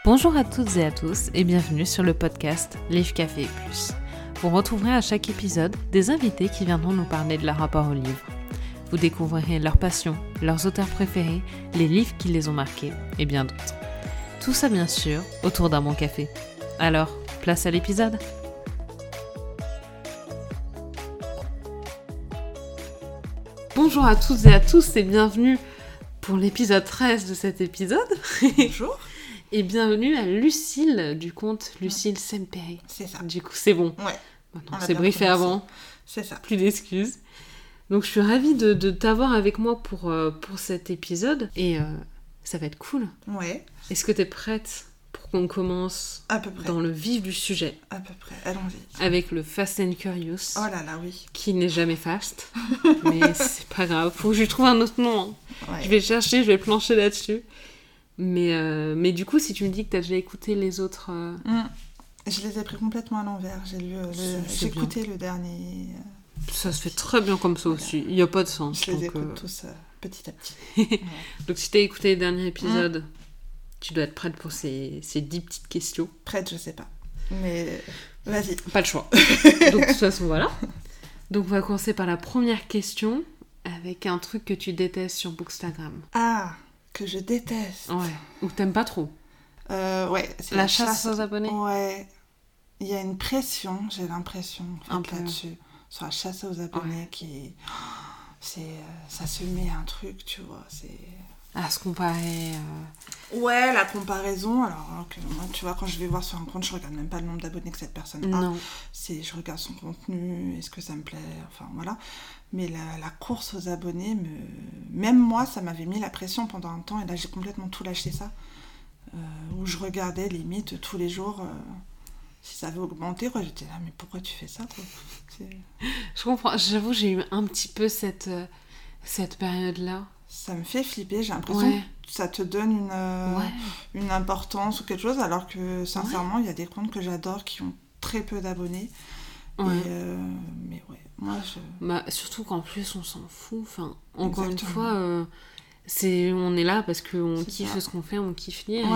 Bonjour à toutes et à tous et bienvenue sur le podcast Livre, Café et Plus. Vous retrouverez à chaque épisode des invités qui viendront nous parler de leur rapport au livre. Vous découvrirez leurs passions, leurs auteurs préférés, les livres qui les ont marqués et bien d'autres. Tout ça bien sûr autour d'un bon café. Alors, place à l'épisode. Bonjour à toutes et à tous et bienvenue pour l'épisode 13 de cet épisode. Bonjour. Et bienvenue à Lucille du compte Lucille Semperi. C'est ça. Du coup, c'est bon. Ouais. Maintenant, c'est briefé avant. C'est ça. Plus d'excuses. Donc, je suis ravie de t'avoir avec moi pour cet épisode. Et ça va être cool. Ouais. Est-ce que t'es prête pour qu'on commence à peu près dans le vif du sujet? À peu près. Allons-y. Avec le Fast and Curious. Oh là là, oui. Qui n'est jamais fast. Mais c'est pas grave. Faut que je lui trouve un autre nom. Hein. Ouais. Je vais chercher, je vais plancher là-dessus. Mais du coup, si tu me dis que t'as déjà écouté les autres... Je les ai pris complètement à l'envers. J'ai écouté le dernier... Ça se fait très bien comme ça aussi. Il n'y a pas de sens. Je les écoute tous petit à petit. Ouais. Donc si t'as écouté les derniers épisodes, tu dois être prête pour ces 10 petites questions. Prête, je sais pas. Mais vas-y. Pas le choix. Donc de toute façon, voilà. Donc on va commencer par la première question avec un truc que tu détestes sur Bookstagram. Ah, que je déteste. Ouais. Ou que t'aimes pas trop. Ouais. C'est la chasse aux abonnés. Ouais. Il y a une pression, j'ai l'impression, en fait, peu. là-dessus. Sur la chasse aux abonnés qui... ça se met un truc, tu vois, c'est... À se comparer... Ouais, la comparaison, alors que moi, tu vois, quand je vais voir sur un compte, je regarde même pas le nombre d'abonnés que cette personne a. Non. Je regarde son contenu, est-ce que ça me plaît, enfin voilà. Mais la course aux abonnés, même moi, ça m'avait mis la pression pendant un temps, et là, j'ai complètement tout lâché ça. Où je regardais, limite, tous les jours... Si ça avait augmenté, quoi, j'étais là, mais pourquoi tu fais ça, quoi? Je comprends, j'avoue, j'ai eu un petit peu cette période-là. Ça me fait flipper, j'ai l'impression que ça te donne une importance ou quelque chose, alors que, sincèrement, il y a des comptes que j'adore qui ont très peu d'abonnés. Ouais. Mais ouais, moi, surtout qu'en plus, on s'en fout. Enfin, encore une fois, on est là parce qu'on kiffe ce qu'on fait, on kiffe lire.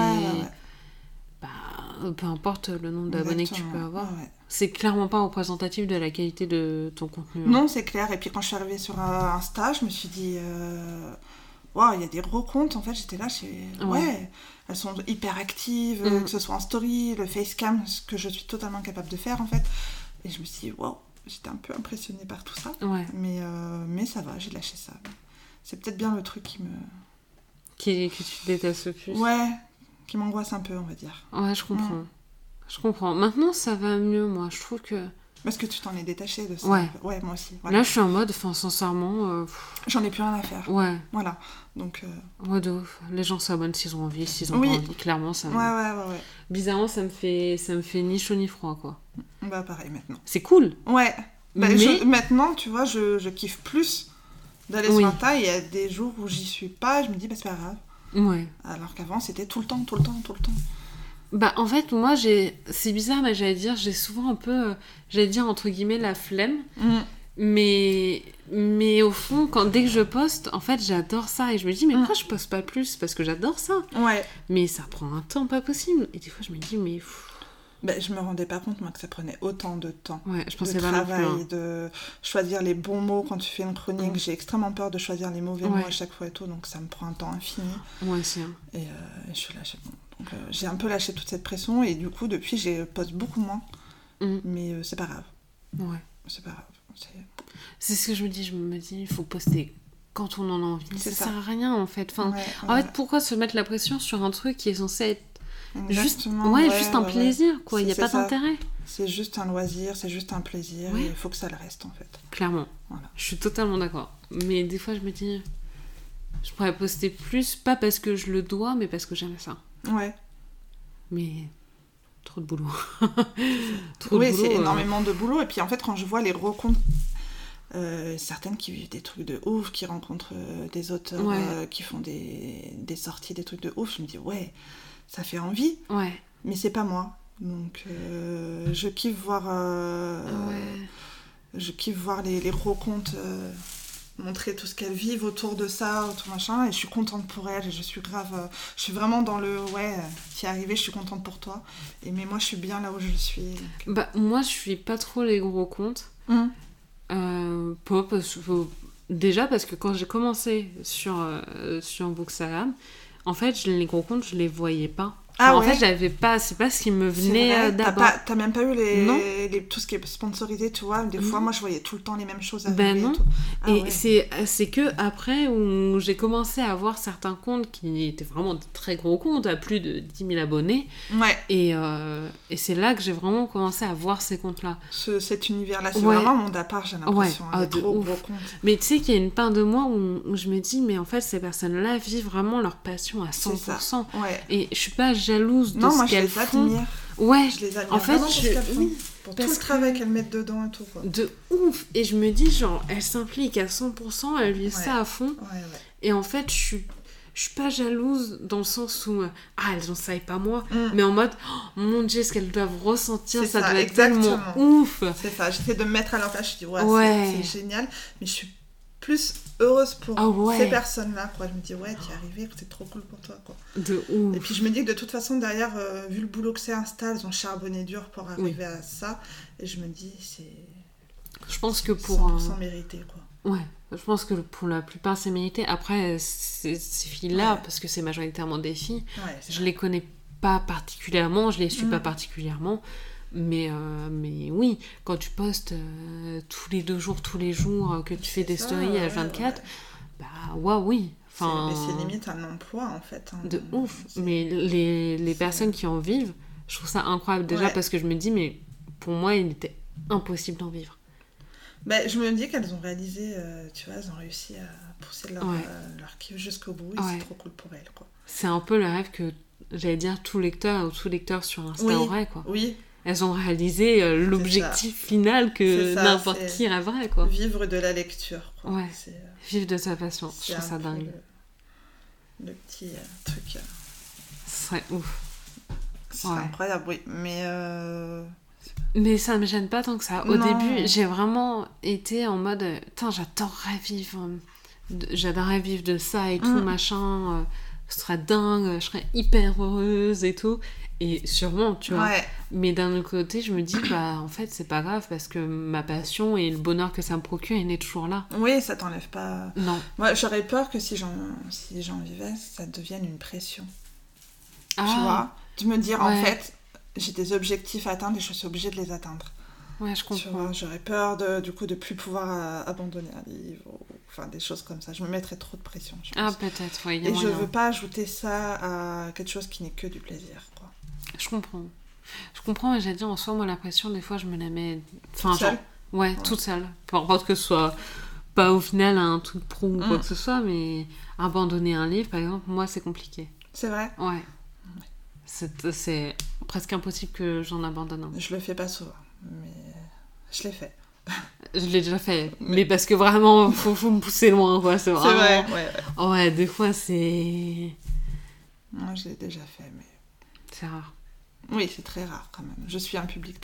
Peu importe le nombre d'abonnés que tu peux avoir. Ouais. C'est clairement pas représentatif de la qualité de ton contenu. Non, c'est clair. Et puis quand je suis arrivée sur Insta, je me suis dit... Waouh, il y a des gros comptes. En fait, j'étais là, elles sont hyper actives, que ce soit en story, le facecam, ce que je suis totalement capable de faire, en fait. Et je me suis dit, waouh, j'étais un peu impressionnée par tout ça. Ouais. Mais ça va, j'ai lâché ça. C'est peut-être bien le truc que tu détestes le plus. Ouais, qui m'angoisse un peu, on va dire. Ouais, je comprends. Je comprends. Maintenant, ça va mieux, moi. Je trouve que... Parce que tu t'en es détachée de ça. Ouais, moi aussi. Voilà. Là, je suis en mode, sincèrement... J'en ai plus rien à faire. Ouais. Voilà. Donc... Ouais, de ouf. Les gens s'abonnent s'ils ont envie, s'ils ont pas envie. Clairement, ça me... Ouais. Bizarrement, ça me fait ni chaud ni froid, quoi. Bah, pareil, maintenant. C'est cool. Ouais. Bah, maintenant, tu vois, je kiffe plus d'aller sur Insta. Il y a des jours où j'y suis pas, je me dis, bah, c'est pas grave. Ouais. Alors qu'avant, c'était tout le temps. Bah, en fait, moi, c'est bizarre, mais j'ai souvent un peu, entre guillemets, la flemme. Mais au fond, dès que je poste, en fait, j'adore ça. Et je me dis, mais pourquoi je poste pas plus? Parce que j'adore ça. Ouais. Mais ça prend un temps pas possible. Et des fois, je me dis, mais... Bah, je me rendais pas compte, moi, que ça prenait autant de temps. Ouais, je pensais de pas travail, non plus, de choisir les bons mots quand tu fais une chronique. J'ai extrêmement peur de choisir les mauvais mots à chaque fois et tout, donc ça me prend un temps infini. Ouais, c'est... Et je suis lâchée. Donc j'ai un peu lâché toute cette pression, et du coup, depuis, je poste beaucoup moins. Mais c'est pas grave. Ouais. C'est pas grave. C'est ce que je me dis, il faut poster quand on en a envie. Ça sert à rien, en fait. Enfin, en fait, pourquoi se mettre la pression sur un truc qui est censé être juste un plaisir, quoi. Il n'y a pas d'intérêt. C'est juste un loisir, c'est juste un plaisir, et il faut que ça le reste, en fait. Clairement. Voilà. Je suis totalement d'accord. Mais des fois, je me dis, je pourrais poster plus, pas parce que je le dois, mais parce que j'aime ça. Ouais. Mais trop de boulot. C'est énormément de boulot. Et puis, en fait, quand je vois les rencontres, certaines qui vivent des trucs de ouf, qui rencontrent des auteurs, qui font des sorties, des trucs de ouf, je me dis, ça fait envie, mais c'est pas moi. Donc je kiffe voir les gros comptes montrer tout ce qu'elles vivent autour de ça, tout machin, et je suis contente pour elles, et je suis grave... je suis vraiment dans le... Ouais, t'y es arrivé, je suis contente pour toi. Mais moi, je suis bien là où je suis. Donc... Bah, moi, je suis pas trop les gros comptes. Déjà parce que quand j'ai commencé sur Bookstagram, en fait, les gros comptes, je les voyais pas. En fait, j'avais pas... C'est pas ce qui me venait d'abord. T'as même pas eu tout ce qui est sponsorisé, tu vois. Des fois, moi, je voyais tout le temps les mêmes choses arriver. Non. Et c'est que après où j'ai commencé à voir certains comptes qui étaient vraiment de très gros comptes, à plus de 10 000 abonnés. Ouais. Et c'est là que j'ai vraiment commencé à voir ces comptes-là. Cet univers-là, c'est vraiment un monde à part, j'ai l'impression. Des gros comptes. Mais tu sais qu'il y a une part de moi où je me dis, mais en fait, ces personnes-là vivent vraiment leur passion à 100%. Et je suis pas jalouse de ce qu'elles font. Ouais, je les admire. En fait, pour tout le travail qu'elles mettent dedans et tout, quoi. De ouf. Et je me dis, genre, elles s'impliquent à 100%, elles vivent ça à fond. Et en fait, je suis pas jalouse dans le sens où elles ont ça et pas moi, mais en mode mon Dieu, ce qu'elles doivent ressentir, ça doit être tellement ouf. C'est ça, j'essaie de me mettre à leur place, je dis c'est génial, mais je suis plus heureuse pour ces personnes-là, quoi. Je me dis t'y es arrivé, c'est trop cool pour toi, quoi. De ouf. Et puis je me dis que de toute façon derrière, vu le boulot que c'est Insta, elles ont charbonné dur pour arriver à ça, et je me dis je pense que pour 100% mérité, quoi. Ouais, je pense que pour la plupart c'est mérité. Après ces filles-là, parce que c'est majoritairement des filles, je les connais pas particulièrement, je les suis pas particulièrement. Mais oui, quand tu postes tous les jours, que tu fais des stories à 24, oui. Mais c'est limite un emploi, en fait. De ouf. Mais les personnes qui en vivent, je trouve ça incroyable. Déjà parce que je me dis, mais pour moi, il était impossible d'en vivre. Je me dis qu'elles ont réalisé, tu vois, elles ont réussi à pousser leur kiff jusqu'au bout, et c'est trop cool pour elles, quoi. C'est un peu le rêve que, j'allais dire, tout lecteur sur Insta aurait, quoi. Oui. Elles ont réalisé l'objectif final que n'importe qui rêverait, quoi. Vivre de la lecture, quoi. Ouais, vivre de sa passion. Je trouve ça dingue. Le petit truc... Ce serait ouf. C'est incroyable, oui. Mais ça me gêne pas tant que ça. Au début, j'ai vraiment été en mode... J'adorerais vivre de ça et tout, machin. Ce serait dingue, je serais hyper heureuse et tout. Et sûrement, tu vois. Mais d'un autre côté, je me dis, en fait, c'est pas grave parce que ma passion et le bonheur que ça me procure, il est toujours là. Oui, ça t'enlève pas... Non. Moi, j'aurais peur que si j'en vivais, ça devienne une pression. Tu vois, de me dire, en fait, j'ai des objectifs à atteindre et je suis obligée de les atteindre. Ouais, je comprends. Tu vois, j'aurais peur du coup de plus pouvoir abandonner un livre, enfin des choses comme ça. Je me mettrais trop de pression, je pense. Peut-être, oui. Et je veux pas ajouter ça à quelque chose qui n'est que du plaisir, quoi. Je comprends, et j'ai dit en soi, moi la pression, des fois je me la mets... Toute seule ? Toute seule. Peu importe que ce soit pas au final un truc pro ou quoi que ce soit, mais abandonner un livre, par exemple, moi c'est compliqué. C'est vrai ? Ouais. C'est presque impossible que j'en abandonne un. Je le fais pas souvent, mais je l'ai fait. Je l'ai déjà fait, mais parce que vraiment, faut me pousser loin, quoi. C'est vraiment... vrai, ouais, des fois c'est... Moi je l'ai déjà fait, mais... C'est rare. Oui, c'est très rare quand même. Je suis un public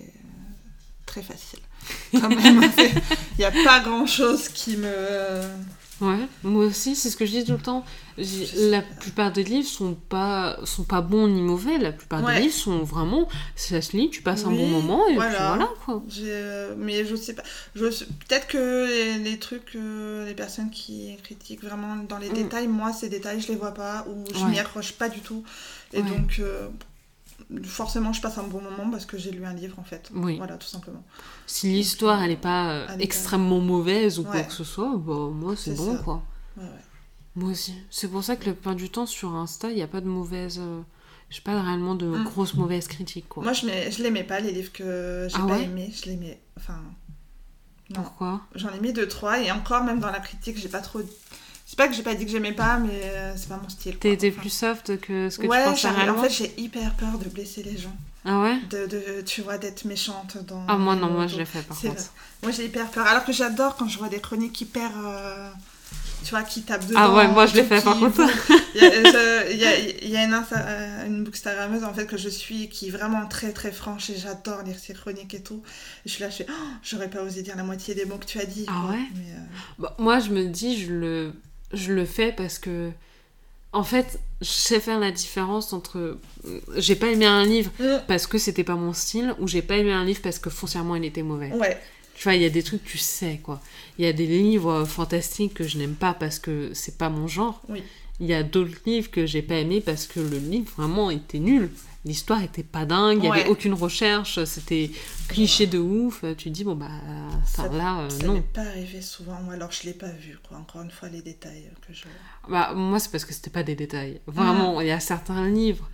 très facile. Quand même, il n'y a pas grand-chose qui me... Ouais, moi aussi, c'est ce que je dis tout le temps. La plupart des livres sont pas bons ni mauvais. La plupart des livres sont vraiment... Ça se lit, tu passes un bon moment et puis voilà, quoi. Mais je sais pas. Peut-être que les trucs, les personnes qui critiquent vraiment dans les détails, moi, ces détails, je les vois pas ou je m'y accroche pas du tout. Et donc... forcément je passe un bon moment parce que j'ai lu un livre en fait, voilà, tout simplement. Si l'histoire elle est pas extrêmement mauvaise ou quoi que ce soit, moi c'est bon ça. Quoi. Moi aussi, c'est pour ça que la plupart du temps sur Insta il y a pas de mauvaise j'ai pas réellement de grosses mauvaises critiques, quoi. Moi je les mets pas, les livres que j'ai pas aimés, je les mets, enfin non. Pourquoi? J'en ai mis 2-3 et encore même dans la critique j'ai pas trop... C'est pas que j'ai pas dit que j'aimais pas, mais c'est pas mon style. T'es plus soft que ce que tu pensais réellement. En fait, j'ai hyper peur de blesser les gens. Ah ouais? Tu vois, d'être méchante dans... Ah moi non, moi je l'ai fait par contre. Moi j'ai hyper peur. Alors que j'adore quand je vois des chroniques hyper tu vois, qui tape dedans. Ah ouais, moi je l'ai fait par contre. Il y a une bookstagrammeuse en fait que je suis qui est vraiment très très franche et j'adore lire ses chroniques et tout. Et je suis là, j'aurais pas osé dire la moitié des mots que tu as dit. Ah quoi. ouais Mais, Bah, moi je me dis, je le fais parce que, en fait, je sais faire la différence entre j'ai pas aimé un livre parce que c'était pas mon style, ou j'ai pas aimé un livre parce que foncièrement il était mauvais. Ouais. Tu vois, il y a des trucs, tu sais, quoi. Il y a des livres fantastiques que je n'aime pas parce que c'est pas mon genre. Oui. Il y a d'autres livres que j'ai pas aimés parce que le livre, vraiment, était nul. L'histoire était pas dingue, il y avait aucune recherche, c'était cliché de ouf. Tu te dis, bon, bah, ça non. Ça non. m'est pas arrivé souvent, ou alors je l'ai pas vu, quoi. Encore une fois, les détails que je... Bah, moi, c'est parce que c'était pas des détails. Vraiment, il y a certains livres...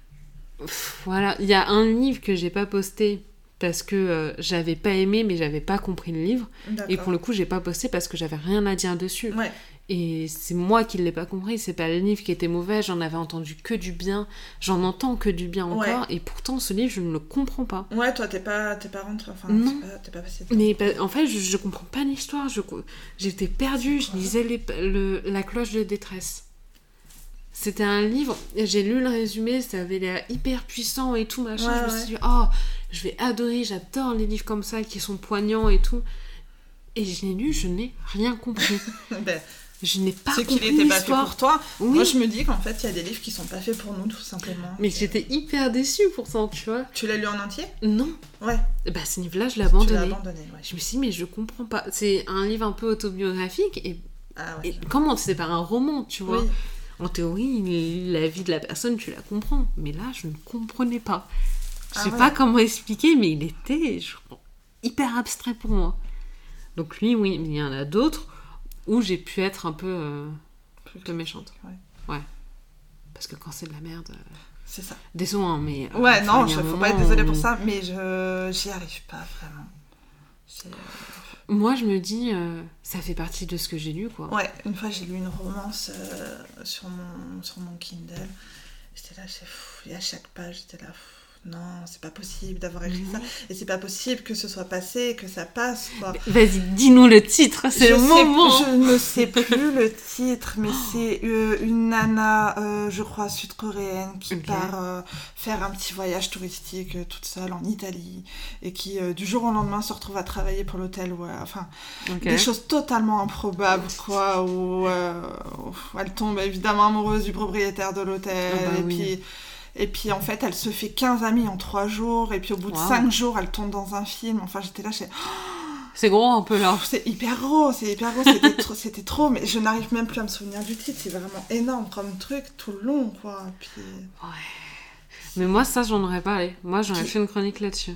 voilà, il y a un livre que j'ai pas posté parce que j'avais pas aimé, mais j'avais pas compris le livre. D'accord. Et pour le coup, j'ai pas posté parce que j'avais rien à dire dessus. Ouais. Et c'est moi qui l'ai pas compris, c'est pas le livre qui était mauvais, j'en avais entendu que du bien, j'en entends que du bien encore, et pourtant ce livre, je ne le comprends pas. Ouais, toi, t'es pas rentré, enfin, non. T'es pas passé. Mais en fait, je comprends pas l'histoire, j'étais perdue, je lisais La cloche de détresse. C'était un livre, j'ai lu le résumé, ça avait l'air hyper puissant et tout, machin. Je me suis dit, oh, je vais adorer, j'adore les livres comme ça, qui sont poignants et tout. Et je l'ai lu, je n'ai rien compris. Je n'ai pas compris l'histoire. Ce qu'il n'était pas fait pour toi. Oui. Moi, je me dis qu'en fait, il y a des livres qui sont pas faits pour nous, tout simplement. Mais j'étais hyper déçue pourtant, tu vois. Tu l'as lu en entier ? Non. Ouais. Bah, ce livre-là, je l'ai abandonné. Tu l'as abandonné, ouais. Je me suis dit, mais je comprends pas. C'est un livre un peu autobiographique et, comment c'est pas un roman, tu vois. Oui. En théorie, la vie de la personne, tu la comprends. Mais là, je ne comprenais pas. Je sais pas comment expliquer, mais il était hyper abstrait pour moi. Donc lui, oui, mais il y en a d'autres où j'ai pu être un peu méchante. Ouais. Parce que quand c'est de la merde... c'est ça. Désolé, hein, mais... ouais, non, faut pas être désolée pour ça, mais j'y arrive pas, vraiment. Moi, je me dis, ça fait partie de ce que j'ai lu, quoi. Ouais, une fois, j'ai lu une romance sur mon Kindle. J'étais là, et à chaque page, j'étais là... non, c'est pas possible d'avoir écrit ça. Et c'est pas possible que ce soit passé, que ça passe, quoi. Vas-y, dis-nous le titre, c'est le moment. Je ne sais plus le titre, mais c'est une nana, je crois, sud-coréenne, qui part faire un petit voyage touristique toute seule en Italie, et qui, du jour au lendemain, se retrouve à travailler pour l'hôtel. Enfin, des choses totalement improbables, quoi, où elle tombe évidemment amoureuse du propriétaire de l'hôtel, et puis en fait elle se fait 15 amis en 3 jours, et puis au bout de 5 jours elle tombe dans un film. Enfin, j'étais là, c'est gros un peu là. C'est hyper gros, c'était trop, mais je n'arrive même plus à me souvenir du titre. C'est vraiment énorme comme truc, tout le long, quoi. Puis... ouais. Mais moi, ça, j'en aurais parlé. Moi, j'aurais fait une chronique là-dessus.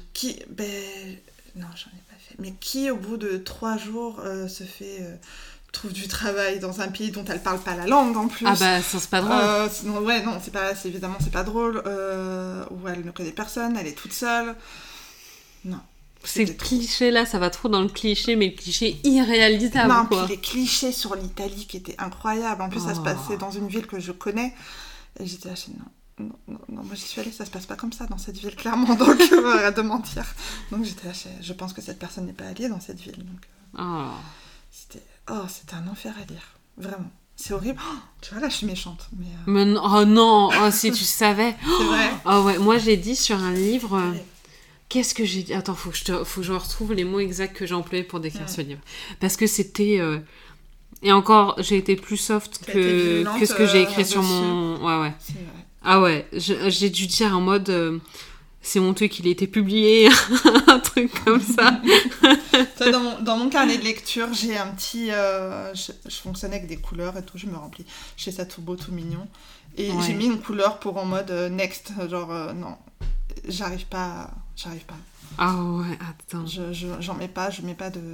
Non, j'en ai pas fait. Mais qui, au bout de 3 jours, trouve du travail dans un pays dont elle parle pas la langue en plus. Ah bah ça c'est pas drôle. Sinon, ouais, non, évidemment c'est pas drôle. Où elle ne connaît personne, elle est toute seule. Non. Ces clichés-là, ça va trop dans le cliché, mais le cliché irréalisable, non, quoi. Puis les clichés sur l'Italie qui étaient incroyables. En plus, ça se passait dans une ville que je connais. Et j'étais là, non, moi j'y suis allée, ça se passe pas comme ça dans cette ville, clairement. Donc, arrête de mentir. Donc j'étais là, je pense que cette personne n'est pas allée dans cette ville. Donc, c'était un enfer à lire. Vraiment. C'est horrible. Oh, tu vois, là, je suis méchante. Mais non, oh non, si tu savais. C'est vrai. Oh ouais, moi j'ai dit sur un livre... Qu'est-ce que j'ai dit ? Attends, faut que je retrouve les mots exacts que j'ai employés pour décrire ce livre. Parce que c'était... Et encore, j'ai été plus soft que ce que j'ai écrit sur mon... Ouais. C'est vrai. Ah ouais, j'ai dû dire en mode... c'est honteux qu'il ait été publié, un truc comme ça. Dans mon carnet de lecture, j'ai un petit... je fonctionne avec des couleurs et tout, je me remplis. Je fais ça tout beau, tout mignon. Et j'ai mis une couleur pour en mode next, genre non, j'arrive pas. Ah ouais, attends. J'en mets pas, je mets pas de...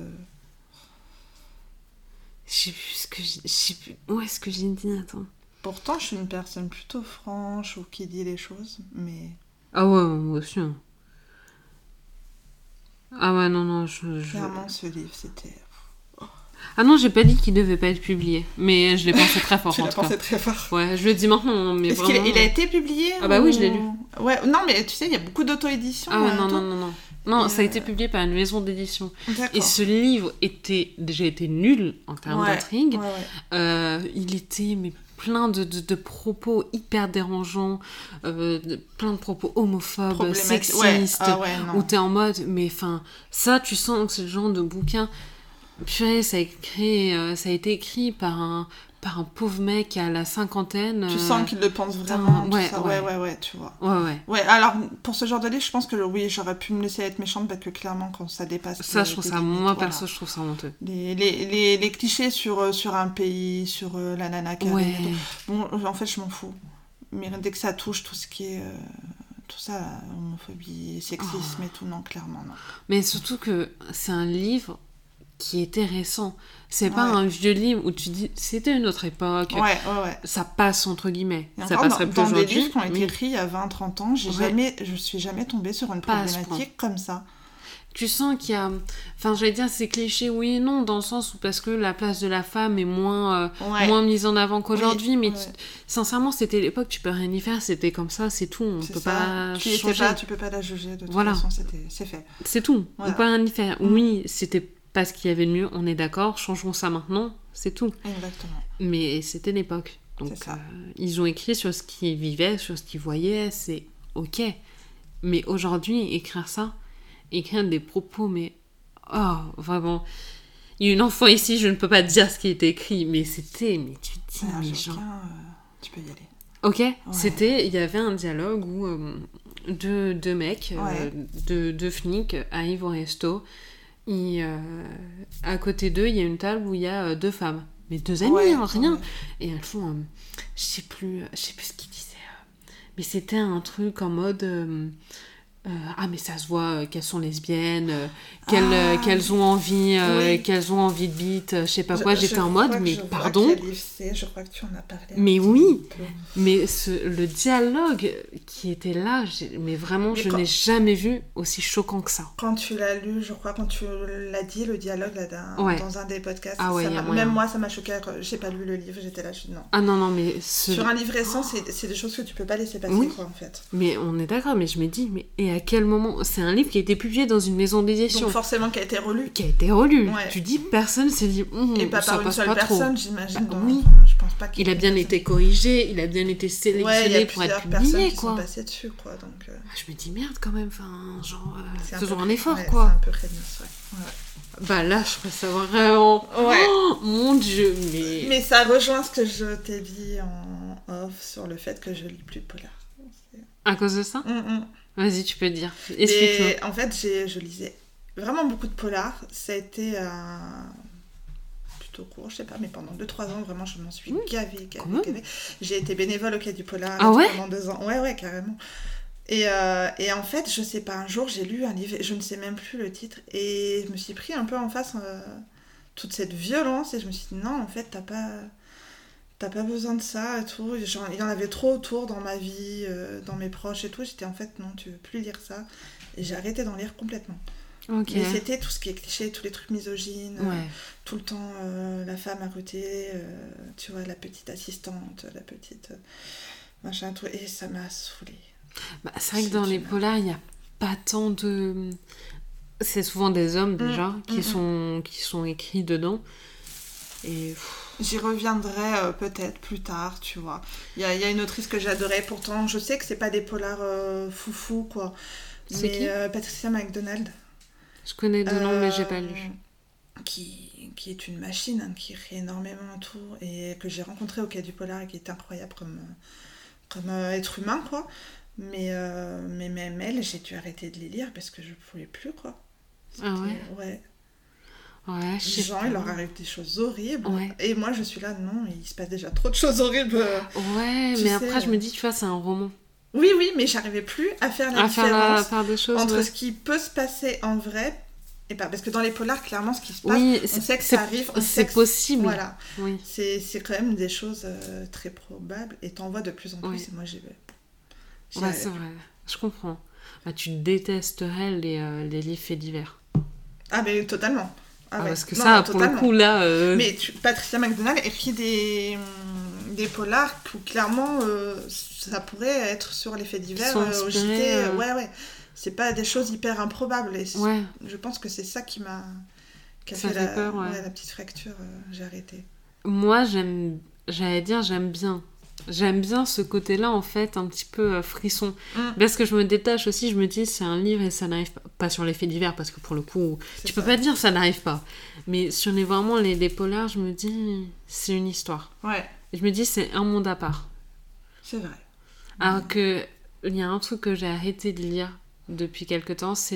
Je sais plus où est-ce que j'ai dit, attends. Pourtant, je suis une personne plutôt franche ou qui dit les choses, mais... Ah ouais, moi aussi. Hein. Ah ouais, non, Clairement, ce livre, c'était... Ah non, j'ai pas dit qu'il devait pas être publié, mais je l'ai pensé très fort. Tu l'as pensé très fort. Ouais, je le dis maintenant, mais Est-ce vraiment... qu'il a été publié Ah bah oui, je l'ai lu. Ouais, non, mais tu sais, il y a beaucoup d'auto-éditions. Ah ouais, non. Non, ça a été publié par une maison d'édition. D'accord. Et ce livre était nul en termes d'intrigue. Il était plein de propos hyper dérangeants, plein de propos homophobes, sexistes, où t'es en mode, mais enfin, ça, tu sens que c'est le genre de bouquin. Purée, ça a été écrit par un pauvre mec à la cinquantaine. Tu sens qu'il le pense vraiment. Ouais, tu vois. Ouais, alors, pour ce genre de livre, je pense que oui, j'aurais pu me laisser être méchante, parce que clairement, quand ça dépasse... Ça, je trouve ça, moi, perso, je trouve ça honteux. Les clichés sur un pays, sur la nana qui bon, en fait, je m'en fous. Mais dès que ça touche tout ce qui est... tout ça, homophobie, sexisme et tout, non, clairement, non. Mais surtout que c'est un livre qui était récent. C'est pas un vieux livre où tu dis c'était une autre époque. Ça passe entre guillemets. Et ça encore, passerait plus dans aujourd'hui. des livres qui ont été écrits il y a 20-30 ans, je suis jamais tombée sur une problématique comme ça. Tu sens qu'il y a... Enfin, j'allais dire, c'est cliché, oui et non, dans le sens où parce que la place de la femme est moins mise en avant qu'aujourd'hui, mais sincèrement, c'était l'époque, tu peux rien y faire, c'était comme ça, c'est tout, on peut pas changer. Tu peux pas la juger, de toute façon, c'est fait. C'est tout, on peut rien y faire. Oui, c'était pas ce qu'il y avait de mieux, on est d'accord, changeons ça maintenant, c'est tout. Exactement. Mais c'était l'époque. Donc, ils ont écrit sur ce qu'ils vivaient, sur ce qu'ils voyaient, c'est ok. Mais aujourd'hui, écrire des propos, mais... Oh, vraiment. Il y a une enfant ici, je ne peux pas dire ce qui était écrit, mais c'était... Mais tu te dis, mais genre... Tu peux y aller. Ok, il y avait un dialogue où deux mecs, deux flics, arrivent au resto. À côté d'eux, il y a une table où il y a deux femmes. Mais deux amies, rien. Et elles font... je sais plus ce qu'ils disaient. Mais c'était un truc en mode... mais ça se voit qu'elles sont lesbiennes, qu'elles ont envie de bite, je sais pas quoi. J'étais en mode, mais pardon. Je crois que tu en as parlé. Mais oui, mais le dialogue qui était là, mais vraiment, je n'ai jamais vu aussi choquant que ça. Quand tu l'as lu, je crois, quand tu l'as dit, le dialogue là, dans un des podcasts, même moi ça m'a choqué. J'ai pas lu le livre, j'étais là, je dis non. Ah non, mais... Sur un livre récent, c'est des choses que tu peux pas laisser passer, quoi, en fait. Mais on est d'accord, mais je me dis, mais et à quel moment... C'est un livre qui a été publié dans une maison d'édition. Donc forcément qui a été relu. Ouais. Tu dis, personne s'est dit... et pas par une seule personne, j'imagine. Je pense pas il a bien été corrigé, il a bien été sélectionné pour être publié, qui sont passées dessus, quoi. Donc, je me dis, merde, quand même, genre... faisons un effort, quoi. quoi. C'est un peu crédible, Bah là, je trouve ça vraiment... Oh, mon Dieu, mais ça rejoint ce que je t'ai dit en off sur le fait que je lis plus de polar. À cause de ça Vas-y, tu peux dire. Explique-moi. En fait, je lisais vraiment beaucoup de polars. Ça a été plutôt court, je sais pas, mais pendant 2-3 ans, vraiment, je m'en suis gavée. J'ai été bénévole au Quai du Polar pendant 2 ans. Ouais, carrément. Et en fait, je sais pas, un jour, j'ai lu un livre, je ne sais même plus le titre, et je me suis pris un peu en face toute cette violence, et je me suis dit, non, en fait, t'as pas besoin de ça et tout. Il y en avait trop autour dans ma vie, dans mes proches et tout. J'étais en fait, non, tu veux plus lire ça. Et j'ai arrêté d'en lire complètement. Okay. Mais c'était tout ce qui est cliché, tous les trucs misogynes, tout le temps la femme à côté, tu vois, la petite assistante, la petite machin, tout. Et ça m'a saoulée. C'est vrai que dans les polars, il n'y a pas tant de... C'est souvent des hommes déjà qui sont écrits dedans. Et... J'y reviendrai peut-être plus tard, tu vois. Il y a une autrice que j'adorais, pourtant je sais que c'est pas des polars foufou, quoi. C'est qui Patricia McDonald. Je connais de nom, mais j'ai pas lu. Qui est une machine, qui rit énormément tout, et que j'ai rencontré au Quai du Polar et qui est incroyable comme être humain, quoi. Mais même elle, j'ai dû arrêter de les lire parce que je pouvais plus, quoi. Ah ouais. Ouais, je sais les gens, pas. Il leur arrive des choses horribles. Ouais. Et moi, je suis là, non, il se passe déjà trop de choses horribles. Ouais, mais après, je me dis, tu vois, c'est un roman. Oui, mais j'arrivais plus à faire la différence faire des choses, entre ce qui peut se passer en vrai et pas. Parce que dans les polars, clairement, ce qui se passe, on sait que ça arrive. C'est possible. Voilà. Oui. C'est quand même des choses très probables et t'en vois de plus en plus. Et moi, j'y vais. Ouais, c'est vrai. Je comprends. Tu détesterais les livres faits divers. Ah, mais totalement. Parce que non, pour le coup, là... Mais Patricia McDonald écrit des polars où, clairement, ça pourrait être sur les faits divers au JT. Ouais. c'est pas des choses hyper improbables. Et Ouais. je pense que c'est ça qui a Ça fait fait peur, ouais. la petite fracture. J'ai arrêté. Moi, j'aime bien. J'aime bien ce côté-là, en fait, un petit peu frisson. Parce que je me détache aussi, je me dis, c'est un livre et ça n'arrive pas sur les faits divers, parce que pour le coup, tu peux pas dire ça n'arrive pas. Mais sur les polars, je me dis, c'est une histoire. Ouais. Et je me dis, c'est un monde à part. C'est vrai. Alors que, il y a un truc que j'ai arrêté de lire depuis quelque temps, c'est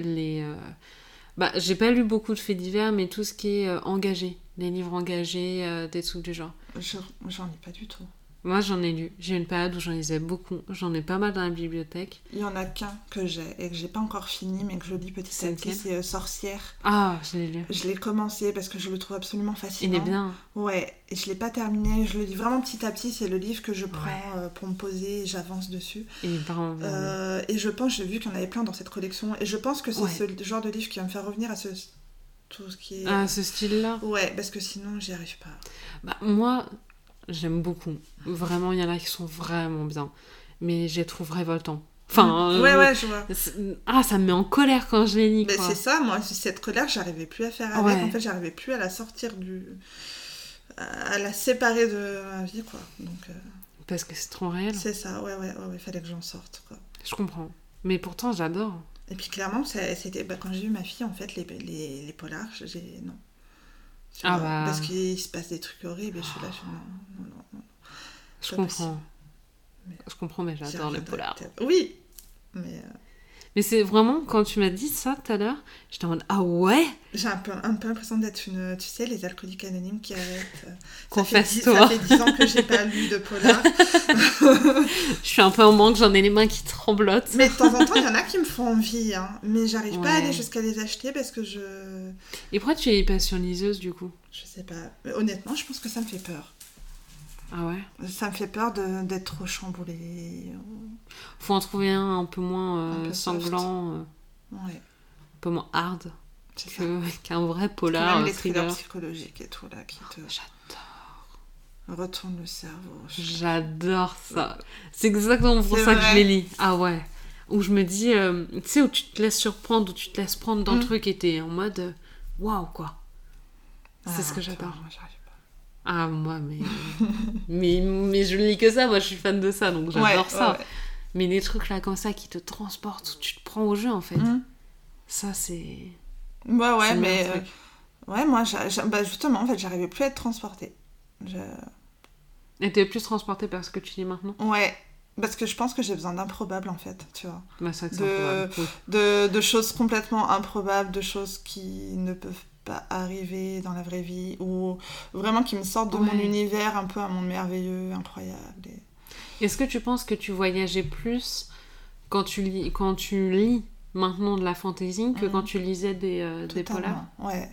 j'ai pas lu beaucoup de faits divers, mais tout ce qui est engagé. Les livres engagés, des trucs du genre. J'en ai pas du tout. Moi, j'en ai lu. J'ai eu une période où j'en lisais beaucoup. J'en ai pas mal dans la bibliothèque. Il y en a qu'un que j'ai et que j'ai pas encore fini, mais que je lis petit à petit, c'est Sorcière. Ah, je l'ai lu. Je l'ai commencé parce que je le trouve absolument fascinant. Il est bien. Ouais, et je l'ai pas terminé. Je le lis vraiment petit à petit. C'est le livre que je prends pour me poser et j'avance dessus. Il est vraiment bien. Et je pense, j'ai vu qu'il y en avait plein dans cette collection. Et je pense que c'est ce genre de livre qui va me faire revenir à tout ce qui est... Ah, ce style-là. Ouais, parce que sinon, j'y arrive pas. Bah, moi... J'aime beaucoup. Vraiment, il y en a qui sont vraiment bien. Mais je les trouve révoltants. Enfin, ouais, je vois. Ça me met en colère quand je les lis. Mais c'est ça, moi, cette colère, j'arrivais plus à faire avec. En fait, j'arrivais plus à la sortir à la séparer de ma vie, quoi. Donc, parce que c'est trop réel. C'est ça, ouais, fallait que j'en sorte, quoi. Je comprends. Mais pourtant, j'adore. Et puis, clairement, c'était quand j'ai eu ma fille, en fait, les polars, non. Parce qu'il se passe des trucs horribles et je suis là, non. Je comprends. Je comprends, mais j'adore les polars. Oui, mais c'est vraiment, quand tu m'as dit ça tout à l'heure, j'étais en mode, ah ouais. J'ai un peu l'impression d'être tu sais, les alcooliques anonymes qui arrêtent. Confesse-toi. Ça fait 10 ans que j'ai pas lu de polar. Je suis un peu en manque, j'en ai les mains qui tremblotent. Mais de temps en temps, il y en a qui me font envie, hein. Mais j'arrive pas à aller jusqu'à les acheter parce que Et pourquoi tu es pas sur liseuse, du coup ? Je sais pas. Mais honnêtement, je pense que ça me fait peur. Ah ouais ? Ça me fait peur d'être trop chamboulée. Faut en trouver un peu moins sanglant, un peu moins hard qu'un vrai polar. Même les thrillers psychologiques et tout, là, qui te... J'adore. Retourne le cerveau. J'adore ça. C'est exactement pour ça que je les lis. Ah ouais. Où je me dis, tu sais, où tu te laisses surprendre, où tu te laisses prendre dans le truc et t'es en mode, waouh, quoi. C'est ce que j'adore. Moi, j'arrive pas. Ah, moi, mais je ne lis que ça, moi je suis fan de ça, donc j'adore ça. Ouais. Mais les trucs là comme ça qui te transportent, où tu te prends au jeu en fait, ça c'est... Ouais, mais... ouais, moi, justement, en fait, j'arrivais plus à être transportée. Et t'es plus transportée par ce que tu lis maintenant ? Ouais, parce que je pense que j'ai besoin d'improbables en fait, tu vois. Bah, c'est improbable. De choses complètement improbables, de choses qui ne peuvent pas arriver dans la vraie vie, ou vraiment qui me sortent de mon univers, un peu un monde merveilleux, incroyable. Est-ce que tu penses que tu voyageais plus quand tu lis maintenant de la fantasy que quand tu lisais des polars ? Ouais.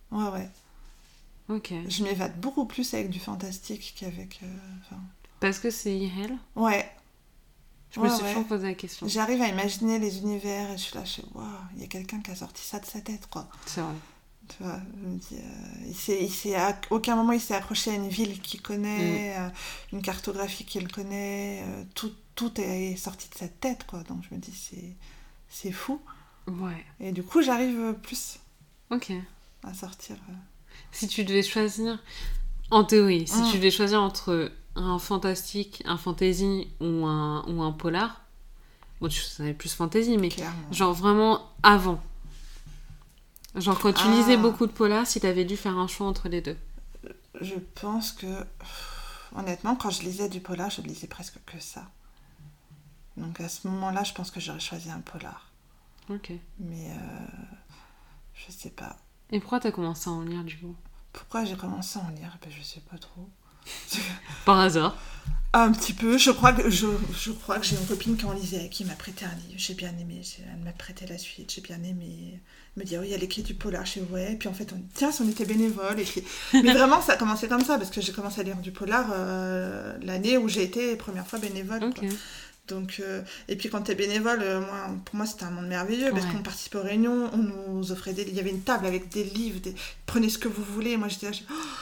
Ok. Je m'évade beaucoup plus avec du fantastique qu'avec... Parce que c'est irréel ? Ouais. Je me suis toujours posé la question. J'arrive à imaginer les univers et je suis là, waouh, il y a quelqu'un qui a sorti ça de sa tête, quoi. C'est vrai. Tu vois, je me dis, à aucun moment il s'est accroché à une ville qu'il connaît, une cartographie qu'il connaît, tout est sorti de sa tête, quoi. Donc je me dis, c'est fou. Ouais. Et du coup, j'arrive plus à sortir. Si tu devais choisir, en théorie, tu devais choisir entre un fantastique, un fantasy ou un polar, bon, tu savais plus fantasy, mais clairement. Genre vraiment avant. Genre quand tu lisais beaucoup de polars, si t'avais dû faire un choix entre les deux. Je pense que, honnêtement, quand je lisais du polar, je lisais presque que ça. Donc à ce moment-là, je pense que j'aurais choisi un polar. Ok. Mais je sais pas. Et pourquoi t'as commencé à en lire du coup ? Pourquoi j'ai commencé à en lire ? Ben, je sais pas trop. Par hasard ? Un petit peu. Je crois que j'ai une copine qui en lisait, qui m'a prêté un livre. J'ai bien aimé. Elle m'a prêté la suite. J'ai bien aimé. Elle me dit, oui, il y a les clés du polar. Je sais, ouais. Et puis en fait, tiens, si on était bénévole. Mais vraiment, ça a commencé comme ça, parce que j'ai commencé à lire du polar l'année où j'ai été première fois bénévole. Okay. Quoi. Donc, et puis quand t'es bénévole, pour moi c'était un monde merveilleux, parce qu'on participait aux réunions, on nous offrait il y avait une table avec des livres, prenez ce que vous voulez. Moi j'étais là,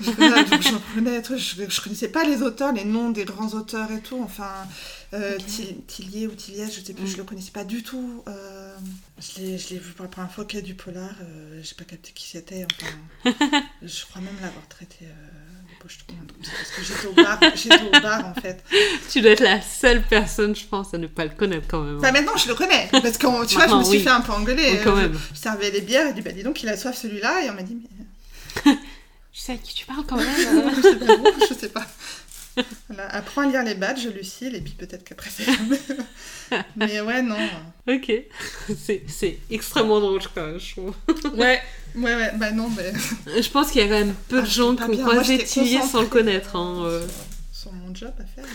Je connaissais pas les auteurs, les noms des grands auteurs et tout. Enfin, Tillier ou Tilliès, je sais plus, je le connaissais pas du tout. Je l'ai vu pour la première fois qu'il y a du polar. J'ai pas capté qui c'était. Enfin, je crois même l'avoir traité de pochetron, parce que j'étais au bar en fait. Tu dois être la seule personne, je pense, à ne pas le connaître quand même. Bah maintenant je le connais, parce que tu vois, je me suis fait un peu engueuler. Quand même. Je servais les bières et dit bah dis donc il a soif celui-là, et on m'a dit mais. Je sais à qui tu parles quand même. Je sais pas. Voilà, apprends à lire les badges, Lucille, et puis peut-être qu'après c'est... Mais ouais, non. Ok. C'est extrêmement drôle quand même, je trouve. Ouais, bah non, mais... Je pense qu'il y a quand même peu de gens qui ont croisé Tillier sans le connaître. Sur mon job à faire.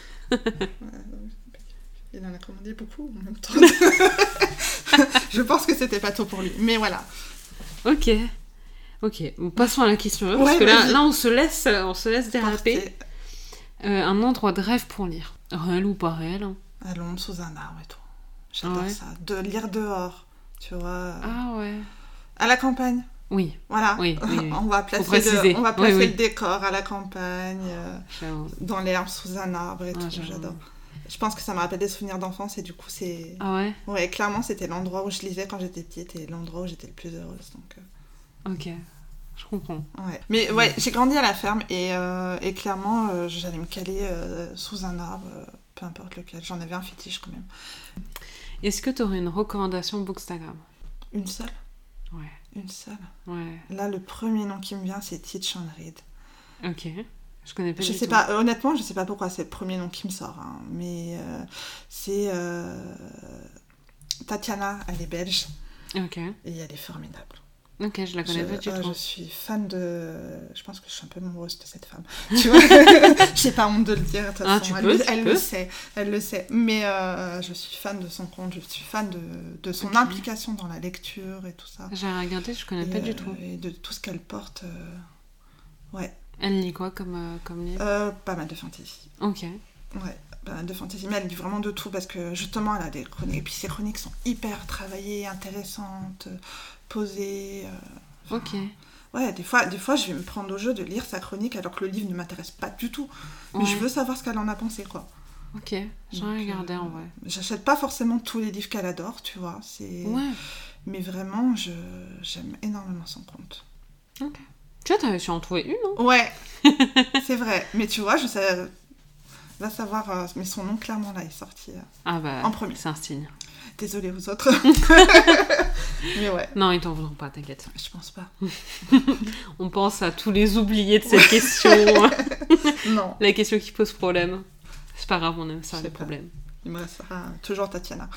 Il en a commandé beaucoup en même temps. Je pense que c'était pas tôt pour lui, mais voilà. Ok, passons à la question parce que là on se laisse déraper. Un endroit de rêve pour lire, réel ou pas réel, hein. À l'ombre, sous un arbre et tout. J'adore ça, de lire dehors, tu vois. Ah ouais. À la campagne. Oui. Voilà. Oui. On va placer le décor à la campagne, dans l'herbe, sous un arbre et tout. J'adore. Je pense que ça me rappelle des souvenirs d'enfance et du coup c'est... Ah ouais. Ouais, clairement c'était l'endroit où je lisais quand j'étais petite et l'endroit où j'étais le plus heureuse, donc... Ok, je comprends. Ouais. Mais ouais, j'ai grandi à la ferme et clairement j'allais me caler sous un arbre, peu importe lequel. J'en avais un fétiche quand même. Est-ce que tu aurais une recommandation Bookstagram ? Une seule ? Ouais. Une seule ? Ouais. Là, le premier nom qui me vient, c'est Teach and Read. Ok. Je connais pas. Je sais pas, honnêtement, je sais pas pourquoi c'est le premier nom qui me sort, hein, mais c'est Tatiana, elle est belge. Ok. Et elle est formidable. Ok, je la connais pas du tout. Je suis fan de... Je pense que je suis un peu amoureuse de cette femme. Tu vois, j'ai pas honte de le dire. De toute façon. Elle le sait. Mais je suis fan de son compte, je suis fan de son implication dans la lecture et tout ça. J'ai regardé, je connais pas du tout. Et de tout ce qu'elle porte. Ouais. Elle lit quoi comme livre ? Pas mal de fantasy. Ok. Ouais, pas mal de fantasy. Mais elle lit vraiment de tout parce que justement, elle a des chroniques. Et puis ses chroniques sont hyper travaillées, intéressantes, posées. Ok. Ouais, des fois, je vais me prendre au jeu de lire sa chronique alors que le livre ne m'intéresse pas du tout. Mais je veux savoir ce qu'elle en a pensé, quoi. Ok, j'ai regardé en vrai. J'achète pas forcément tous les livres qu'elle adore, tu vois. Ouais. Mais vraiment, j'aime énormément son compte. Ok. Tu vois, t'avais su en trouver une, non ? Ouais, c'est vrai. Mais tu vois, je sais... Va savoir... mais son nom, clairement, là, est sorti en premier. C'est un signe. Désolée aux autres. Mais ouais. Non, ils t'en voudront pas, t'inquiète. Je pense pas. On pense à tous les oubliés de cette question. Non. La question qui pose problème. C'est pas grave, on aime ça, les problèmes. Il me restera toujours Tatiana.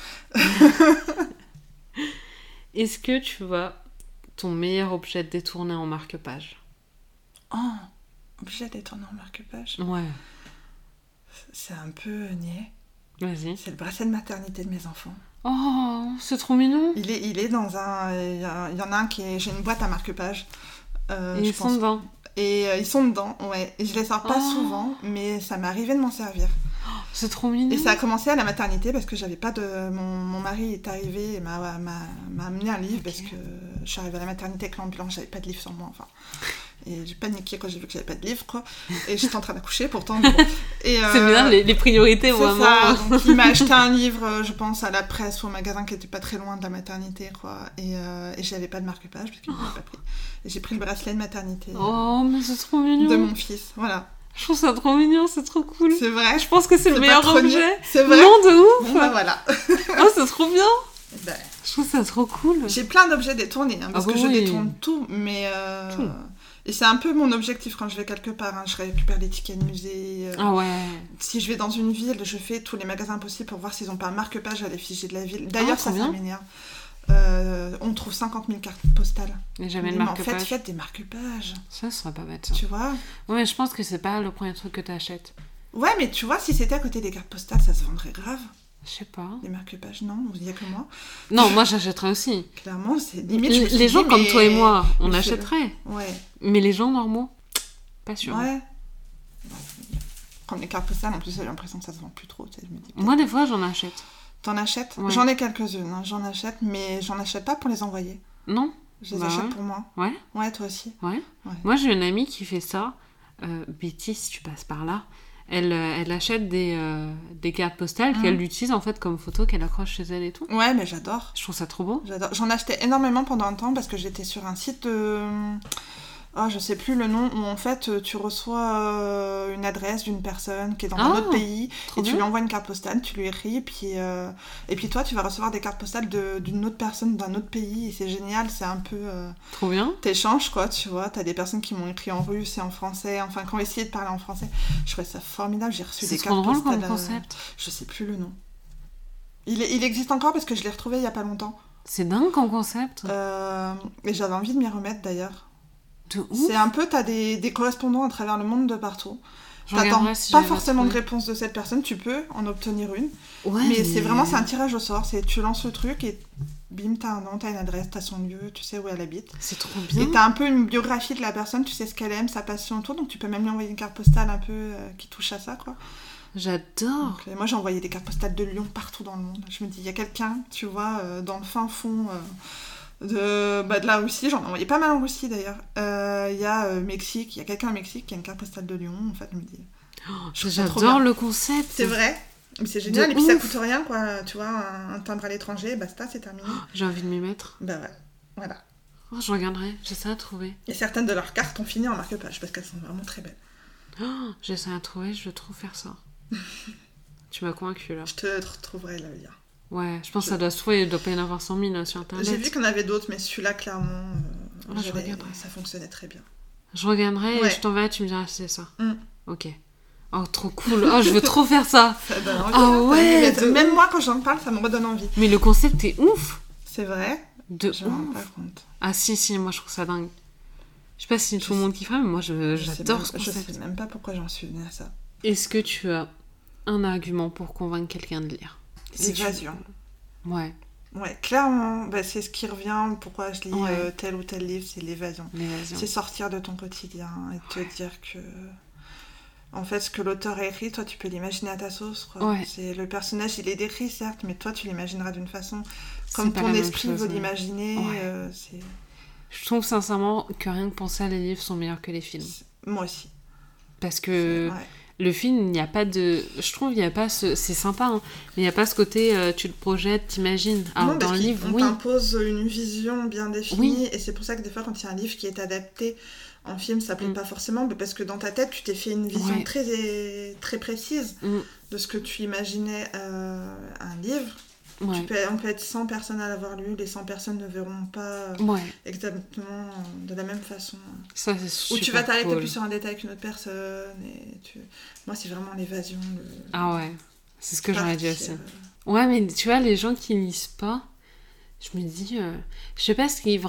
Est-ce que tu vois ton meilleur objet détourné en marque-page ? Oh, objet détourné en marque-page ? Ouais. C'est un peu niais. Vas-y. C'est le bracelet de maternité de mes enfants. Oh, c'est trop mignon. Il est dans un... Il y en a un qui est... J'ai une boîte à marque-page. Et ils sont dedans. Et ils sont dedans, ouais. Et je les sors pas souvent, mais ça m'est arrivé de m'en servir. Oh, c'est trop mignon. Et ça a commencé à la maternité parce que j'avais pas de... Mon mari est arrivé et m'a amené un livre parce que je suis arrivée à la maternité avec l'ambulance, j'avais pas de livre sur moi, enfin... Et j'ai paniqué quand j'ai vu que j'avais pas de livre, quoi. Et j'étais en train d'accoucher, pourtant. Bon. Et, c'est bien, les priorités, vraiment. Ça. Donc, il m'a acheté un livre, je pense, à la presse ou au magasin qui était pas très loin de la maternité, quoi. Et j'avais pas de marque-page parce qu'il ne m'avait pas pris. Et j'ai pris le bracelet de maternité. Oh, mais c'est trop mignon. De mon fils, voilà. Je trouve ça trop mignon, c'est trop cool. C'est vrai. Je pense que c'est le meilleur objet. C'est vrai. Non, de ouf. Bon, bah voilà. Oh, c'est trop bien. Ben, je trouve ça trop cool. J'ai plein d'objets détournés, hein, parce que je détourne tout, mais... Tout. Et c'est un peu mon objectif quand je vais quelque part. Hein. Je récupère les tickets de musée. Ah ouais. Si je vais dans une ville, je fais tous les magasins possibles pour voir s'ils n'ont pas un marque-page à l'effigie de la ville. D'ailleurs, ça m'énerve. On trouve 50 000 cartes postales. Et jamais de marque-page. En fait, faites des marque-pages. Ça serait pas bête, ça. Tu vois ? Ouais, je pense que c'est pas le premier truc que t'achètes. Ouais, mais tu vois, si c'était à côté des cartes postales, ça se vendrait grave. Je sais pas. Les marque-pages, non, il n'y a que moi. Non, moi j'achèterais aussi. Clairement, c'est limite. Les gens comme toi et moi, on achèterait. Ouais. Mais les gens normaux, pas sûr. Ouais. Comme les cartes postales, en plus, j'ai l'impression que ça se vend plus trop. Tu sais, je me dis, moi, des fois, j'en achète. T'en achètes ? Ouais. J'en ai quelques-unes, hein, j'en achète, mais j'en achète pas pour les envoyer. Non ? Je les achète pour moi. Ouais. Ouais, toi aussi. Ouais. Moi, j'ai une amie qui fait ça. Betty, si tu passes par là. Elle achète des cartes postales qu'elle utilise en fait comme photo qu'elle accroche chez elle et tout. Ouais, mais j'adore. Je trouve ça trop beau. J'adore. J'en achetais énormément pendant un temps parce que j'étais sur un site de... Oh, je sais plus le nom, où en fait tu reçois une adresse d'une personne qui est dans un autre pays et tu lui envoies une carte postale, tu lui écris et puis toi tu vas recevoir des cartes postales d'une autre personne d'un autre pays et c'est génial, c'est un peu... Trop bien. T'échanges quoi, tu vois, t'as des personnes qui m'ont écrit en russe et en français, enfin qui ont essayé de parler en français. Je trouvais ça formidable, j'ai reçu des cartes postales. C'est trop drôle comme concept. Je sais plus le nom. Il existe encore parce que je l'ai retrouvé il y a pas longtemps. C'est dingue comme concept. Et j'avais envie de m'y remettre d'ailleurs. Ouf. C'est un peu, t'as des correspondants à travers le monde de partout. T'attends si pas forcément de réponse de cette personne, tu peux en obtenir une. Ouais, mais c'est un tirage au sort. Tu lances le truc et bim, t'as un nom, t'as une adresse, t'as son lieu, tu sais où elle habite. C'est trop bien. Et t'as un peu une biographie de la personne, tu sais ce qu'elle aime, sa passion et tout, donc tu peux même lui envoyer une carte postale un peu qui touche à ça, quoi. J'adore. Donc, moi j'ai envoyé des cartes postales de Lyon partout dans le monde. Je me dis, il y a quelqu'un, tu vois, dans le fin fond... de la Russie, j'en ai envoyé pas mal en Russie d'ailleurs. Il y a Mexique, il y a quelqu'un au Mexique qui a une carte postale de Lyon, en fait, je me dis. J'adore le concept. C'est vrai, mais c'est génial, et puis ça coûte rien, quoi. Tu vois, un timbre à l'étranger, basta, c'est terminé. J'ai envie de m'y mettre. Bah ouais, voilà. Je regarderai, j'essaie de trouver. Et certaines de leurs cartes ont fini en marque-page parce qu'elles sont vraiment très belles. J'essaie de trouver, je veux trop faire ça. Tu m'as convaincue là. Je te retrouverai le lien. Ouais, je pense que ça doit se trouver, il doit pas y en avoir 100 000 sur internet. J'ai vu qu'il y en avait d'autres, mais celui-là, clairement, je regarderai. Ça fonctionnait très bien. Je regarderai et je t'enverrai, tu me diras si c'est ça. Ok. Oh, trop cool. Oh, je veux trop faire ça. Ça donne envie. Ah ouais. Même moi, quand j'en parle, ça me redonne envie. Mais le concept est ouf. C'est vrai. Je m'en rends pas compte. Ah si, moi je trouve ça dingue. Je sais pas si tout le monde kifferait, mais moi j'adore ce concept. Je sais même pas pourquoi j'en suis venue à ça. Est-ce que tu as un argument pour convaincre quelqu'un de lire ? L'évasion. Ouais. Ouais, clairement, c'est ce qui revient, pourquoi je lis tel ou tel livre, c'est l'évasion. C'est sortir de ton quotidien et te dire que... En fait, ce que l'auteur a écrit, toi, tu peux l'imaginer à ta sauce, quoi. Ouais. C'est, le personnage, il est décrit, certes, mais toi, tu l'imagineras d'une façon comme ton esprit veut l'imaginer. Je trouve sincèrement que rien que pour ça, les livres sont meilleurs que les films. Moi aussi. Parce que... Le film, il n'y a pas de... Je trouve qu'il n'y a pas ce... C'est sympa, hein, mais il n'y a pas ce côté, tu le projettes, t'imagines. Alors, dans le livre, on t'impose une vision bien définie, et c'est pour ça que des fois, quand il y a un livre qui est adapté en film, ça plaît pas forcément, mais parce que dans ta tête, tu t'es fait une vision très, très précise de ce que tu imaginais un livre. On peut être 100 personnes à l'avoir lu, les 100 personnes ne verront pas exactement de la même façon. Ça, c'est super. Ou tu vas t'arrêter plus sur un détail qu'une autre personne. Moi, c'est vraiment l'évasion. Ah ouais, c'est ce que j'aurais dit aussi. Ouais, mais tu vois, les gens qui lisent pas, je me dis, je sais pas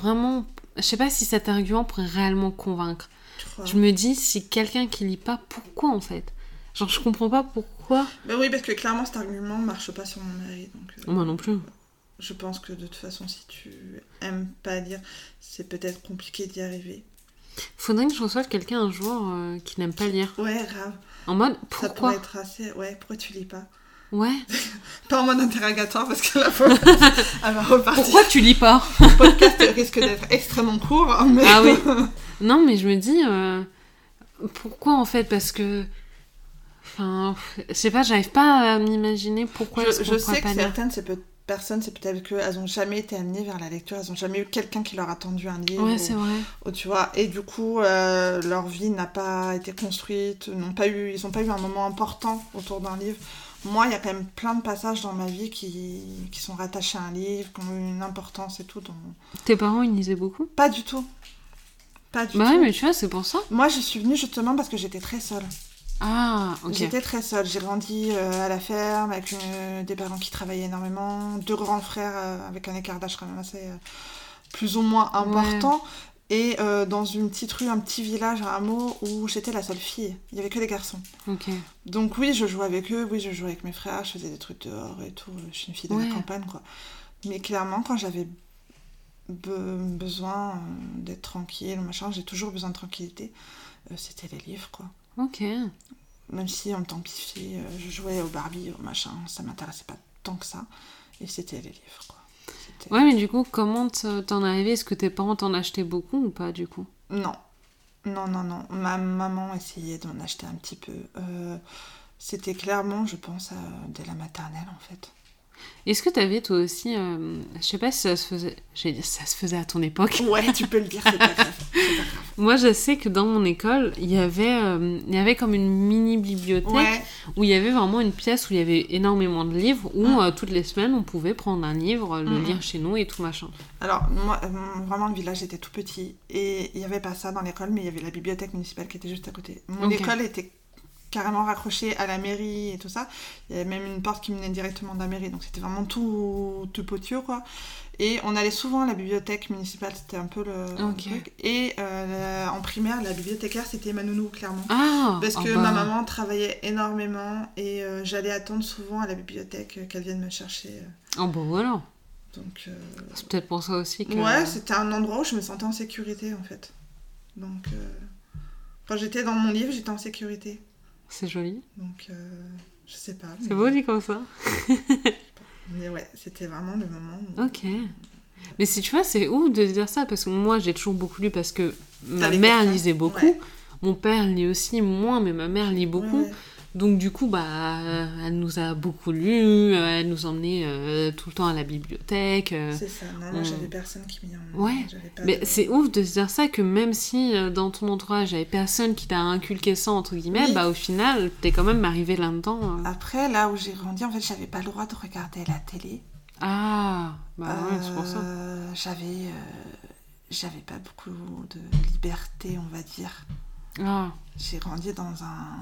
si cet argument pourrait réellement convaincre. Je me dis, si quelqu'un qui lit pas, pourquoi en fait ? Genre, je comprends pas pourquoi. Bah oui, parce que clairement, cet argument marche pas sur mon mari. Donc, moi non plus. Je pense que de toute façon, si tu aimes pas lire, c'est peut-être compliqué d'y arriver. Faudrait que je reçoive quelqu'un un jour qui n'aime pas lire. Ouais, grave. En mode, pourquoi ? Ça pourrait être assez... Ouais, pourquoi tu lis pas ? Ouais. Pas en mode interrogatoire, parce que la fois, elle va repartir. Pourquoi tu lis pas ? Le podcast risque d'être extrêmement court. Mais... Ah oui. Non, mais je me dis, pourquoi en fait ? Parce que... Enfin, je sais pas, j'arrive pas à m'imaginer pourquoi je sais que certaines personnes, c'est peut-être qu'elles ont jamais été amenées vers la lecture, elles ont jamais eu quelqu'un qui leur a tendu un livre. Ouais, c'est vrai. Tu vois, et du coup, leur vie n'a pas été construite, ils n'ont pas eu un moment important autour d'un livre. Moi, il y a quand même plein de passages dans ma vie qui sont rattachés à un livre, qui ont eu une importance et tout. Tes parents, ils lisaient beaucoup ? Pas du tout. Pas du tout. Ouais, mais tu vois, c'est pour ça. Moi, je suis venue justement parce que j'étais très seule. Ah, ok. J'étais très seule. J'ai grandi à la ferme avec des parents qui travaillaient énormément, 2 grands frères avec un écart d'âge quand même assez plus ou moins important, et dans une petite rue, un petit village, un hameau où j'étais la seule fille. Il y avait que des garçons. Ok. Donc oui, je jouais avec eux, oui, je jouais avec mes frères, je faisais des trucs dehors et tout. Je suis une fille de la campagne, quoi. Mais clairement, quand j'avais besoin d'être tranquille, machin, j'ai toujours besoin de tranquillité. C'était les livres, quoi. Ok. Même si en me temps piffé, je jouais au Barbie, au machin, ça m'intéressait pas tant que ça. Et c'était les livres, quoi. Ouais, mais du coup, comment t'en es arrivé? Est-ce que tes parents t'en achetaient beaucoup ou pas, du coup? Non. Non. Ma maman essayait d'en acheter un petit peu. C'était clairement, je pense, dès la maternelle, en fait. Est-ce que t'avais toi aussi, je sais pas si ça se faisait, j'allais dire ça se faisait à ton époque. Ouais, tu peux le dire, c'est pas grave. Moi, je sais que dans mon école, il y avait comme une mini bibliothèque où il y avait vraiment une pièce où il y avait énormément de livres où toutes les semaines on pouvait prendre un livre, le lire chez nous et tout machin. Alors moi, vraiment le village était tout petit et il y avait pas ça dans l'école, mais il y avait la bibliothèque municipale qui était juste à côté. Mon école était carrément raccroché à la mairie et tout ça. Il y avait même une porte qui menait directement de la mairie, donc c'était vraiment tout petit, quoi. Et on allait souvent à la bibliothèque municipale, c'était un peu le truc. Et en primaire, la bibliothécaire, c'était ma nounou, clairement. Parce que ma maman travaillait énormément et j'allais attendre souvent à la bibliothèque qu'elle vienne me chercher. Voilà. Donc, c'est peut-être pour ça aussi que... Ouais, c'était un endroit où je me sentais en sécurité, en fait. Donc, quand j'étais dans mon livre, j'étais en sécurité. C'est joli. Donc, je sais pas. C'est beau dit comme ça. Mais ouais, c'était vraiment le moment où... Ok. Mais si tu vois, c'est ouf de dire ça, parce que moi, j'ai toujours beaucoup lu parce que ma mère lisait beaucoup. Ouais. Mon père lit aussi moins, mais ma mère lit beaucoup. Ouais. Donc du coup, elle nous a beaucoup lu, elle nous emmenait tout le temps à la bibliothèque. C'est ça, non, j'avais personne qui m'y emmenait. Ouais, mais c'est ouf de se dire ça, que même si dans ton entourage, il n'y avait personne qui t'a inculqué ça, entre guillemets, au final, t'es quand même arrivé là-dedans. Après, là où j'ai grandi, en fait, j'avais pas le droit de regarder la télé. Ouais, c'est pour ça. J'avais pas beaucoup de liberté, on va dire. J'ai grandi dans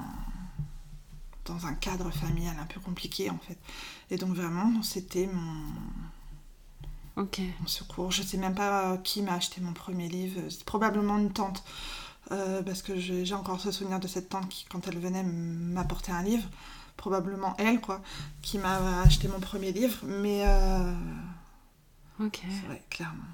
un cadre familial un peu compliqué, en fait. Et donc, vraiment, c'était mon secours. Je sais même pas qui m'a acheté mon premier livre. C'est probablement une tante. Parce que j'ai encore ce souvenir de cette tante qui, quand elle venait m'apporter un livre, probablement elle, quoi, qui m'a acheté mon premier livre. Mais... c'est vrai, clairement.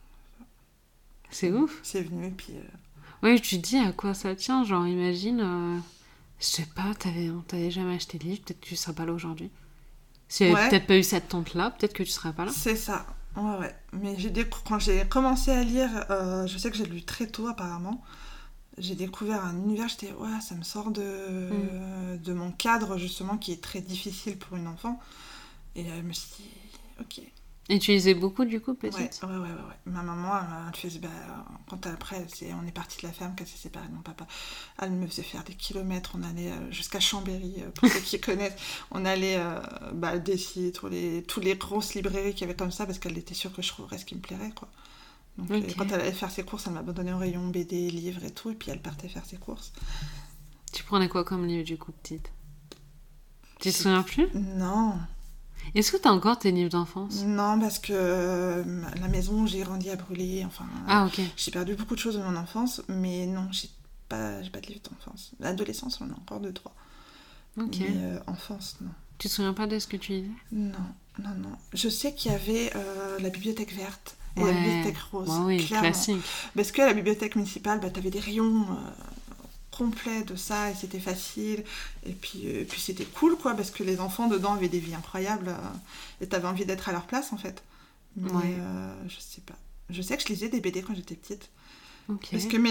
C'est ouf. C'est venu, et puis... Oui, tu te dis à quoi ça tient. Genre, imagine... Je sais pas, on t'avait jamais acheté de livre, peut-être que tu serais pas là aujourd'hui. S'il n'y avait peut-être pas eu cette tante-là, peut-être que tu serais pas là. C'est ça, ouais. Mais quand j'ai commencé à lire, je sais que j'ai lu très tôt apparemment, j'ai découvert un univers, j'étais, ça me sort de mon cadre justement, qui est très difficile pour une enfant. Et je me suis dit, ok. Et tu lisais beaucoup du coup, petite? Ouais. Ma maman, elle faisait, quand après, on est parti de la ferme, qu'elle s'est séparée de mon papa, elle me faisait faire des kilomètres, on allait jusqu'à Chambéry, pour ceux qui connaissent, on allait décider toutes les grosses librairies qu'il y avait comme ça, parce qu'elle était sûre que je trouverais ce qui me plairait, quoi. Donc quand elle allait faire ses courses, elle m'abandonnait au rayon BD, livres et tout, et puis elle partait faire ses courses. Tu prenais quoi comme livre du coup, petite? Tu te souviens plus? Non. Est-ce que t'as encore tes livres d'enfance? Non, parce que la maison où j'ai grandi a brûlé. Enfin, j'ai perdu beaucoup de choses de mon enfance, mais non, j'ai pas de livres d'enfance. L'adolescence, on en a encore 2-3. Ok. Mais enfance, non. Tu te souviens pas de ce que tu lisais? Non. Je sais qu'il y avait la bibliothèque verte et la bibliothèque rose. Oui, classique. Parce que la bibliothèque municipale, t'avais des rayons... complet de ça et c'était facile et puis c'était cool, quoi, parce que les enfants dedans avaient des vies incroyables et t'avais envie d'être à leur place, en fait. Mais je sais pas, je sais que je lisais des BD quand j'étais petite, parce que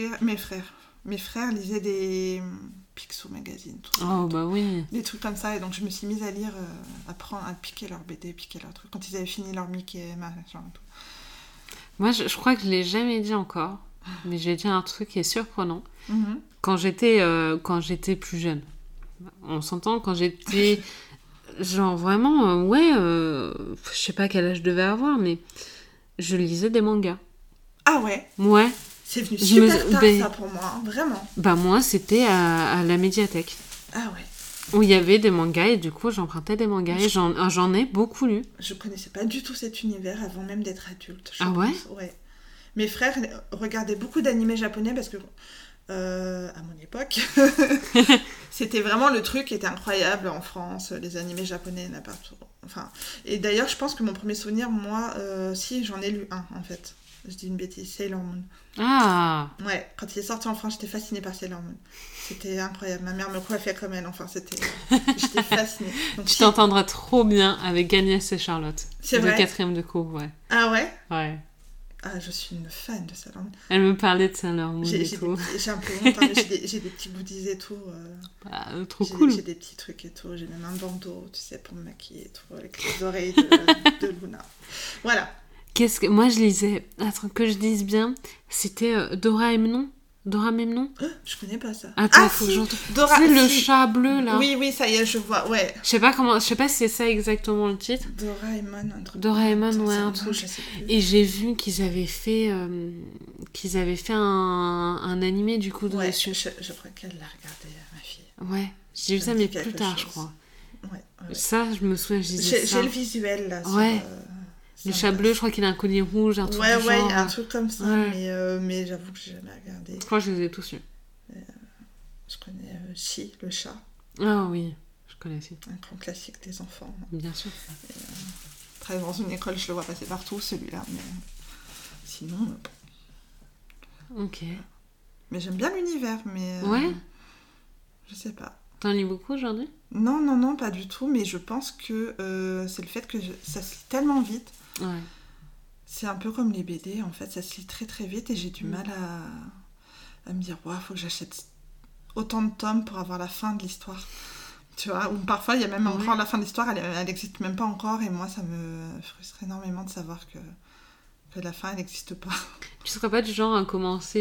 mes frères lisaient des Picsou Magazine, tout ça, des trucs comme ça, et donc je me suis mise à lire, à piquer leurs BD, piquer leurs trucs quand ils avaient fini leur Mickey, machin et tout. Moi je crois que je l'ai jamais dit encore, mais je vais dire un truc qui est surprenant. Quand j'étais plus jeune, on s'entend, quand j'étais genre vraiment je sais pas quel âge je devais avoir, mais je lisais des mangas. Ah ouais? Ouais. C'est venu super tard, ça, pour moi, hein, vraiment. Moi c'était à la médiathèque. Ah ouais. Où il y avait des mangas et du coup j'empruntais des mangas et j'en ai beaucoup lu. Je connaissais pas du tout cet univers avant même d'être adulte. Ouais? Ouais. Mes frères regardaient beaucoup d'animés japonais parce que à mon époque, c'était vraiment le truc qui était incroyable en France, les animés japonais n'importe où. Enfin, et d'ailleurs, je pense que mon premier souvenir, moi, si j'en ai lu un en fait. Je dis une bêtise, Sailor Moon. Ah. Ouais, quand il est sorti en France, j'étais fascinée par Sailor Moon. C'était incroyable. Ma mère me coiffait comme elle, enfin, j'étais fascinée. Donc, tu t'entendras trop bien avec Agnès et Charlotte. C'est vrai. Le 4e de cours, ouais. Ah ouais? Ouais. Ah, je suis une fan de Sailor Moon. Elle me parlait de Sailor Moon et tout. J'ai un peu honte, hein, mais j'ai des petits goodies et tout. Trop cool. J'ai des petits trucs et tout. J'ai même un bandeau, tu sais, pour me maquiller et tout, avec les oreilles de Luna. Voilà. Moi, je lisais... Attends, que je dise bien, c'était Dora Memnon. Dora Memnon. Je connais pas ça. Attends, faut que j'entende. Dora, c'est le chat bleu, là. Oui, ça y est, je vois, ouais. Je sais pas si c'est ça exactement le titre. Doraemon, un truc. Doraemon, ouais, un truc. Je sais plus. Et j'ai vu qu'ils avaient fait un animé, du coup, dessus. Je crois qu'elle l'a regardé, ma fille. Ouais, j'ai vu ça, mais plus tard, je crois. Ouais. Ça, je me souviens, je disais ça. J'ai le visuel, là. Ouais. Le chat bleu, je crois qu'il a un collier rouge, un truc du genre. Ouais, il y a un truc comme ça, mais j'avoue que j'ai jamais regardé. Je crois que je les ai tous eus. Je connais Chi, le chat. Ah oui, je connais aussi. Un grand classique des enfants. Bien sûr. Très dans une école, je le vois passer partout, celui-là, mais sinon... Ok. Mais j'aime bien l'univers, mais... Ouais. Je sais pas. T'en lis beaucoup aujourd'hui ? Non, pas du tout, mais je pense que c'est le fait que ça se lit tellement vite. Ouais. C'est un peu comme les BD, en fait, ça se lit très très vite et j'ai du mal à me dire, faut que j'achète autant de tomes pour avoir la fin de l'histoire. Tu vois, ou parfois il y a même encore la fin de l'histoire, elle n'existe même pas encore et moi ça me frustre énormément de savoir que la fin elle n'existe pas. Tu serais pas du genre à commencer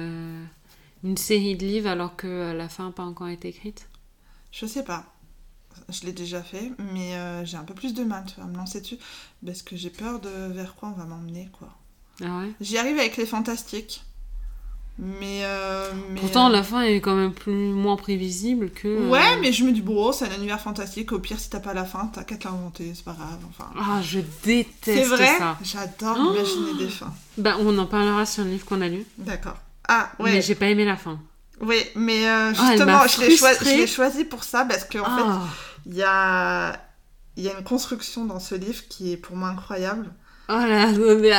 une série de livres alors que la fin n'a pas encore été écrite ? Je sais pas. Je l'ai déjà fait, mais j'ai un peu plus de mal à me lancer dessus parce que j'ai peur de vers quoi on va m'emmener, quoi. Ah ouais ? J'y arrive avec les fantastiques, mais pourtant la fin est quand même moins prévisible que... Ouais, mais je me dis, c'est un univers fantastique, au pire si t'as pas la fin, t'as qu'à te l'inventer, c'est pas grave, enfin... Ah, je déteste ça. C'est vrai ? J'adore imaginer des fins. Bah, on en parlera sur le livre qu'on a lu. D'accord. Ah, ouais. Mais j'ai pas aimé la fin. Oui, mais justement, je l'ai choisi pour ça, parce qu'en fait, il y a une construction dans ce livre qui est pour moi incroyable. Oh là,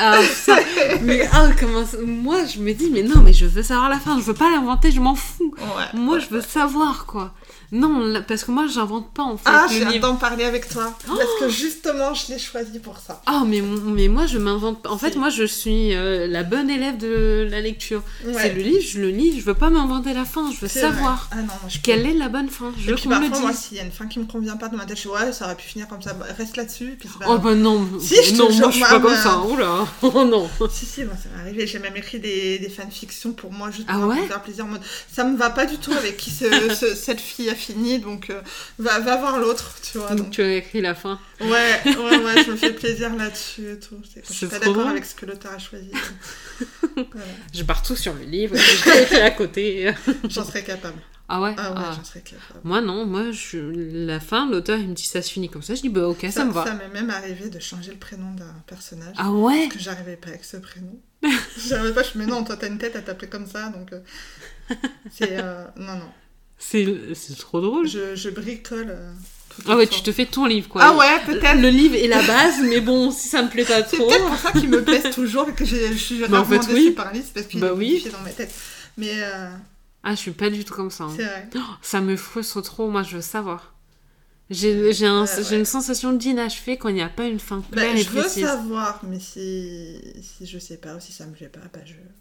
comment ça... Moi, je me dis, mais non, mais je veux savoir la fin, je veux pas l'inventer, je m'en fous. Moi, je veux savoir, quoi. Non, parce que moi, j'invente pas, en fait. J'ai d'en parler avec toi. Parce que justement, je l'ai choisi pour ça. Mais moi, je m'invente pas. En fait, moi, je suis la bonne élève de la lecture. Ouais. C'est le livre, je le lis, je veux pas m'inventer la fin, je veux savoir quelle est la bonne fin. Je veux qu'on me le dise. Moi, s'il y a une fin qui me convient pas dans ma tête, je dis, ça aurait pu finir comme ça, reste là-dessus. Puis non. Non, moi, je suis pas comme ça. Oula, non. Si, moi, ça m'est arrivé. J'ai même écrit des fanfictions pour moi, juste pour me faire plaisir. En mode, ça me va pas du tout avec qui cette fille a fini, donc va voir l'autre, tu vois. Donc tu as écrit la fin. Ouais, je me fais plaisir là-dessus et tout. Je suis pas d'accord avec ce que l'auteur a choisi. Voilà. Je pars tout sur le livre, je l'ai écrit à côté. J'en serais capable. Ah ouais, j'en serais capable. Moi non, la fin, l'auteur il me dit ça se finit comme ça, je dis ok, ça me va. Ça m'est même arrivé de changer le prénom d'un personnage. Ah ouais ? Parce que j'arrivais pas avec ce prénom. J'arrivais pas, je me dis non, toi t'as une tête à t'appeler comme ça, donc c'est... Non. C'est trop drôle. Je bricole... tu te fais ton livre, quoi. Ah ouais, peut-être. Le livre est la base, mais bon, si ça me plaît pas trop... C'est peut-être pour ça qu'il me plaise toujours et que je suis rarement déçue par un livre, parce qu'il est modifié dans ma tête. Mais... je suis pas du tout comme ça. Hein. C'est vrai. Ça me frustre trop, moi je veux savoir. J'ai une sensation d'inachevé quand il n'y a pas une fin claire et précise. Je veux savoir, mais si je sais pas, ou si ça me plaît pas,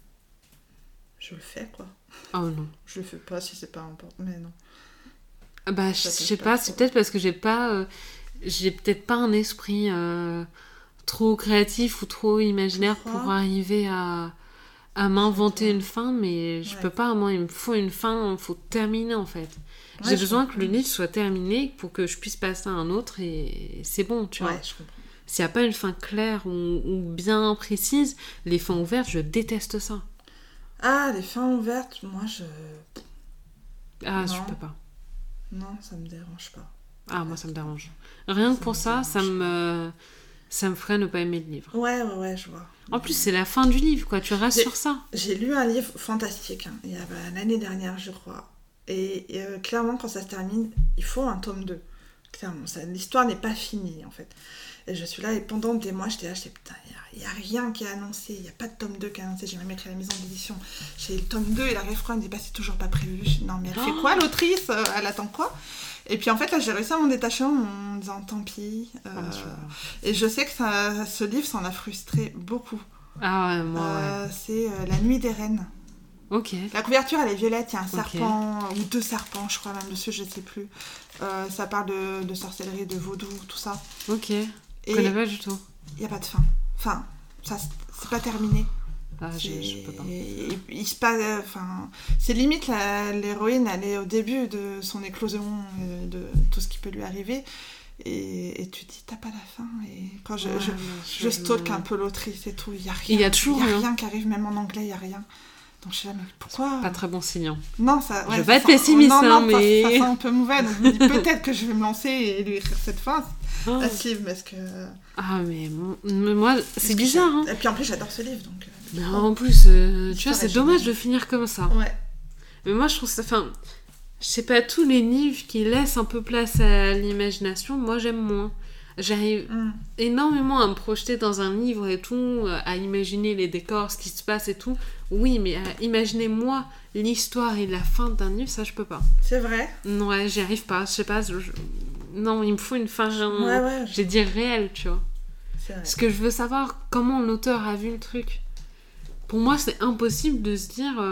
je le fais, quoi. Oh non. Je le fais pas si c'est pas important, mais non. Je sais pas, c'est peut-être parce que j'ai peut-être pas un esprit trop créatif ou trop imaginaire pour arriver à m'inventer une fin, mais je peux pas, moi il me faut une fin, il faut terminer en fait. J'ai besoin que le livre soit terminé pour que je puisse passer à un autre et c'est bon, tu vois. Je comprends. S'il n'y a pas une fin claire ou bien précise, les fins ouvertes, je déteste ça. Les fins ouvertes, moi je peux pas. Non, ça me dérange pas. Moi ça me dérange. Rien que pour ça me ferait ne pas aimer le livre. Ouais, je vois. En plus, c'est la fin du livre, quoi. Tu restes sur ça. J'ai lu un livre fantastique, il y a l'année dernière, je crois. Et clairement, quand ça se termine, il faut un tome 2. Clairement, l'histoire n'est pas finie, en fait. Et je suis là, et pendant des mois, j'étais là, putain, il n'y a rien qui est annoncé, il n'y a pas de tome 2 qui est annoncé, j'ai même écrit à la maison d'édition. J'ai le tome 2, et la référence me dit, c'est toujours pas prévu. Je dis, non, mais elle fait quoi, l'autrice? Elle attend quoi? Et puis en fait, là, j'ai réussi à m'en détacher en me disant, tant pis. Et je sais que ce livre, ça en a frustré beaucoup. Ah ouais, moi, c'est La Nuit des Reines. Ok. La couverture, elle est violette, il y a un serpent, ou 2 serpents, je crois, même dessus, je ne sais plus. Ça parle de sorcellerie, de vaudou, tout ça. Ok. Je connais pas du tout. Il n'y a pas de fin. Enfin, ça, c'est pas terminé. Ah, je peux pas. Il se passe... c'est limite, l'héroïne, elle est au début de son éclosion, de tout ce qui peut lui arriver. Et tu te dis, t'as pas la fin. Et quand je stalk un peu l'autrice et tout, il n'y a rien. Il y a toujours rien qui arrive, même en anglais, il n'y a rien. Donc je suis là, mais pourquoi? Pas très bon signe. Non, ça... Ouais, je vais pas être pessimiste, mais... Ça sent un peu mauvais. Donc je me dis, peut-être que je vais me lancer et lui écrire cette fin à ce livre, parce que... Ah, mais moi, c'est bizarre, hein. Et puis en plus, j'adore ce livre, donc... Mais en plus, tu vois, c'est dommage de finir comme ça. Ouais. Mais moi, je trouve ça... Enfin, je sais pas, tous les livres qui laissent un peu place à l'imagination, moi, j'aime moins. J'arrive énormément à me projeter dans un livre et tout, à imaginer les décors, ce qui se passe et tout. Oui, mais imaginez moi l'histoire et la fin d'un livre, ça je peux pas. C'est vrai. Ouais, j'y arrive pas. Je sais pas. Non, il me faut une fin. J'ai dit réelle, tu vois. C'est vrai. Parce que je veux savoir comment l'auteur a vu le truc. Pour moi, c'est impossible de se dire,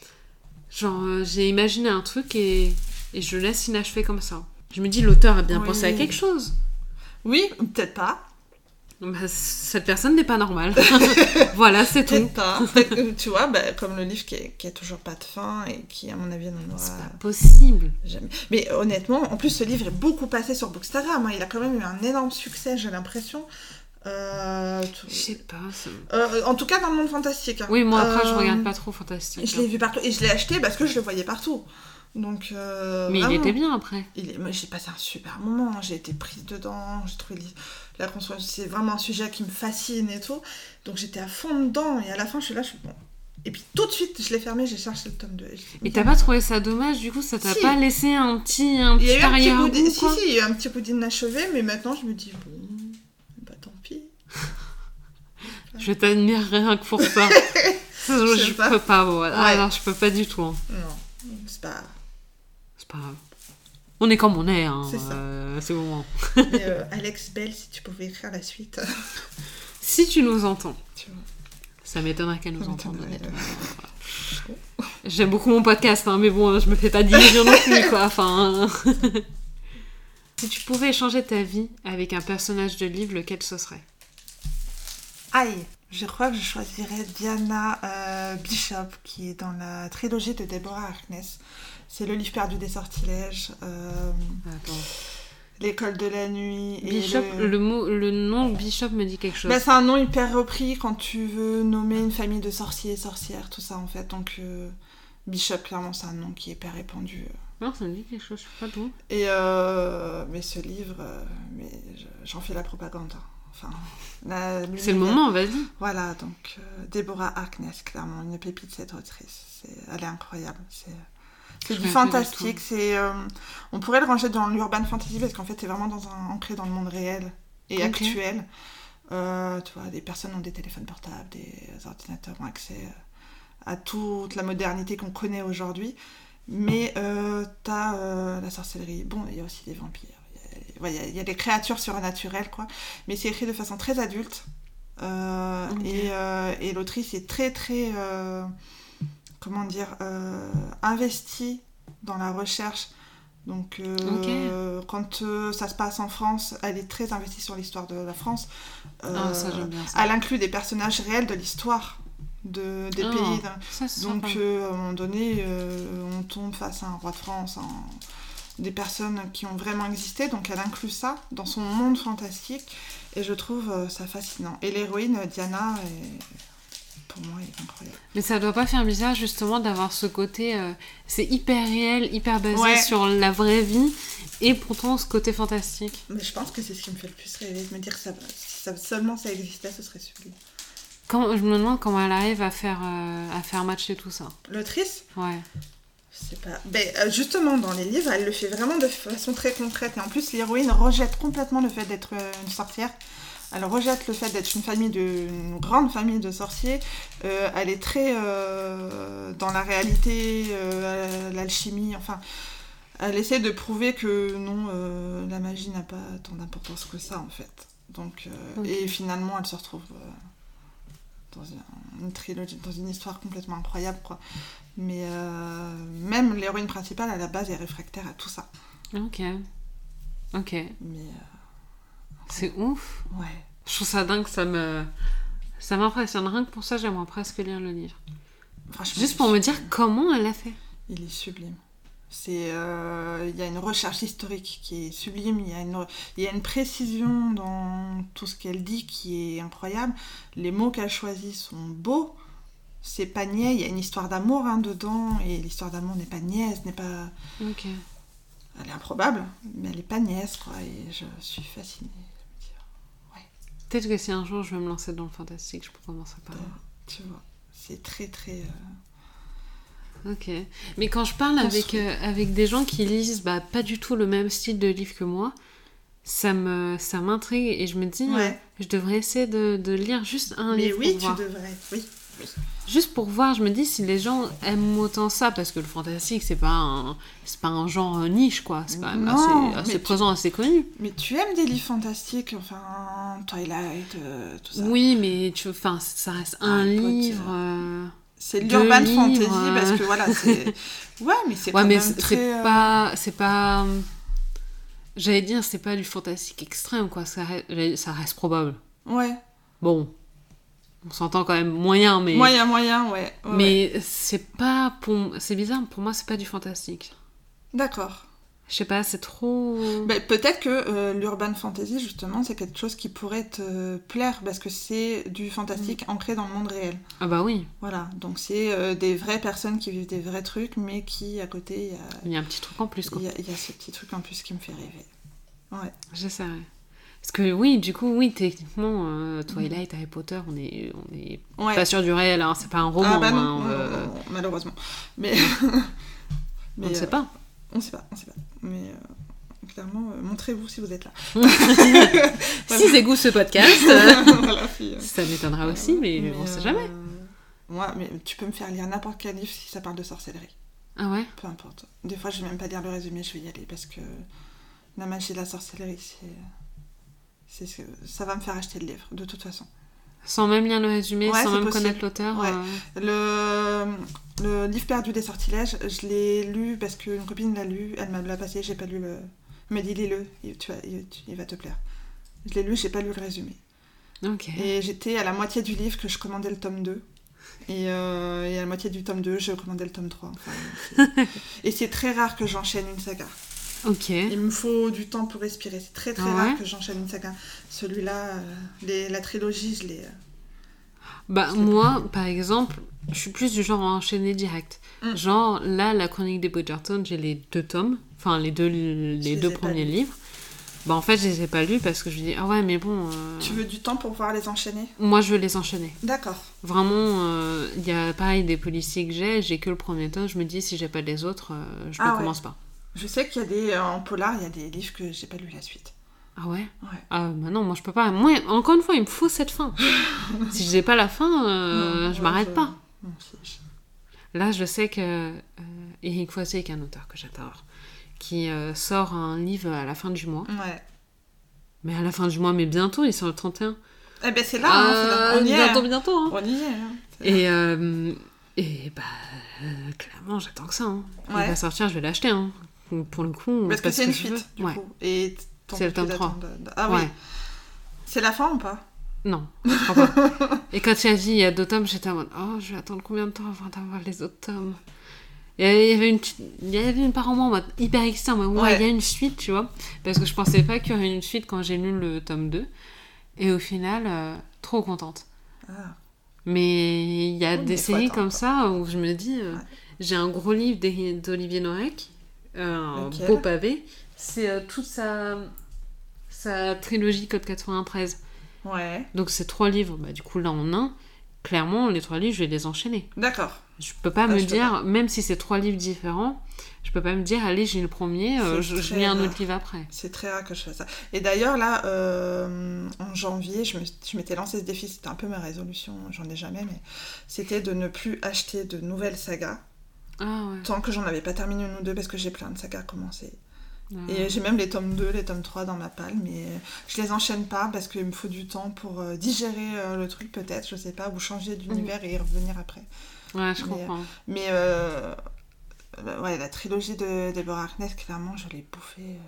j'ai imaginé un truc et je le laisse inachevé comme ça. Je me dis, l'auteur a bien pensé à quelque chose. Oui, peut-être pas. Bah, cette personne n'est pas normale. Voilà, c'est tout. Peut-être pas. Tu vois, comme le livre qui a toujours pas de fin et qui, à mon avis, n'en aura... C'est pas possible. Jamais. Mais honnêtement, en plus, ce livre est beaucoup passé sur Bookstagram. Hein. Il a quand même eu un énorme succès, j'ai l'impression. Je sais pas. En tout cas, dans le monde fantastique. Hein. Oui, moi, après, je regarde pas trop fantastique. Je l'ai vu partout. Et je l'ai acheté parce que je le voyais partout. Donc, mais vraiment, il était bien après. Moi, j'ai passé un super moment, j'ai été prise dedans, j'ai trouvé la construction, c'est vraiment un sujet qui me fascine et tout. Donc j'étais à fond dedans et à la fin je suis bon. Et puis tout de suite je l'ai fermé, j'ai cherché le tome 2. Et t'as pas trouvé ça dommage du coup? Ça t'a pas laissé un petit arrière-goût? Si, il y a eu un petit bout d'inachevé, mais maintenant je me dis tant pis. Je t'admire rien que pour ça. je peux pas, alors je peux pas du tout. Hein. Non, c'est pas grave. On est comme on est, hein. C'est ça. C'est bon. Mais, Alex Bell, si tu pouvais écrire la suite. Si tu nous entends. Tu vois. Ça m'étonnerait qu'elle nous entende. J'aime beaucoup mon podcast, hein, mais bon, je me fais pas d'illusions non plus, quoi. Enfin... Si tu pouvais échanger ta vie avec un personnage de livre, lequel ce serait? Aïe, je crois que je choisirais Diana Bishop, qui est dans la trilogie de Deborah Harkness. C'est le livre perdu des sortilèges, l'école de la nuit. Bishop, et le nom Bishop me dit quelque chose. C'est un nom hyper repris quand tu veux nommer une famille de sorciers et sorcières, tout ça en fait. Donc Bishop, clairement, c'est un nom qui est hyper répandu. Non, ça me dit quelque chose, je sais pas d'où. Et mais ce livre, j'en fais la propagande. Enfin, c'est le moment, vas-y. Voilà, donc Deborah Harkness, clairement, une pépite cette autrice. Elle est incroyable. C'est du fantastique. On pourrait le ranger dans l'urban fantasy parce qu'en fait, c'est vraiment ancré dans le monde réel et actuel. Tu vois, des personnes ont des téléphones portables, des ordinateurs ont accès à toute la modernité qu'on connaît aujourd'hui. Mais t'as la sorcellerie. Bon, il y a aussi des vampires. Il y a des créatures surnaturelles, quoi. Mais c'est écrit de façon très adulte. Et l'autrice est très, très... investie dans la recherche. Donc, quand ça se passe en France, elle est très investie sur l'histoire de la France. Ça, j'aime bien ça. Elle inclut des personnages réels de l'histoire des pays. Donc, à un moment donné, on tombe face à un roi de France, des personnes qui ont vraiment existé. Donc, elle inclut ça dans son monde fantastique. Et je trouve ça fascinant. Et l'héroïne, Diana, pour moi, est incroyable. Mais ça doit pas faire bizarre, justement, d'avoir ce côté... c'est hyper réel, hyper basé sur la vraie vie, et pourtant ce côté fantastique. Mais je pense que c'est ce qui me fait le plus rêver, de me dire que si seulement ça existait, ce serait sublime. Je me demande comment elle arrive à faire matcher tout ça. L'autrice ? Ouais. C'est pas... justement, dans les livres, elle le fait vraiment de façon très concrète. Et en plus, l'héroïne rejette complètement le fait d'être une sorcière. Elle rejette le fait d'être une grande famille de sorciers. Elle est très dans la réalité, l'alchimie, enfin... Elle essaie de prouver que non, la magie n'a pas tant d'importance que ça, en fait. Donc, et finalement, elle se retrouve dans une trilogie, dans une histoire complètement incroyable, quoi. Mais même l'héroïne principale, à la base, est réfractaire à tout ça. Ok. Mais... c'est ouf. Ouais. Je trouve ça dingue, ça m'impressionne. Rien que pour ça, j'aimerais presque lire le livre. Juste pour me dire comment elle l'a fait. Il est sublime. Il y a une recherche historique qui est sublime, il y a une précision dans tout ce qu'elle dit qui est incroyable. Les mots qu'elle choisit sont beaux, c'est pas niais, il y a une histoire d'amour dedans, et l'histoire d'amour n'est pas niaise, n'est pas... Ok. Elle est improbable, mais elle est pas niaise, quoi, et je suis fascinée. Peut-être que si un jour je veux me lancer dans le fantastique, je peux commencer par là. Tu vois, c'est très très... Ok. Mais quand je parle avec des gens qui lisent pas du tout le même style de livre que moi, ça m'intrigue et je me dis, je devrais essayer de lire juste un livre. Mais oui, tu devrais, oui. Juste pour voir, je me dis si les gens aiment autant ça, parce que le fantastique, c'est pas un genre niche, quoi. C'est quand même assez présent, assez connu. Mais tu aimes des livres fantastiques, enfin, Twilight, tout ça. Oui, mais ça reste un livre... C'est l'urban fantasy, parce que voilà, c'est... Ouais, mais c'est quand même très... c'est pas... J'allais dire, c'est pas du fantastique extrême, quoi. Ça reste probable. Ouais. Bon... On s'entend quand même moyen, mais... Moyen, ouais. Mais c'est pas... C'est bizarre, pour moi, c'est pas du fantastique. D'accord. Je sais pas, c'est trop... Peut-être que l'urban fantasy, justement, c'est quelque chose qui pourrait te plaire, parce que c'est du fantastique ancré dans le monde réel. Ah bah oui. Voilà, donc c'est des vraies personnes qui vivent des vrais trucs, mais qui, à côté, il y a un petit truc en plus, quoi. Il y a ce petit truc en plus qui me fait rêver. Ouais. J'essaierai. Parce que oui, du coup, techniquement, Twilight, Harry Potter, on est pas sûr du réel, hein, c'est pas un roman. Ah bah non, malheureusement. Mais on ne sait pas. On sait pas. Mais clairement, montrez-vous si vous êtes là. Si c'est goût ce podcast, voilà, ça m'étonnera aussi, mais on sait jamais. Moi, mais tu peux me faire lire n'importe quel livre si ça parle de sorcellerie. Ah ouais ? Peu importe. Des fois, je vais même pas lire le résumé, je vais y aller, parce que la magie de la sorcellerie, ça va me faire acheter le livre, de toute façon. Sans même lire le résumé, sans même connaître l'auteur. Ouais. Le livre perdu des sortilèges, je l'ai lu parce qu'une copine l'a lu, elle m'a passé, j'ai pas lu le... Elle m'a dit lis-le, il va te plaire. Je l'ai lu, j'ai pas lu le résumé. Ok. Et j'étais à la moitié du livre que je commandais le tome 2. Et à la moitié du tome 2, je commandais le tome 3. Enfin, et c'est très rare que j'enchaîne une saga. Ok. Il me faut du temps pour respirer. C'est très très rare que j'enchaîne une saga. Celui-là, la trilogie, je l'ai... moi, par exemple, je suis plus du genre à enchaîner direct. Genre, là, la chronique des Bridgerton, j'ai les 2 tomes. Enfin, les deux premiers livres. En fait, je les ai pas lus parce que je me dis, ah ouais, mais bon... Tu veux du temps pour pouvoir les enchaîner ? Moi, je veux les enchaîner. D'accord. Vraiment, il y a pareil des policiers que j'ai que le premier tome. Je me dis, si j'ai pas les autres, je ne commence pas. Je sais qu'il y a en polar, il y a des livres que j'ai pas lu la suite. Ah ouais ? Ouais. Ah bah non, moi je peux pas. Moi, encore une fois, il me faut cette fin. Si j'ai pas la fin, je m'arrête pas. Non, Là, je sais que Éric Fossé, qui est un auteur que j'adore, qui sort un livre à la fin du mois. Ouais. Mais à la fin du mois, mais bientôt, il sort le 31. Eh ben c'est là, on y est. Bientôt. Hein. On y est. Hein. Et clairement, j'attends que ça. Hein. Ouais. Il va sortir, je vais l'acheter. Hein. Pour le coup. Parce que c'est une suite, du coup. Et c'est le tome 3. Ah oui. C'est la fin ou pas ? Non, je crois pas. Et quand tu as dit il y a 2 tomes, j'étais en mode je vais attendre combien de temps avant d'avoir les autres tomes ? Et il y avait une part en moi en mode hyper excitée, en mode il y a une suite, tu vois. Parce que je pensais pas qu'il y aurait une suite quand j'ai lu le tome 2. Et au final, trop contente. Ah. Mais il y a des séries comme ça où je me dis, j'ai un gros livre d'Olivier Norek, un beau pavé. C'est toute sa trilogie Code 93. Ouais. Donc c'est 3 livres, du coup là en un. clairement, les 3 livres, je vais les enchaîner. D'accord. Je peux pas me dire, même si c'est 3 livres différents, je peux pas me dire, allez, j'ai le premier, je lis un autre livre après. C'est très rare que je fasse ça. Et d'ailleurs, là, en janvier, je m'étais lancé ce défi, c'était un peu ma résolution, j'en ai jamais, mais c'était de ne plus acheter de nouvelles sagas. Tant que j'en avais pas terminé une ou deux, parce que j'ai plein de sagas à commencer. Et j'ai même les tomes 2, les tomes 3 dans ma palle, mais je les enchaîne pas parce qu'il me faut du temps pour digérer le truc peut-être, je sais pas, ou changer d'univers et y revenir après. Ouais, je comprends. Mais la trilogie de Deborah Harkness, clairement, je l'ai bouffée.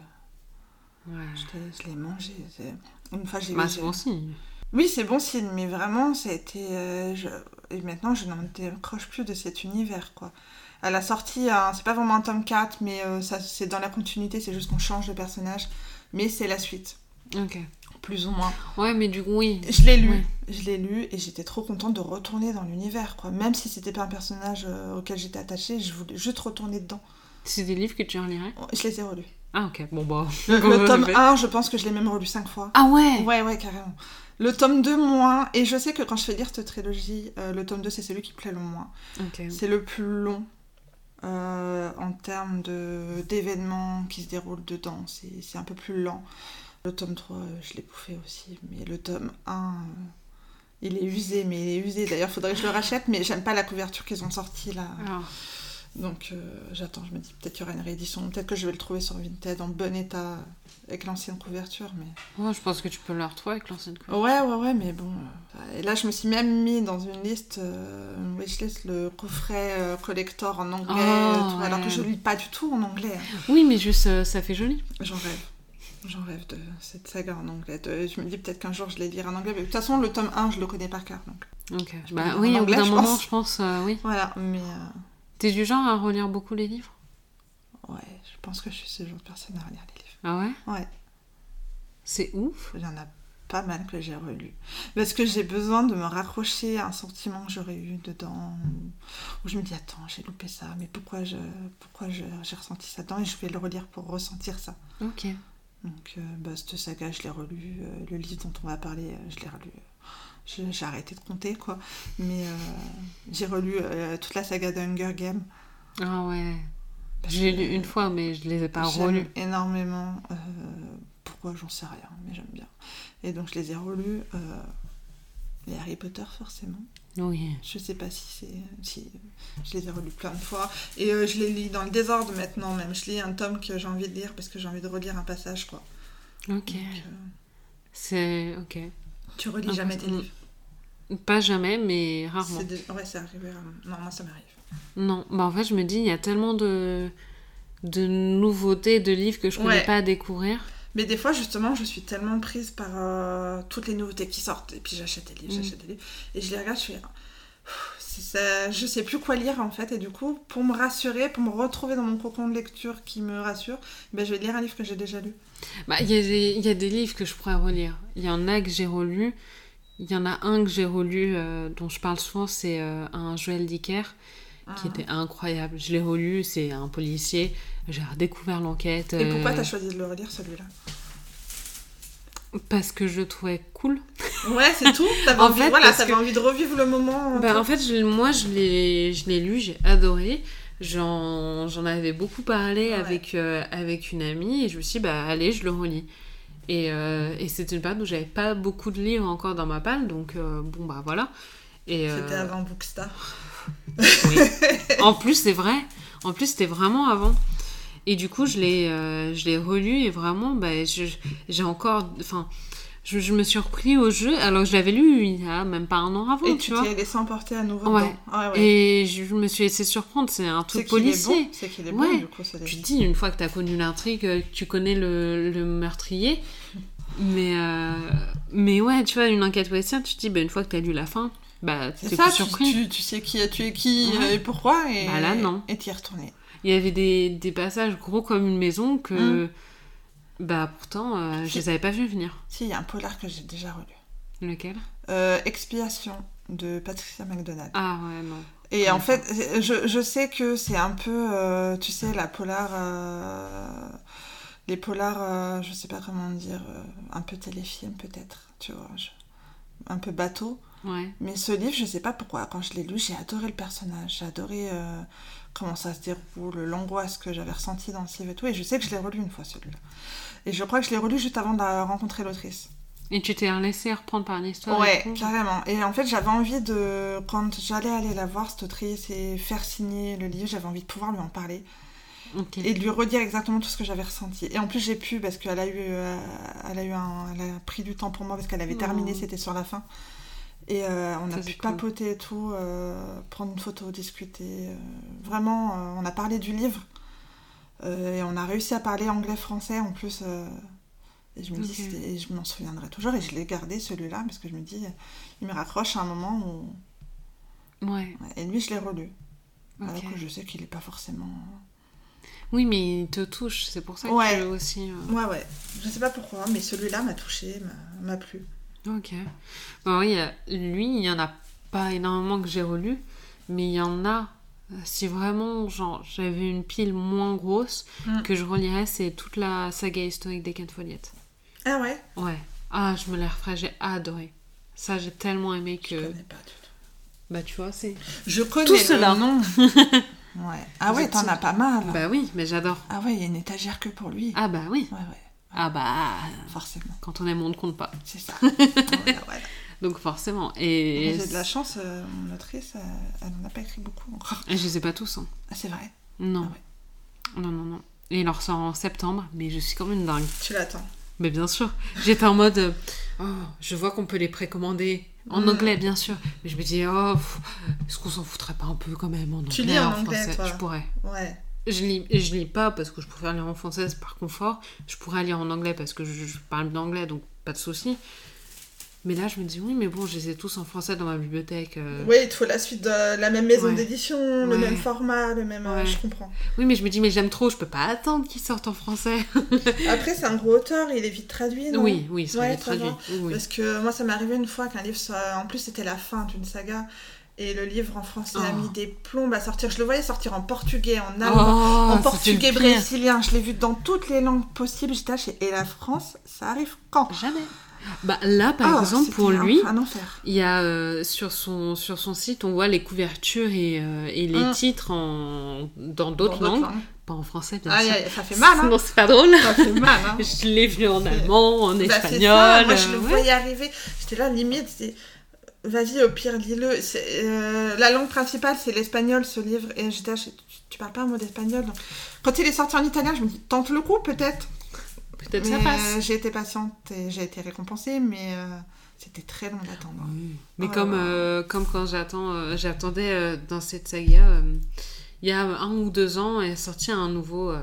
Je l'ai mangée. Une fois, c'est bon signe. Oui, c'est bon signe, mais vraiment, ça a été... Et maintenant, je n'en décroche plus de cet univers, quoi. À la sortie, c'est pas vraiment un tome 4, mais c'est dans la continuité, c'est juste qu'on change de personnage. Mais c'est la suite. Ok. Plus ou moins. Ouais, mais du coup, oui. Je l'ai lu et j'étais trop contente de retourner dans l'univers, quoi. Même si c'était pas un personnage auquel j'étais attachée, je voulais juste retourner dedans. C'est des livres que tu relirais ? Je les ai relus. Ah, ok. Bon, bah... Le tome 1, je pense que je l'ai même relu 5 fois. Ah ouais ? Ouais, carrément. Le tome 2, moins. Et je sais que quand je fais lire cette trilogie, le tome 2, c'est celui qui plaît le moins. Okay. C'est le plus long en termes d'événements qui se déroulent dedans. C'est un peu plus lent. Le tome 3, je l'ai bouffé aussi. Mais le tome 1, il est usé. D'ailleurs, il faudrait que je le rachète, mais j'aime pas la couverture qu'ils ont sortie là. Ah. Donc j'attends, je me dis peut-être qu'il y aura une réédition, peut-être que je vais le trouver sur Vinted en bon état avec l'ancienne couverture, mais... Ouais, je pense que tu peux le retrouver avec l'ancienne couverture. Ouais, mais bon... Et là, je me suis même mis dans une liste, une wishlist, le coffret collector en anglais, alors que je lis pas du tout en anglais. Oui, mais juste, ça fait joli. J'en rêve de cette saga en anglais. Je me dis peut-être qu'un jour je les lirai en anglais, mais de toute façon, le tome 1, je le connais par cœur, donc... Ok, oui, au bout d'un moment, je pense, oui. Voilà, mais... T'es du genre à relire beaucoup les livres ? Ouais, je pense que je suis ce genre de personne à relire les livres. Ah ouais ? Ouais. C'est ouf. Il y en a pas mal que j'ai relus. Parce que j'ai besoin de me raccrocher à un sentiment que j'aurais eu dedans. Où je me dis, attends, j'ai loupé ça, mais pourquoi j'ai ressenti ça dedans ? Et je vais le relire pour ressentir ça. Ok. Donc, cette saga, je l'ai relu. Le livre dont on va parler, je l'ai relu. J'ai arrêté de compter, quoi. Mais j'ai relu toute la saga de Hunger Games. Ah ouais. J'ai lu une fois, mais je les ai pas relus. J'aime énormément. Pourquoi, j'en sais rien, mais j'aime bien. Et donc, je les ai relus. Les Harry Potter, forcément. Oui. Je sais pas si je les ai relus plein de fois. Et je les lis dans le désordre maintenant, même. Je lis un tome que j'ai envie de lire parce que j'ai envie de relire un passage, quoi. Ok. Donc, c'est... Ok. Tu relis jamais tes livres ? Pas jamais, mais rarement. Ouais, c'est arrivé rarement. Non, moi, ça m'arrive. Non, en fait, je me dis, il y a tellement de nouveautés, de livres que je connais pas à découvrir. Mais des fois, justement, je suis tellement prise par toutes les nouveautés qui sortent. Et puis, j'achète des livres. Et je les regarde, je fais... je sais plus quoi lire, en fait. Et du coup, pour me rassurer, pour me retrouver dans mon cocon de lecture qui me rassure, je vais lire un livre que j'ai déjà lu. Il y a des livres que je pourrais relire. Il y en a que j'ai relus. Il y en a un que j'ai relu, dont je parle souvent, c'est un Joël Dicker, qui était incroyable. Je l'ai relu, c'est un policier. J'ai redécouvert l'enquête. Et pourquoi t'as choisi de le relire, celui-là ? Parce que je le trouvais cool. Ouais, c'est tout. T'avais envie de revivre le moment. En fait, moi, je l'ai lu, j'ai adoré. J'en avais beaucoup parlé avec une amie, et je me suis dit, allez, je le relis. Et c'était une période où j'avais pas beaucoup de livres encore dans ma palle, donc voilà. Et, c'était avant Bookstar. Oui. En plus, c'est vrai. En plus, c'était vraiment avant. Et du coup, je l'ai relu et vraiment, j'ai encore... Enfin, je me suis repris au jeu, alors que je l'avais lu il y a même pas un an avant, et tu vois. Et tu t'es laissé emporter à nouveau dedans. Ouais. Et je me suis laissé surprendre, c'est un truc policier. C'est qu'il est bon, du coup. Tu te dis, une fois que t'as connu l'intrigue, tu connais le meurtrier. Mais ouais, tu vois, une enquête policière, tu te dis, une fois que t'as lu la fin, t'es plus surpris. Tu sais qui a tué qui et pourquoi, et là, non. Et t'y es retourné. Il y avait des passages gros comme une maison que... pourtant, je les avais pas vus venir. Si, il y a un polar que j'ai déjà relu. Lequel ? Expiation, de Patricia McDonald. Ah ouais, non. Et en fait, je sais que c'est un peu, tu sais, la polar... les polars, je sais pas comment dire, un peu téléfilm peut-être, tu vois, un peu bateau. Ouais. Mais ce livre, je sais pas pourquoi, quand je l'ai lu, j'ai adoré le personnage, j'ai adoré comment ça se déroule, l'angoisse que j'avais ressentie dans le livre et tout, et je sais que je l'ai relu une fois celui-là. Et je crois que je l'ai relu juste avant de rencontrer l'autrice. Et tu t'es laissé reprendre par l'histoire? Ouais, carrément. Et en fait, j'avais envie de, quand j'allais aller la voir, cette autrice, et faire signer le livre, j'avais envie de pouvoir lui en parler. Okay. Et de lui redire exactement tout ce que j'avais ressenti. Et en plus, j'ai pu, parce qu'elle a pris du temps pour moi, parce qu'elle avait terminé, c'était sur la fin. Et on a pu papoter et tout, prendre une photo, discuter. Vraiment, on a parlé du livre. Et on a réussi à parler anglais-français en plus. Et je me dis, et je m'en souviendrai toujours. Et je l'ai gardé celui-là, parce que je me dis, il me raccroche à un moment où... Ouais. Et lui, je l'ai relu. Alors que je sais qu'il n'est pas forcément... Oui, mais il te touche, c'est pour ça que tu aussi... Ouais. Je sais pas pourquoi, mais celui-là m'a touchée, m'a plu. Ok. Bon, oui, lui, il y en a pas énormément que j'ai relu, mais il y en a. Si vraiment, genre, j'avais une pile moins grosse, que je relirais, c'est toute la saga historique des Ken Follett. Ah ouais? Ouais. Ah, je me la referai, j'ai adoré. Ça, j'ai tellement aimé que... Je connais pas du tout. Bah, tu vois, c'est... Je connais tout cela. Non. Ouais. Ah ouais, t'en as pas mal. Bah oui, mais j'adore. Ah ouais, il y a une étagère que pour lui. Ah bah oui. Ouais. Ah bah... Forcément. Quand on aime, on ne compte pas. C'est ça. Voilà. Donc forcément. Et j'ai de la chance, mon autrice, elle n'en a pas écrit beaucoup encore. Et je les ai pas tous. Hein. Ah, c'est vrai? Non. Ah ouais. Non. Et il en ressort en septembre, mais je suis comme une dingue. Tu l'attends? Mais bien sûr. J'étais en mode... je vois qu'on peut les précommander. En anglais, bien sûr. Mais je me dis, est-ce qu'on s'en foutrait pas un peu quand même en anglais? Tu lis en anglais, français? toi? Je pourrais. Ouais. Je lis pas parce que je préfère lire en français par confort. Je pourrais lire en anglais parce que je parle bien anglais, donc pas de souci. Mais là, je me dis, oui, mais bon, je les ai tous en français dans ma bibliothèque. Oui, il te faut la suite de la même maison d'édition, le même format, le même... je comprends. Oui, mais je me dis, mais j'aime trop, je peux pas attendre qu'ils sortent en français. Après, c'est un gros auteur, il est vite traduit, non? Oui, ça est traduit. Oui. Parce que moi, ça m'est arrivé une fois qu'un livre soit... En plus, c'était la fin d'une saga, et le livre en français a mis des plombes à sortir. Je le voyais sortir en portugais, en allemand, en portugais brésilien. Je l'ai vu dans toutes les langues possibles. J'étais là, et la France, ça arrive quand? Jamais. Bah là, par exemple, pour lui, un enfer. Il y a sur son site, on voit les couvertures et les titres dans d'autres langues. Pas en français, bien sûr. Ça fait mal, hein. Sinon, c'est pas drôle. Ça fait mal, hein. Je l'ai vu en allemand, en espagnol. C'est ça. Moi, je le voyais arriver. J'étais là, limite, vas-y, au pire, lis-le. La langue principale, c'est l'espagnol, ce livre. Et j'étais là, tu parles pas un mot d'espagnol. Donc... Quand il est sorti en italien, je me dis, tente le coup, peut-être. Peut-être ça passe. J'ai été patiente et j'ai été récompensée, mais c'était très long d'attendre. Oui. Mais comme quand j'attendais dans cette saga, il y a 1 ou 2 ans, est sorti un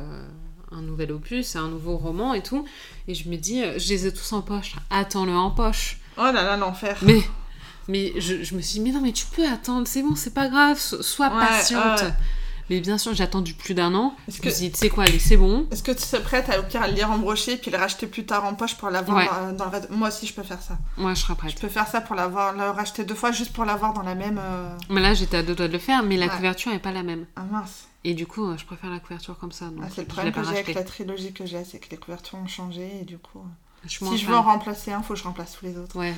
nouvel opus, un nouveau roman et tout. Et je me dis, je les ai tous en poche. Attends-le en poche. Oh là là, l'enfer. Mais je me suis dit, mais non, mais tu peux attendre, c'est bon, c'est pas grave, sois patiente. Mais bien sûr, j'ai attendu plus d'1 an. Je me suis dit, tu sais quoi, allez, c'est bon. Est-ce que tu serais prête à le lire en broché puis le racheter plus tard en poche pour l'avoir dans le... Moi aussi, je peux faire ça. Moi, je serais prête. Je peux faire ça pour le racheter 2 fois juste pour l'avoir dans la même... Mais là, j'étais à 2 doigts de le faire, mais la couverture n'est pas la même. Ah mince. Et du coup, je préfère la couverture comme ça. Donc c'est le problème que j'ai avec la trilogie que j'ai, c'est que les couvertures ont changé et du coup... Si je veux en remplacer un, faut que je remplace tous les autres. Ouais.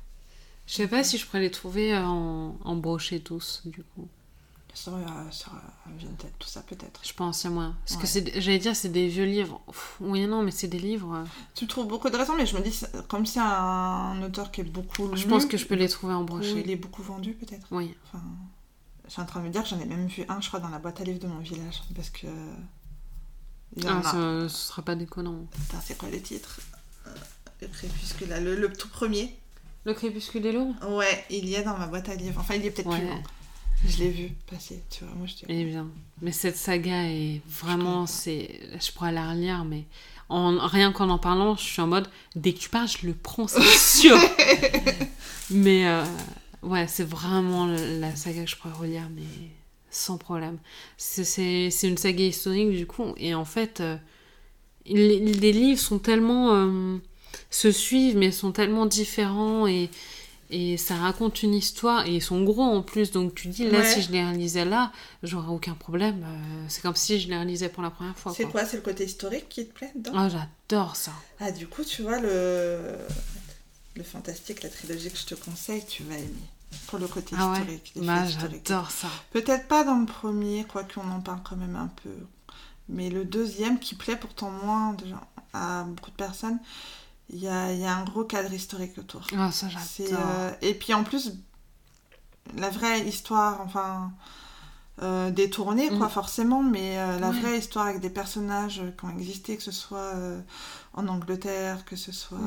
Je sais pas si je pourrais les trouver en broché tous, du coup. Sur Vinted, tout ça peut-être. Je pense, c'est moins. Parce que j'allais dire, c'est des vieux livres. Oui, non, mais c'est des livres. Tu trouves beaucoup de raisons, mais je me dis, comme c'est un auteur qui est beaucoup lu. Je pense que je peux les trouver en broché. Il est beaucoup vendu, peut-être. Oui. Enfin, je suis en train de me dire que j'en ai même vu un, je crois, dans la boîte à livres de mon village. Parce que. Ce sera pas déconnant. Attends, c'est quoi les titres? Le Crépuscule, là, le tout premier. Le Crépuscule et l'aube? Ouais, il y est dans ma boîte à livres. Enfin, il y est peut-être plus loin. Je l'ai vu passer, tu vois, moi je dis... Eh bien, mais cette saga est vraiment, je pourrais la relire, mais rien qu'en parlant, je suis en mode, dès que tu parles, je le prends, c'est sûr. Mais c'est vraiment la saga que je pourrais relire, mais sans problème. C'est une saga historique du coup, et en fait, les livres sont tellement... se suivent, mais sont tellement différents, et ça raconte une histoire, et ils sont gros en plus, donc tu dis, là, si je les réalisais là, j'aurais aucun problème. C'est comme si je les réalisais pour la première fois. C'est quoi? C'est le côté historique qui te plaît dedans? Ah, j'adore ça. Ah, du coup, tu vois, le fantastique, la trilogie que je te conseille, tu vas aimer. Pour le côté Ah historique. Ouais, bah, j'adore ça. Peut-être pas dans le premier, quoique on en parle quand même un peu. Mais le deuxième, qui plaît pourtant moins à beaucoup de personnes, il y a un gros cadre historique autour. Ah, ça, j'adore. Et puis en plus, la vraie histoire, détournée, quoi, forcément, mais la vraie histoire avec des personnages qui ont existé, que ce soit en Angleterre, que ce soit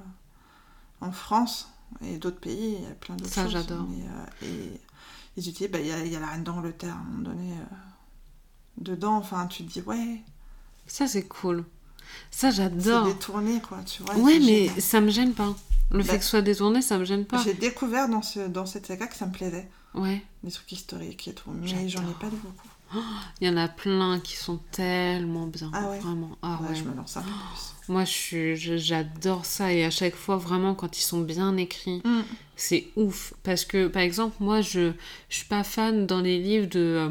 en France et d'autres pays, il y a plein d'autres choses. Ça, j'adore. Et ils utilisent, il y a la reine d'Angleterre à un moment donné dedans, tu te dis, ouais. Ça, c'est cool. Ça, j'adore. C'est détourné, quoi, tu vois. Ouais, mais ça me gêne pas. Le fait que ce soit détourné, ça me gêne pas. J'ai découvert dans cette saga que ça me plaisait. Ouais. Des trucs historiques et tout, mais j'en ai pas lu beaucoup. Il y en a plein qui sont tellement bien. Ah ouais. Vraiment. Ah ouais. Je me lance un peu plus. Moi, j'adore ça. Et à chaque fois, vraiment, quand ils sont bien écrits, c'est ouf. Parce que, par exemple, moi, je suis pas fan dans les livres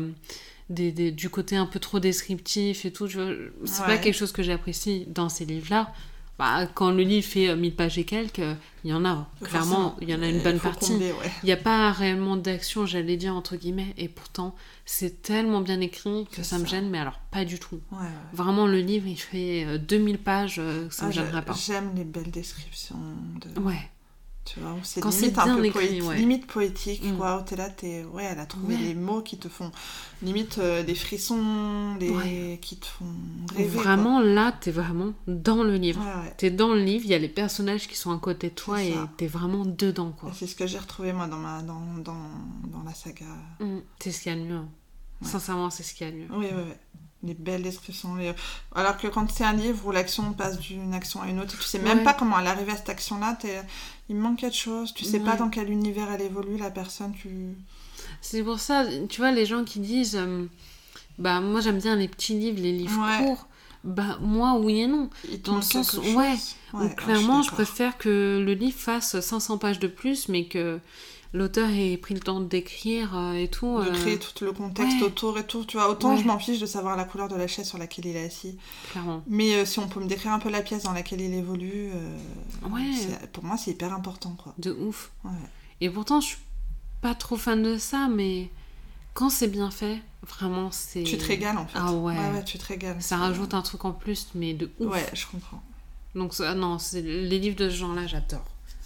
du côté un peu trop descriptif et tout. C'est pas quelque chose que j'apprécie dans ces livres-là. Bah, quand le livre fait 1000 pages et quelques, il y en a. Clairement, il y en a une bonne partie. Il n'y a pas réellement d'action, j'allais dire, entre guillemets. Et pourtant, c'est tellement bien écrit que ça me gêne, mais alors pas du tout. Ouais. Vraiment, le livre, il fait 2000 pages, ça me gênerait pas. J'aime les belles descriptions. Ouais. Tu vois, c'est quand limite c'est bien un peu écrit, limite poétique, quoi. T'es là, elle a trouvé les mots qui te font limite des frissons, qui te font rêver. Vraiment, quoi. Là, t'es vraiment dans le livre. Ouais. T'es dans le livre, il y a les personnages qui sont à côté de toi et t'es vraiment dedans, quoi. C'est ce que j'ai retrouvé, moi, dans la saga. C'est ce qu'il y a de mieux. Ouais. Sincèrement, c'est ce qu'il y a de mieux. Oui. Les belles descriptions. Alors que quand c'est un livre où l'action passe d'une action à une autre, tu sais même pas comment elle est arrivée à cette action-là, il manque quelque chose, tu sais pas dans quel univers elle évolue, la personne, C'est pour ça, tu vois, les gens qui disent moi j'aime bien les petits livres, les livres courts, moi oui et non. Dans le sens où clairement je préfère que le livre fasse 500 pages de plus, mais que l'auteur ait pris le temps d'écrire et tout. De créer tout le contexte autour et tout. Tu vois, autant je m'en fiche de savoir la couleur de la chaise sur laquelle il est assis. Clairement. Mais si on peut me décrire un peu la pièce dans laquelle il évolue, pour moi, c'est hyper important, quoi. De ouf. Ouais. Et pourtant, je suis pas trop fan de ça, mais quand c'est bien fait, vraiment, c'est... Tu te régales, en fait. Ah ouais. Ouais, tu te régales. Ça rajoute un truc en plus, mais de ouf. Ouais, je comprends. Donc, les livres de ce genre-là, j'adore.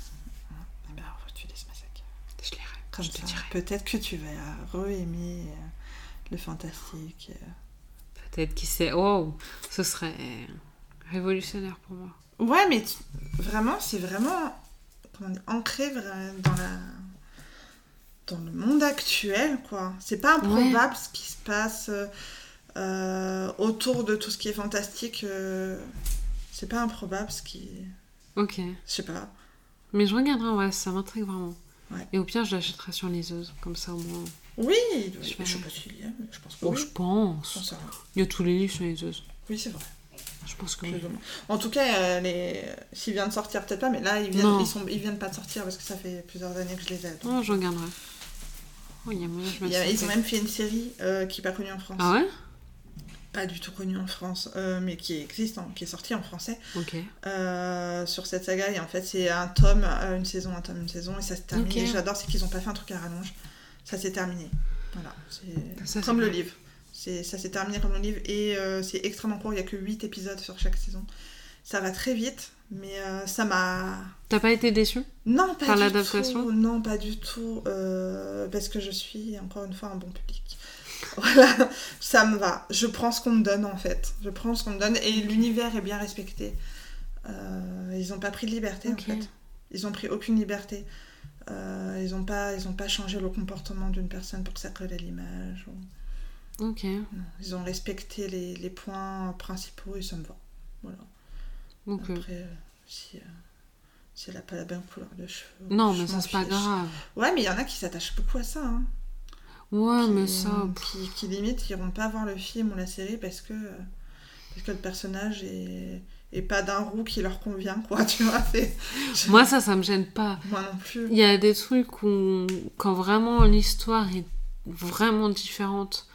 Je lirai. Comme ça, peut-être que tu vas re-aimer le fantastique. Peut-être, qui sait. Oh, ce serait révolutionnaire pour moi. Ouais, mais vraiment, c'est vraiment ancré dans le monde actuel, quoi. C'est pas improbable ce qui se passe autour de tout ce qui est fantastique. C'est pas improbable ce qui... Ok. Je sais pas. Mais je regarderai, ça m'intrigue vraiment. Ouais. Et au pire, je l'achèterai sur liseuse, comme ça au moins. Oui, je sais pas s'il y a, mais je pense que je pense. Il y a tous les livres sur liseuse. Oui, c'est vrai. Je pense que oui. En tout cas, s'ils viennent de sortir, peut-être pas, mais là, ils viennent pas de sortir parce que ça fait plusieurs années que je les ai. Donc... Oh, je regarderai. Oh, ils ont même fait une série qui n'est pas connue en France. Ah ouais? Pas du tout connue en France, mais qui existe, qui est sortie en français. Ok. Sur cette saga, et en fait, c'est un tome, une saison, et ça se termine. Okay. Et j'adore, c'est qu'ils n'ont pas fait un truc à rallonge. Ça s'est terminé. Voilà. C'est comme le livre. Ça s'est terminé comme le livre, et c'est extrêmement court, il n'y a que 8 épisodes sur chaque saison. Ça va très vite, mais ça m'a... T'as pas été déçue? Non, pas par du l'adaptation tout. Non, pas du tout. Parce que je suis, encore une fois, un bon public. Voilà, ça me va. Je prends ce qu'on me donne, en fait. Je prends ce qu'on me donne, et l'univers est bien respecté. Ils n'ont pas pris de liberté, en fait. Ils n'ont pris aucune liberté. Ils n'ont pas changé le comportement d'une personne pour que ça colle à l'image. Ok. Non, ils ont respecté les points principaux, et ça me va. Voilà. Okay. Après, si elle n'a pas la bonne couleur de cheveux... Non, mais ça, c'est pas grave. Ouais, mais il y en a qui s'attachent beaucoup à ça, hein. Ouais, mais ça... Qui limite, ils iront pas voir le film ou la série parce que le personnage est pas d'un roux qui leur convient, quoi, tu vois. Moi, ça me gêne pas. Moi non plus. Il y a des trucs où, quand vraiment l'histoire est vraiment différente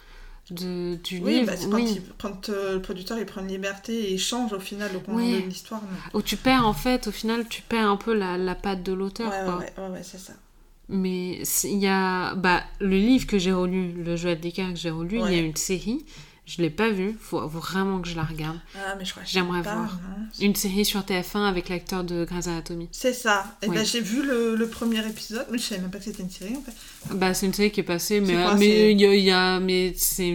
du Oui, livre. c'est quand le producteur il prend une liberté et change au final le contenu de l'histoire. Où tu perds, en fait, au final, tu perds un peu la patte de l'auteur. Ouais, c'est ça. Mais il y a le livre que j'ai relu, le Joël Dicker que j'ai relu, il y a une série. Je l'ai pas vue, faut vraiment que je la regarde. Ah, mais je crois que j'aimerais voir. Non, une série sur TF1 avec l'acteur de Grey's Anatomy. C'est ça. Et j'ai vu le premier épisode, mais je savais même pas que c'était une série en fait. C'est une série qui est passée, mais c'est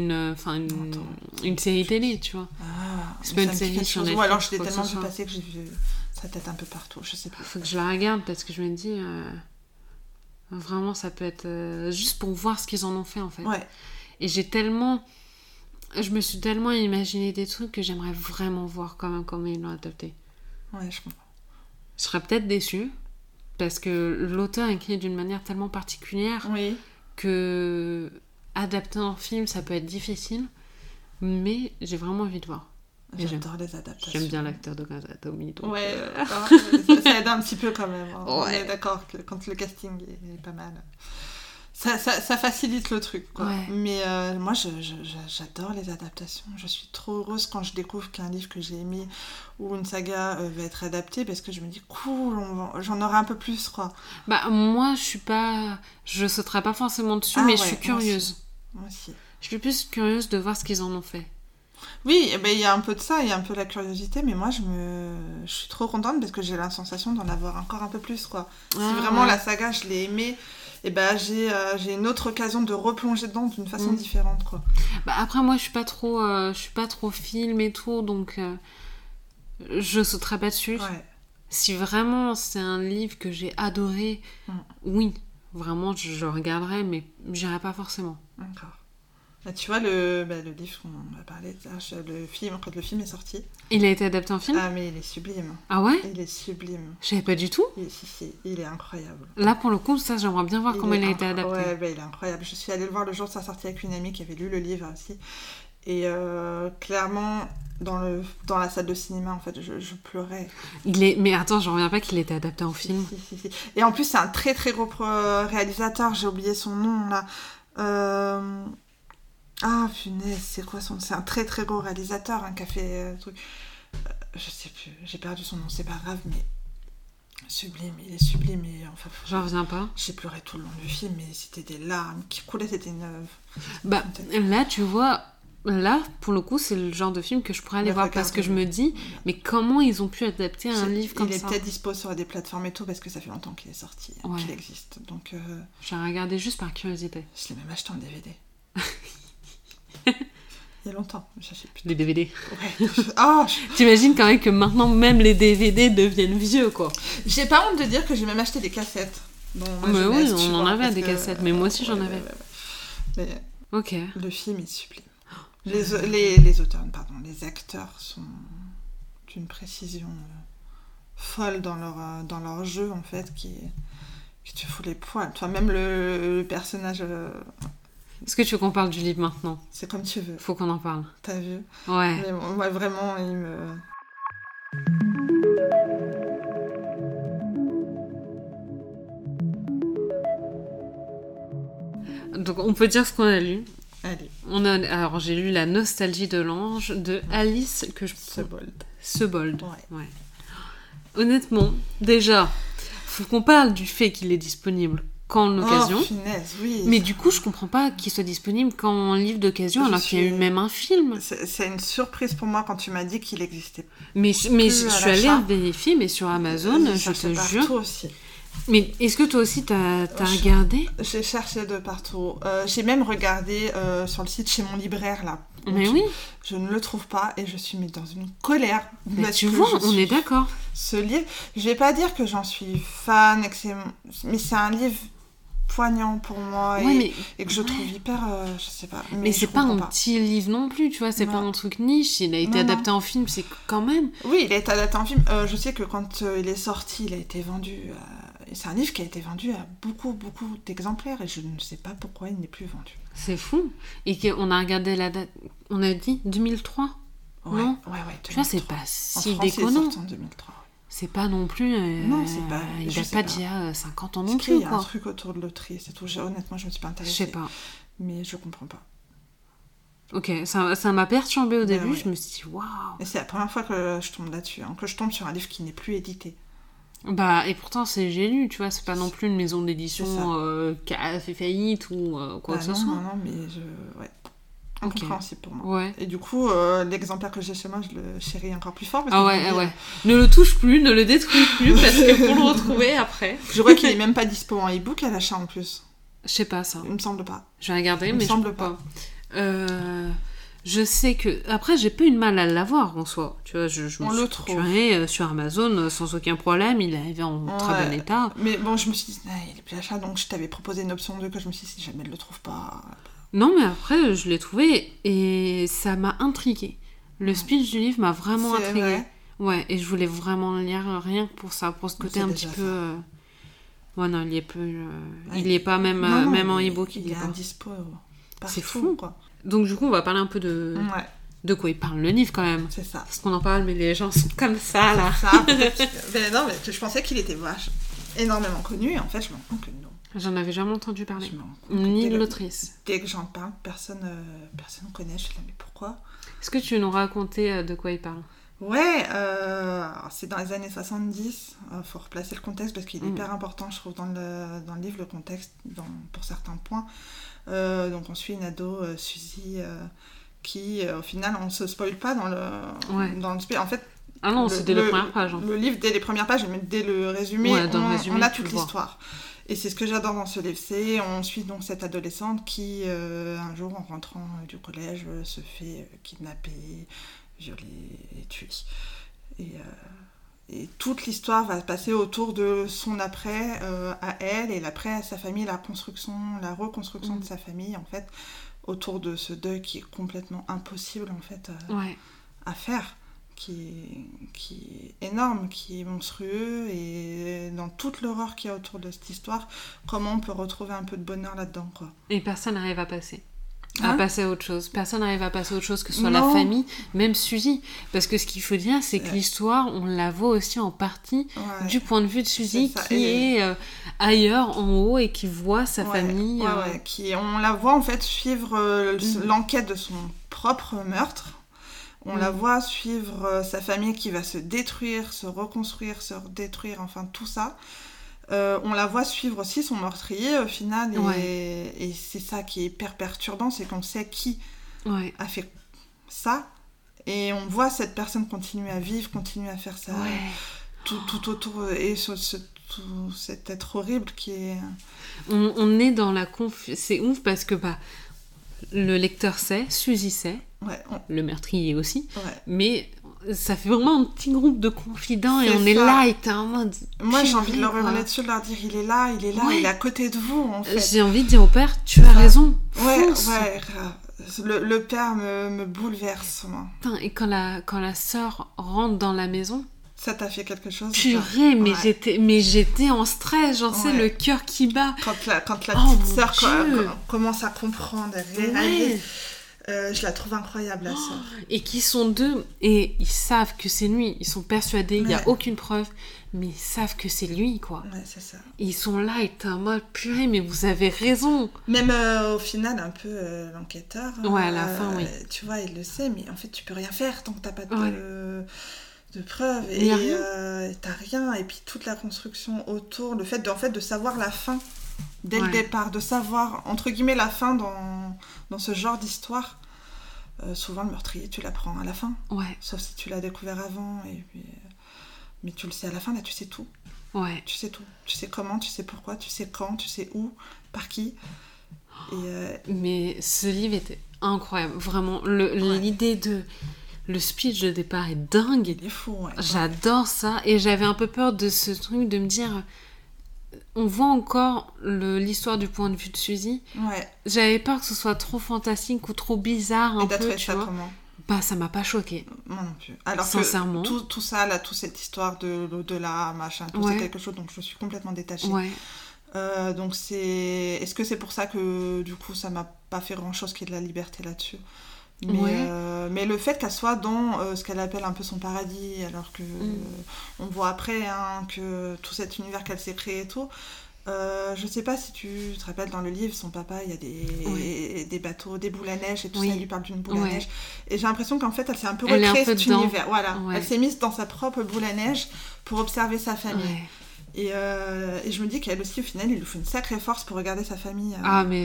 une série télé, tu vois. Ah, c'est pas une série sur Netflix. Alors je l'ai tellement vu passer que j'ai vu sa tête un peu partout, je sais plus. Faut que je la regarde parce que je me dis vraiment ça peut être juste pour voir ce qu'ils en ont fait en fait. Ouais. Et je me suis tellement imaginé des trucs que j'aimerais vraiment voir comment ils l'ont adapté. Ouais, je comprends. Je serais peut-être déçue, parce que l'auteur écrit d'une manière tellement particulière que adapter un film, ça peut être difficile, mais j'ai vraiment envie de voir. J'adore les adaptations. J'aime bien l'acteur de Grey's Anatomy. Donc ça aide un petit peu quand même. Hein. On est d'accord que quand le casting est pas mal... Ça facilite le truc, quoi. Ouais. Mais moi, j'adore les adaptations. Je suis trop heureuse quand je découvre qu'un livre que j'ai aimé ou une saga va être adaptée, parce que je me dis, cool, j'en aurai un peu plus, quoi. Moi, je sauterai pas forcément dessus, mais je suis curieuse. Moi aussi. Je suis plus curieuse de voir ce qu'ils en ont fait. Oui, il y a un peu de ça, il y a un peu la curiosité, mais moi, je suis trop contente parce que j'ai la sensation d'en avoir encore un peu plus, quoi. Si vraiment la saga, je l'ai aimée, j'ai une autre occasion de replonger dedans d'une façon différente, quoi. Après, moi, je suis pas trop film et tout, donc je sauterai pas dessus. Ouais. Si vraiment c'est un livre que j'ai adoré, oui, vraiment, je regarderai, mais j'irai pas forcément. D'accord. Tu vois, le livre qu'on a parlé, le film, quand le film est sorti... Il a été adapté en film ? Ah, mais il est sublime. Ah ouais ? Il est sublime. Je savais pas du tout. Il est incroyable. Là, pour le coup, ça, j'aimerais bien voir comment il a été adapté. Ouais, il est incroyable. Je suis allée le voir le jour de sa sortie avec une amie qui avait lu le livre aussi. Et clairement, dans la salle de cinéma, en fait, je pleurais. Mais attends, j'en reviens pas qu'il ait été adapté en film. Si. Et en plus, c'est un très très gros réalisateur. J'ai oublié son nom, là. Ah, punaise, c'est quoi son nom ? C'est un très très gros réalisateur qui a fait truc. Je sais plus, j'ai perdu son nom, c'est pas grave, mais sublime, il est sublime. Et, enfin, j'en reviens pas. J'ai pleuré tout le long du film, mais c'était des larmes qui coulaient, c'était une... Là, tu vois, pour le coup, c'est le genre de film que je pourrais aller voir, parce que je me dis, mais comment ils ont pu adapter un livre comme ça ? Il est peut-être dispo sur des plateformes et tout, parce que ça fait longtemps qu'il est sorti, qu'il existe. Donc, j'ai regardé juste par curiosité. Je l'ai même acheté en DVD. Il y a longtemps, je sais plus. Les DVD. Ouais. T'imagines quand même que maintenant même les DVD deviennent vieux, quoi. J'ai pas honte de dire que j'ai même acheté des cassettes. Mais oui, on en avait des cassettes, mais moi aussi j'en avais. Mais ok. Le film est sublime. Les auteurs, les acteurs sont d'une précision folle dans leur jeu, en fait, qui te fout les poils. Toi, même le personnage... Est-ce que tu veux qu'on parle du livre maintenant ? C'est comme tu veux. Faut qu'on en parle. T'as vu ? Ouais. Mais moi, vraiment, il me... Donc, on peut dire ce qu'on a lu. Allez. Alors, j'ai lu La nostalgie de l'ange de Alice Sebold. Ouais. Honnêtement, déjà, faut qu'on parle du fait qu'il est disponible qu'en occasion. Oh, finesse, oui. Mais du coup, je comprends pas qu'il soit disponible qu'en livre d'occasion, alors qu'il y a eu même un film. C'est une surprise pour moi quand tu m'as dit qu'il existait. Mais je suis allée vérifier, mais sur Amazon, je te jure. Aussi. Mais est-ce que toi aussi t'as regardé ? J'ai cherché de partout. J'ai même regardé sur le site chez mon libraire là. Mais oui. Je ne le trouve pas et je suis mise dans une colère. Mais tu vois, on est d'accord. Ce livre, je vais pas dire que j'en suis fan, mais c'est un livre poignant pour moi et que je trouve hyper, je sais pas. Mais c'est pas un petit livre non plus, tu vois, c'est pas un truc niche. Il a été adapté en film, c'est quand même. Oui, il a été adapté en film. Je sais que quand il est sorti, il a été vendu. C'est un livre qui a été vendu à beaucoup d'exemplaires et je ne sais pas pourquoi il n'est plus vendu. C'est fou. Et qu'on a regardé la date. On a dit 2003. Ouais, non 2003. Tu vois, c'est pas si déconnant. Il est sorti en 2003. C'est pas non plus... non, c'est pas... Il date pas d'il y a 50 ans non plus, quoi. Il y a un truc autour de loterie, c'est tout. Honnêtement, je me suis pas intéressée. Je sais pas. Mais je comprends pas. Ok, ça m'a perturbée au début, ouais. je me suis dit waouh. Et c'est la première fois que je tombe là-dessus, que je tombe sur un livre qui n'est plus édité. Bah, et pourtant, j'ai lu, tu vois, c'est pas non plus une maison d'édition qui a fait faillite ou quoi que ce soit. Non, mais ouais. Incompréhensible pour moi. Ouais. Et du coup, l'exemplaire que j'ai chez moi, je le chéris encore plus fort. Parce que ne le touche plus, ne le détruis plus, parce que pour le retrouver après... Je vois qu'il est même pas dispo en e-book à l'achat en plus. Je sais pas, ça. Il me semble pas. Je vais regarder, mais je ne pas. Je sais que... Après, j'ai pas eu de mal à l'avoir, en soi. Tu vois, je me suis procuré sur Amazon sans aucun problème. Il est arrivé en très bon état. Mais bon, je me suis dit, il est plus achat, donc je t'avais proposé une option 2 que je me suis dit, si jamais je le trouve pas... Non, mais après, je l'ai trouvé et ça m'a intriguée. Le speech du livre m'a vraiment intriguée. Vrai. Ouais, et je voulais vraiment le lire rien que pour ça, pour ce côté un petit peu... Ouais, non, il y est peu... il y est pas, même en e-book. Il est indispo. C'est fou, quoi. Donc, du coup, on va parler un peu de quoi il parle le livre, quand même. C'est ça. Parce qu'on en parle, mais les gens sont comme ça, là. C'est ça, mais non, mais je pensais qu'il était énormément connu, et en fait, je me rends compte que non. J'en avais jamais entendu parler. Ni l'autrice. Dès que j'en parle, personne ne connaît. Je suis là, mais pourquoi ? Est-ce que tu veux nous raconter de quoi il parle ? Ouais, c'est dans les années 70. Faut replacer le contexte parce qu'il est hyper important, je trouve, dans le livre, le contexte, pour certains points. Donc on suit une ado, Suzy, qui, au final, on se spoile pas dans le speech. En fait, ah non, c'est dès les premières pages. Le livre, dès les premières pages, mais dès le résumé, on a toute l'histoire. Et c'est ce que j'adore dans ce livre. On suit donc cette adolescente qui, un jour, en rentrant du collège, se fait kidnapper, violer et tuer. Et toute l'histoire va passer autour de son après à elle et l'après à sa famille, la reconstruction de sa famille, en fait, autour de ce deuil qui est complètement impossible, en fait, à faire. Qui est énorme, qui est monstrueux, et dans toute l'horreur qu'il y a autour de cette histoire, comment on peut retrouver un peu de bonheur là-dedans, quoi. Et personne n'arrive à passer. À passer à autre chose. Personne n'arrive à passer à autre chose que ce soit la famille, même Suzy. Parce que ce qu'il faut dire, c'est que l'histoire, on la voit aussi en partie du point de vue de Suzy, qui est ailleurs, en haut, et qui voit sa famille. On la voit en fait suivre l'enquête de son propre meurtre. On la voit suivre sa famille qui va se détruire, se reconstruire, se détruire, enfin tout ça. On la voit suivre aussi son meurtrier au final, et c'est ça qui est hyper perturbant, c'est qu'on sait qui a fait ça, et on voit cette personne continuer à vivre, continuer à faire ça, tout autour, et tout cet être horrible qui est... On est dans la confusion, c'est ouf parce que le lecteur sait, Suzy sait, le meurtrier aussi, mais... Ça fait vraiment un petit groupe de confidents, et on est là, et t'es en mode... Moi, j'ai envie de leur hurler dessus, de leur dire, il est là, il est à côté de vous, en fait. J'ai envie de dire au père, tu as raison, fonce. Le père me bouleverse, moi. Putain, et quand la sœur rentre dans la maison... Ça t'a fait quelque chose? Purée, mais j'étais en stress, j'en sais, le cœur qui bat. Quand la petite sœur commence à comprendre, à réaliser... je la trouve incroyable, la sœur. Et qui sont deux, et ils savent que c'est lui, ils sont persuadés, il n'y a aucune preuve, mais ils savent que c'est lui, quoi. Ouais, c'est ça. Et ils sont là, et t'es en mode, purée, mais vous avez raison. Même au final, un peu l'enquêteur. Ouais, à la fin, oui. Tu vois, il le sait, mais en fait, tu peux rien faire tant que t'as pas de preuves. Et t'as rien. Et puis toute la construction autour, le fait de savoir la fin. Dès le départ, de savoir, entre guillemets, la fin dans ce genre d'histoire. Souvent, le meurtrier, tu l'apprends à la fin. Sauf si tu l'as découvert avant. Et puis, mais tu le sais à la fin, là, tu sais tout. Tu sais tout. Tu sais comment, tu sais pourquoi, tu sais quand, tu sais où, par qui. Mais ce livre était incroyable. Vraiment, l'idée de... Le speech de départ est dingue. Il est fou, J'adore ça. Et j'avais un peu peur de ce truc de me dire... On voit encore l'histoire du point de vue de Suzy. J'avais peur que ce soit trop fantastique ou trop bizarre un peu, tu vois. Comment ? Ça m'a pas choquée. Moi non plus. Alors sincèrement. Que tout ça, là, toute cette histoire de l'au-delà, machin, c'est quelque chose dont je suis complètement détachée. Donc est-ce que c'est pour ça que du coup ça m'a pas fait grand-chose qu'il y ait de la liberté là-dessus ? Mais le fait qu'elle soit dans ce qu'elle appelle un peu son paradis, alors que on voit après que tout cet univers qu'elle s'est créé et tout, Je sais pas si tu te rappelles, dans le livre, son papa, il y a des bateaux, des boules à neige et tout ça, il lui parle d'une boule à neige. Et j'ai l'impression qu'en fait, elle s'est un peu recréée cet univers. Voilà. Ouais. Elle s'est mise dans sa propre boule à neige pour observer sa famille. Ouais. Et je me dis qu'elle aussi, au final, il lui faut une sacrée force pour regarder sa famille. Ah, mais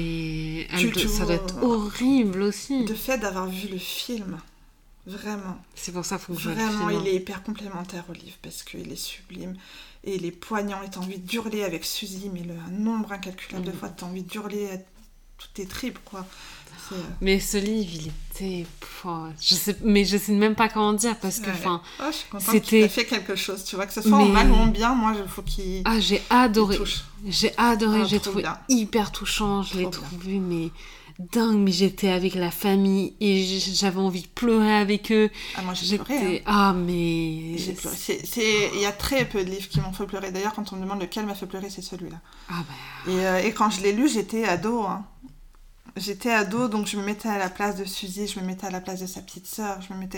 ça doit être horrible aussi. De fait d'avoir vu le film, vraiment. C'est pour ça qu'il faut que je vraiment, il est hyper complémentaire au livre, parce qu'il est sublime. Et il est poignant, et t'as envie d'hurler avec Suzy, mais un nombre incalculable de fois, t'as envie d'hurler à toutes tes tripes, quoi. Mais ce livre, il était... je sais même pas comment dire, parce que, je suis contente que tu aies fait quelque chose, tu vois, que ce soit en mal ou en bien, moi, il faut qu'il... Ah, j'ai adoré. J'ai trouvé hyper touchant, je l'ai trouvé, mais... dingue, mais j'étais avec la famille et j'avais envie de pleurer avec eux. Ah, moi j'ai pleuré. Hein. Ah, mais... J'ai pleuré. Il y a très peu de livres qui m'ont fait pleurer. D'ailleurs, quand on me demande lequel m'a fait pleurer, c'est celui-là. Ah bah... Et quand je l'ai lu, j'étais ado. Hein. J'étais ado, donc je me mettais à la place de Suzy, je me mettais à la place de sa petite sœur,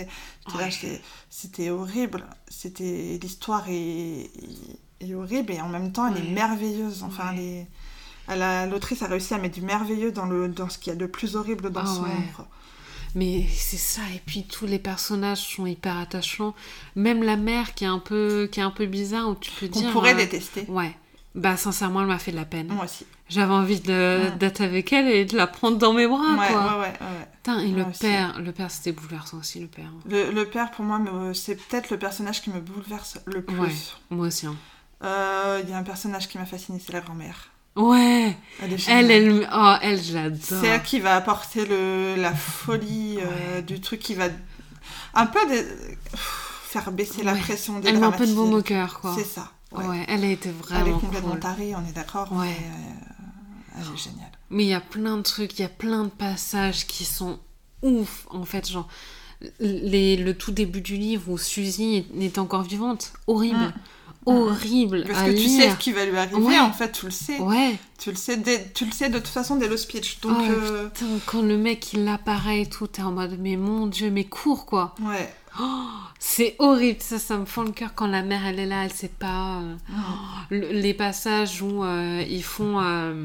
c'était horrible. L'histoire est horrible et en même temps, elle est merveilleuse. Enfin, l'autrice a réussi à mettre du merveilleux dans ce qu'il y a de plus horrible dans son œuvre. Mais c'est ça, et puis tous les personnages sont hyper attachants. Même la mère qui est un peu bizarre, où tu peux dire... On pourrait détester. Ouais. Bah sincèrement, elle m'a fait de la peine. Moi aussi. J'avais envie d'être avec elle et de la prendre dans mes bras, quoi. Ouais. Putain, et le père, c'était bouleversant aussi, le père. Le père, pour moi, c'est peut-être le personnage qui me bouleverse le plus. Ouais, moi aussi. Il y a un personnage qui m'a fascinée, c'est la grand-mère. Ouais, elle, je l'adore. C'est elle qui va apporter la folie du truc, qui va un peu faire baisser la pression, elle met un peu de baume au cœur, quoi. C'est ça. Ouais, elle a été vraiment Elle est complètement cool. tarée, on est d'accord. Ouais. Elle est géniale. Mais il y a plein de trucs, il y a plein de passages qui sont ouf, en fait, genre le tout début du livre où Suzy est encore vivante, horrible. Horrible parce à que lire. Tu sais ce qui va lui arriver, en fait, tu le sais. Ouais. Tu le sais de toute façon dès le speech. Donc, putain, quand le mec il apparaît et tout, t'es en mode mais mon Dieu, mais cours quoi. Ouais. C'est horrible, ça me fend le cœur quand la mère elle est là, elle sait pas. Les passages où ils font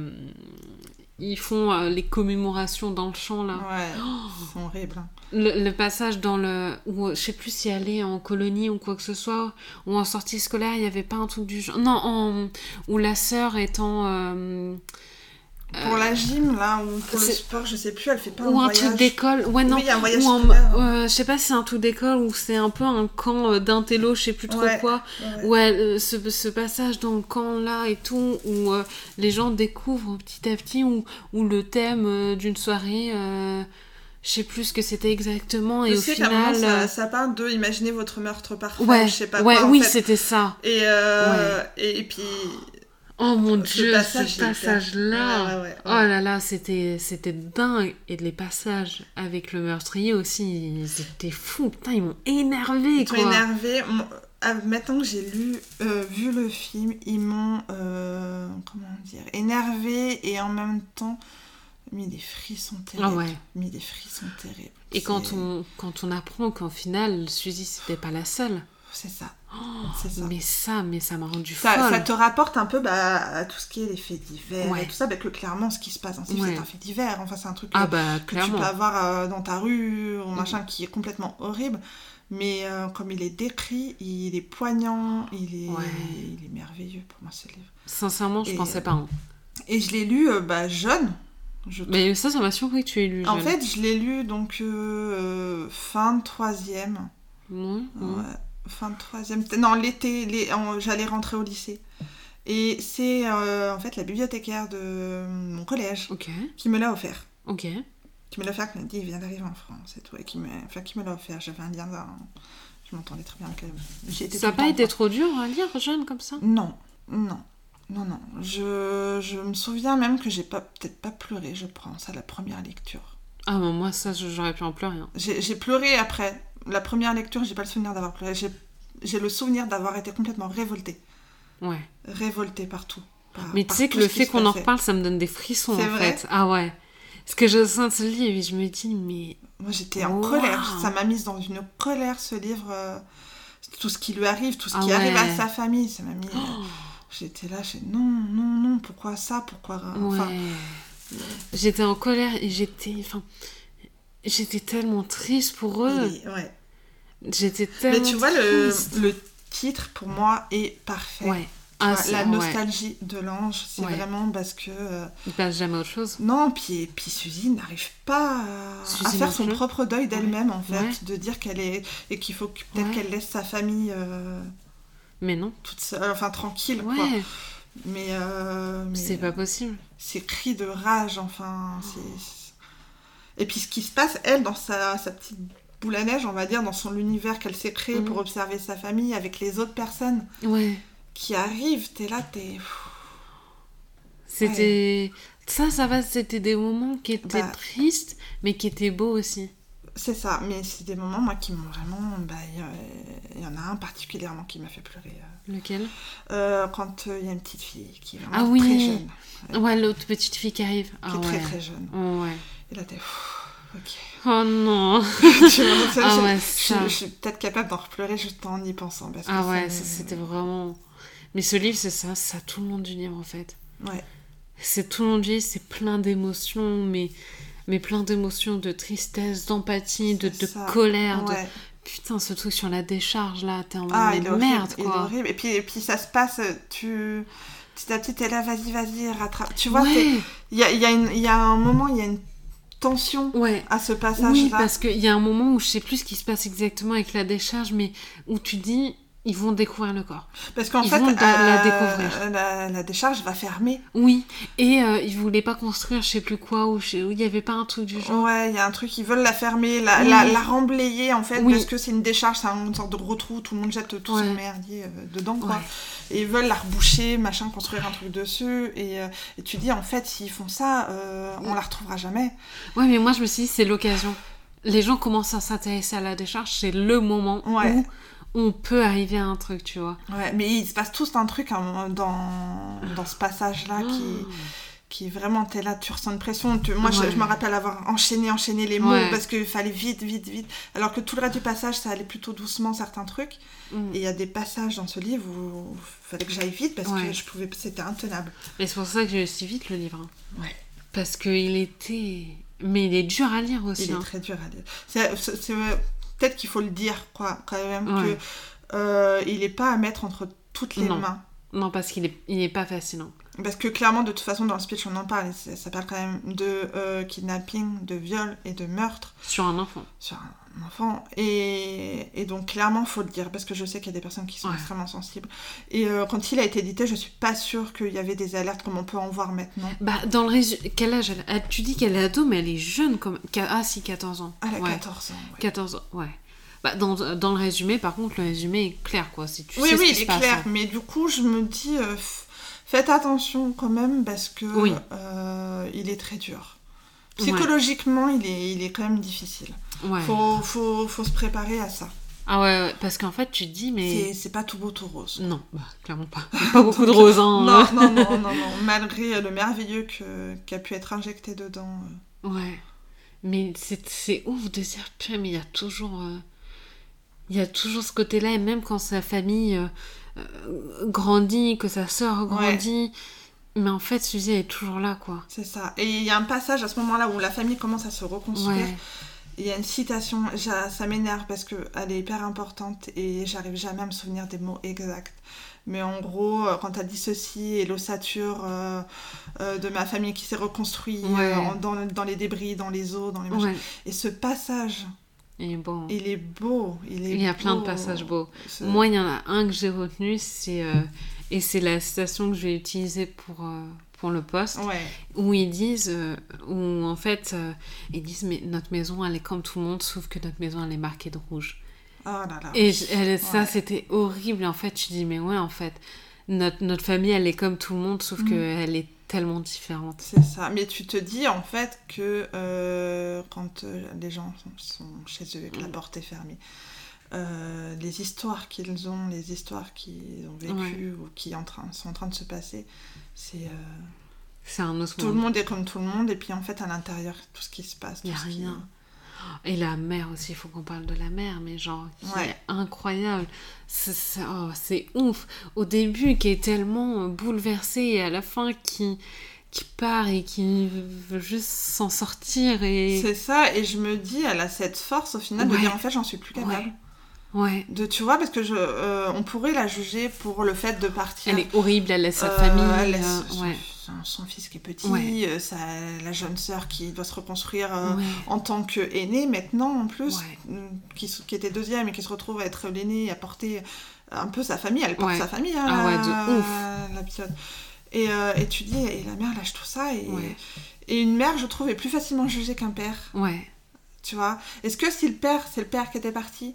les commémorations dans le champ là. Ouais, c'est horrible. Le passage où je sais plus si elle est en colonie ou quoi que ce soit, ou en sortie scolaire, il y avait pas un truc du genre. Non, où la sœur est en... pour la gym, là, ou pour le sport, je sais plus, elle fait pas un voyage. Ou un truc d'école. Ouais, non. Oui, un voyage scolaire. Je sais pas si c'est un truc d'école ou c'est un peu un camp d'intello, je sais plus trop quoi. Ouais. Où ce passage dans le camp là et tout, où les gens découvrent petit à petit, où le thème d'une soirée... je sais plus ce que c'était exactement, et au final... ça parle de imaginer votre meurtre parfait, je sais pas quoi, en oui, fait. C'était ça. Et puis... Oh mon Dieu, ce passage-là. Ouais. Oh là là, c'était dingue. Et les passages avec le meurtrier aussi, ils étaient fous. Putain, ils m'ont énervé, quoi. Ils m'ont énervé. Maintenant que j'ai vu le film, ils m'ont, énervé et en même temps... mis des frissons terribles. Et quand on apprend qu'en final, Suzy, c'était pas la seule. C'est ça. Mais ça m'a rendu folle. Ça te rapporte un peu à tout ce qui est les faits divers et tout ça. Que clairement, ce qui se passe dans c'est un fait divers. Enfin, c'est un truc que tu peux avoir dans ta rue, ou machin, qui est complètement horrible. Mais comme il est décrit, il est poignant, il est merveilleux pour moi, ce livre. Sincèrement, je pensais pas. Et je l'ai lu jeune. Mais ça m'a surpris que tu aies lu jeune. En fait, je l'ai lu donc fin de 3e. Fin de 3e. Non, l'été, j'allais rentrer au lycée. Et c'est en fait la bibliothécaire de mon collège qui me l'a offert. Ok. Qui me l'a offert, qui m'a dit il vient d'arriver en France et tout. Et qui me l'a offert. J'avais un lien je m'entendais très bien avec elle. Ça n'a pas été trop dur à lire jeune comme ça ? Non. Je me souviens même que j'ai peut-être pas pleuré, je pense, à la première lecture. Ah, mais moi, ça, j'aurais pu en pleurer. J'ai pleuré après. La première lecture, j'ai pas le souvenir d'avoir pleuré. J'ai le souvenir d'avoir été complètement révoltée. Ouais. Révoltée partout. Mais tu sais que le fait qu'on en reparle, ça me donne des frissons, en fait. Ah ouais. Parce que je sens ce livre et je me dis, mais... Moi, j'étais en colère. Ça m'a mise dans une colère, ce livre. Tout ce qui lui arrive, tout ce qui arrive à sa famille. Ça m'a mis... J'étais là, non, pourquoi ça, pourquoi... Enfin, j'étais en colère et j'étais tellement triste pour eux. Ouais. J'étais tellement Mais tu vois, triste. le titre, pour moi, est parfait. Ouais. La nostalgie de l'ange, c'est vraiment parce que... il passe jamais autre chose. Non, puis Suzy n'arrive pas à faire son propre deuil d'elle-même, en fait. De dire qu'elle est... Et qu'il faut peut-être qu'elle laisse sa famille... mais non. Toute seule, enfin tranquille, quoi. Mais c'est pas possible. Ces cris de rage, enfin... Et puis ce qui se passe, elle, dans sa petite boule à neige, on va dire, dans son univers qu'elle s'est créé pour observer sa famille avec les autres personnes qui arrivent, c'était... Ça va, c'était des moments qui étaient tristes, mais qui étaient beaux aussi. C'est ça, mais c'est des moments, moi, qui m'ont vraiment... Il y en a un particulièrement qui m'a fait pleurer. Lequel ? Quand il y a une petite fille qui est vraiment très jeune. Ouais, l'autre petite fille qui arrive. Qui est très très jeune. Ouais. Et là, t'es... Ok. Oh non. Je suis peut-être capable d'en reppleurer juste en y pensant. Parce que c'était vraiment... Mais ce livre, c'est ça tout le long du livre, en fait. Ouais. C'est tout le long du livre, c'est plein d'émotions, mais plein d'émotions, de tristesse, d'empathie, de colère. Ouais. Putain, ce truc sur la décharge, là, t'es en mode merde, quoi. Il est horrible. Et puis ça se passe, petit à petit, t'es là, vas-y, rattrape. Tu vois, il y a un moment, il y a une tension à ce passage-là. Oui, parce qu'il y a un moment où je sais plus ce qui se passe exactement avec la décharge, mais où tu dis... Ils vont découvrir le corps. Parce qu'en fait, la découvrir. La décharge va fermer. Oui, et ils voulaient pas construire je sais plus quoi, où il y avait pas un truc du genre. Ouais, il y a un truc, ils veulent la fermer, la remblayer en fait, parce que c'est une décharge, c'est une sorte de gros trou, tout le monde jette tout son merdier dedans, quoi. Ouais. Et ils veulent la reboucher, machin, construire un truc dessus, et tu dis, en fait, s'ils font ça, on la retrouvera jamais. Ouais, mais moi je me suis dit, c'est l'occasion. Les gens commencent à s'intéresser à la décharge, c'est le moment où on peut arriver à un truc, tu vois. Ouais, mais il se passe tous un truc dans ce passage-là qui est vraiment, t'es là, tu ressens une pression. Moi, je me rappelle avoir enchaîné les mots parce qu'il fallait vite. Alors que tout le reste du passage, ça allait plutôt doucement, certains trucs. Et il y a des passages dans ce livre où il fallait que j'aille vite parce que c'était intenable. Et c'est pour ça que j'ai lu si vite le livre. Ouais. Parce qu'il était... Mais il est dur à lire aussi. Il est très dur à lire. C'est peut-être qu'il faut le dire, quoi, quand même, que il n'est pas à mettre entre toutes les mains. Non, parce qu'il est pas facile. Hein. Parce que clairement, de toute façon, dans le speech, on en parle. Ça parle quand même de kidnapping, de viol et de meurtre. Sur un enfant. Et donc, clairement, il faut le dire. Parce que je sais qu'il y a des personnes qui sont extrêmement sensibles. Et quand il a été édité, je ne suis pas sûre qu'il y avait des alertes comme on peut en voir maintenant. Bah, dans le résumé... Quel âge elle... Tu dis qu'elle est ado, mais elle est jeune comme... Ah si, 14 ans. Elle a 14 ans. 14 ans, Bah, dans le résumé, par contre, le résumé est clair, quoi. Si tu sais ce qui se passe. Oui, il est clair. Mais du coup, je me dis... Faites attention quand même parce que il est très dur. Psychologiquement, il est quand même difficile. Ouais. Faut se préparer à ça. Ah ouais, parce qu'en fait, tu te dis, mais... C'est pas tout beau, tout rose. Non, clairement pas. Pas beaucoup de rose, hein. Non. Malgré le merveilleux qui a pu être injecté dedans. Ouais. Mais c'est ouf de dire, putain, mais il y a toujours ce côté-là, et même quand sa famille... grandit, que sa sœur grandit, mais en fait Suzy est toujours là, quoi. C'est ça. Et il y a un passage à ce moment-là où la famille commence à se reconstruire. Il y a une citation, ça m'énerve parce qu'elle est hyper importante et j'arrive jamais à me souvenir des mots exacts. Mais en gros, quand elle dit ceci et l'ossature de ma famille qui s'est reconstruite dans les débris, dans les eaux, dans les machins. Et ce passage... Il est beau. Il y a plein de passages beaux. Moi, il y en a un que j'ai retenu, et c'est la citation que je vais utiliser pour le post, où ils disent, mais notre maison, elle est comme tout le monde, sauf que notre maison, elle est marquée de rouge. Oh là là. Et ça, c'était horrible. En fait, je dis, mais ouais, en fait, notre famille, elle est comme tout le monde, sauf qu'elle est tellement différente. C'est ça. Mais tu te dis, en fait, que quand les gens sont chez eux et que la porte est fermée, les histoires qu'ils ont, les histoires qu'ils ont vécues ou qui sont en train de se passer, c'est un autre tout monde. Le monde est comme tout le monde, et puis en fait, à l'intérieur, tout ce qui se passe... Il n'y a rien. Et la mère aussi, il faut qu'on parle de la mère, mais genre, qui est incroyable. C'est ouf. Au début, qui est tellement bouleversée, et à la fin, qui part et qui veut juste s'en sortir. C'est ça, et je me dis, elle a cette force, au final, de dire, en fait, j'en suis plus capable. Ouais. Tu vois, parce que on pourrait la juger pour le fait de partir. Elle est horrible, elle laisse sa famille. Elle laisse son fils qui est petit, la jeune sœur qui doit se reconstruire en tant qu'aînée maintenant en plus, qui était deuxième et qui se retrouve à être l'aînée et à porter un peu sa famille. Elle porte sa famille, de ouf. La pilote. Et tu dis, et la mère lâche tout ça, et une mère, je trouve, est plus facilement jugée qu'un père. Ouais. Tu vois ? Est-ce que si c'est le père qui était parti,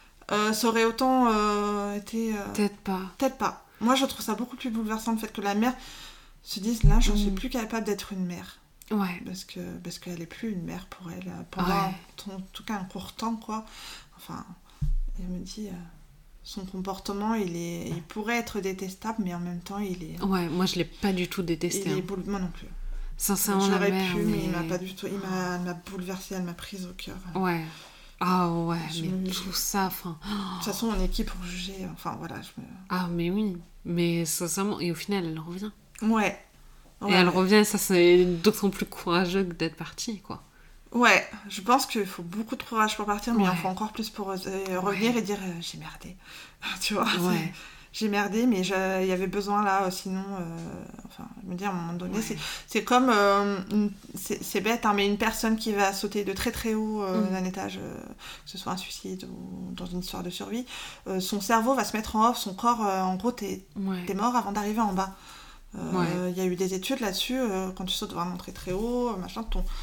ça aurait autant été... Peut-être pas. Moi, je trouve ça beaucoup plus bouleversant, le fait que la mère se dise, là, je ne suis plus capable d'être une mère. Ouais. Parce qu'elle n'est plus une mère pour elle, pendant, en tout cas, un court temps, quoi. Enfin, elle me dit... son comportement, il pourrait être détestable, mais en même temps, il est... Ouais, moi, je l'ai pas du tout détesté. Moi non plus. Sincèrement, j'aurais la mère, pu, mais il m'a pas du tout... Elle m'a bouleversée, elle m'a prise au cœur. Ouais. Ah ouais, mais tout ça, enfin... De toute façon, on est qui pour juger, enfin, voilà. Ah, mais oui. Mais sincèrement, et au final, elle revient. Ouais. Et elle revient, ça, c'est d'autant plus courageux que d'être partie, quoi. Ouais, je pense qu'il faut beaucoup de courage pour partir, mais il en faut encore plus pour revenir et dire j'ai merdé. Tu vois, j'ai merdé, mais il y avait besoin là, sinon, je me dis à un moment donné, c'est comme, c'est bête, hein, mais une personne qui va sauter de très très haut d'un étage, que ce soit un suicide ou dans une histoire de survie, son cerveau va se mettre en off, son corps, en gros, t'es mort avant d'arriver en bas. Y a eu des études là-dessus, quand tu sautes vraiment très très haut, machin,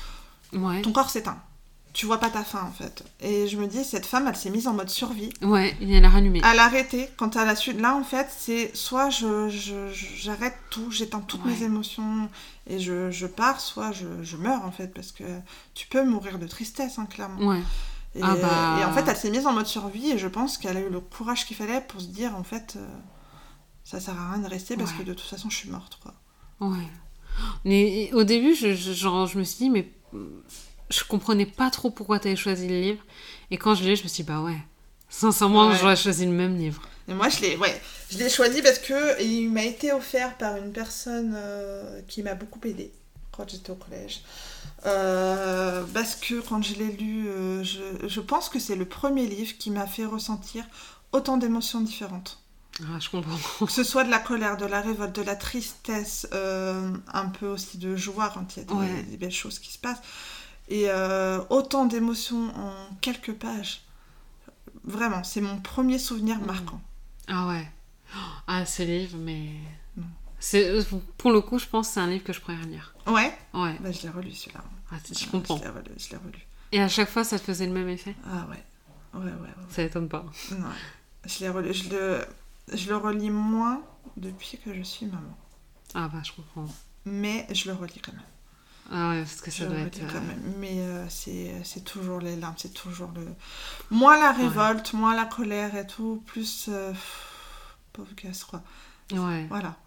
ton corps s'éteint. Tu vois pas ta fin en fait. Et je me dis, cette femme, elle s'est mise en mode survie. Ouais, et elle a rallumé. Elle a arrêté quand elle a su. Là en fait, c'est soit j'arrête tout, j'éteins toutes mes émotions et je pars, soit je meurs en fait, parce que tu peux mourir de tristesse, hein, clairement. Ouais. Et en fait, elle s'est mise en mode survie et je pense qu'elle a eu le courage qu'il fallait pour se dire en fait, ça sert à rien de rester parce que de toute façon, je suis morte, quoi. Ouais. Mais au début, je me suis dit, mais je comprenais pas trop pourquoi t'avais choisi le livre. Et quand je l'ai, je me suis dit, bah ouais, sincèrement, j'aurais choisi le même livre. Et moi, je l'ai choisi parce que il m'a été offert par une personne qui m'a beaucoup aidée quand j'étais au collège. Parce que quand je l'ai lu, je pense que c'est le premier livre qui m'a fait ressentir autant d'émotions différentes. Ah, je comprends. Que ce soit de la colère, de la révolte, de la tristesse, un peu aussi de joie quand il y a des belles choses qui se passent. Et autant d'émotions en quelques pages. Vraiment, c'est mon premier souvenir marquant. Ah ouais. Ah, ce livre, mais... Pour le coup, je pense que c'est un livre que je pourrais relire. Ouais. Bah, je l'ai relu, celui-là. Ah, je comprends. Je l'ai relu. Et à chaque fois, ça te faisait le même effet ? Ah ouais. Ça m'étonne pas. Non, je l'ai relu. Je le relis moins depuis que je suis maman. Ah bah, je comprends. Mais je le relis quand même. Ah ouais, parce que ça doit être... quand même. Mais c'est toujours les larmes, c'est toujours le... Moins la révolte, moins la colère et tout, plus... pauvre gosse, quoi. Ouais. Voilà.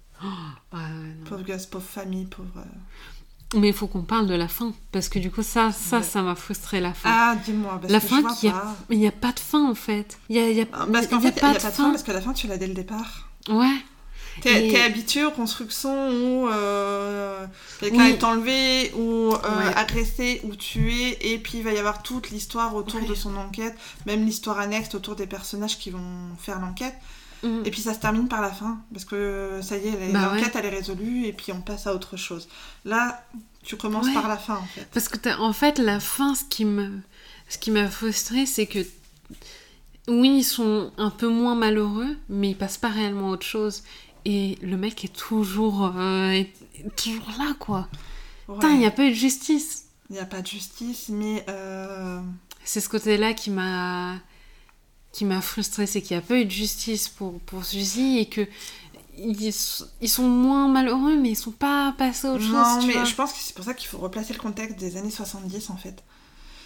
Pauvre gosse, pauvre famille, pauvre... Mais il faut qu'on parle de la fin, parce que du coup, ça m'a frustré, la fin. Ah, dis-moi, parce la que fin je vois pas. Il n'y a pas de fin, en fait. Parce qu'en fait, il n'y a pas de fin, parce que la fin, tu l'as dès le départ. Ouais. T'es habitué aux constructions où quelqu'un est enlevé, ou agressé, ou tué, et puis il va y avoir toute l'histoire autour de son enquête, même l'histoire annexe autour des personnages qui vont faire l'enquête. Et puis ça se termine par la fin, parce que ça y est, l'enquête elle est résolue, et puis on passe à autre chose. Là, tu commences par la fin, en fait. Parce que en fait, la fin, ce qui m'a frustrée, c'est que oui, ils sont un peu moins malheureux, mais ils passent pas réellement à autre chose. Et le mec est toujours là, quoi. Putain, il n'y a pas eu de justice. Il n'y a pas de justice, mais... C'est ce côté-là qui m'a frustrée, c'est qu'il n'y a pas eu de justice pour celui-ci, et que ils sont moins malheureux, mais ils sont pas passés à autre chose. Non, mais je pense que c'est pour ça qu'il faut replacer le contexte des années 70, en fait.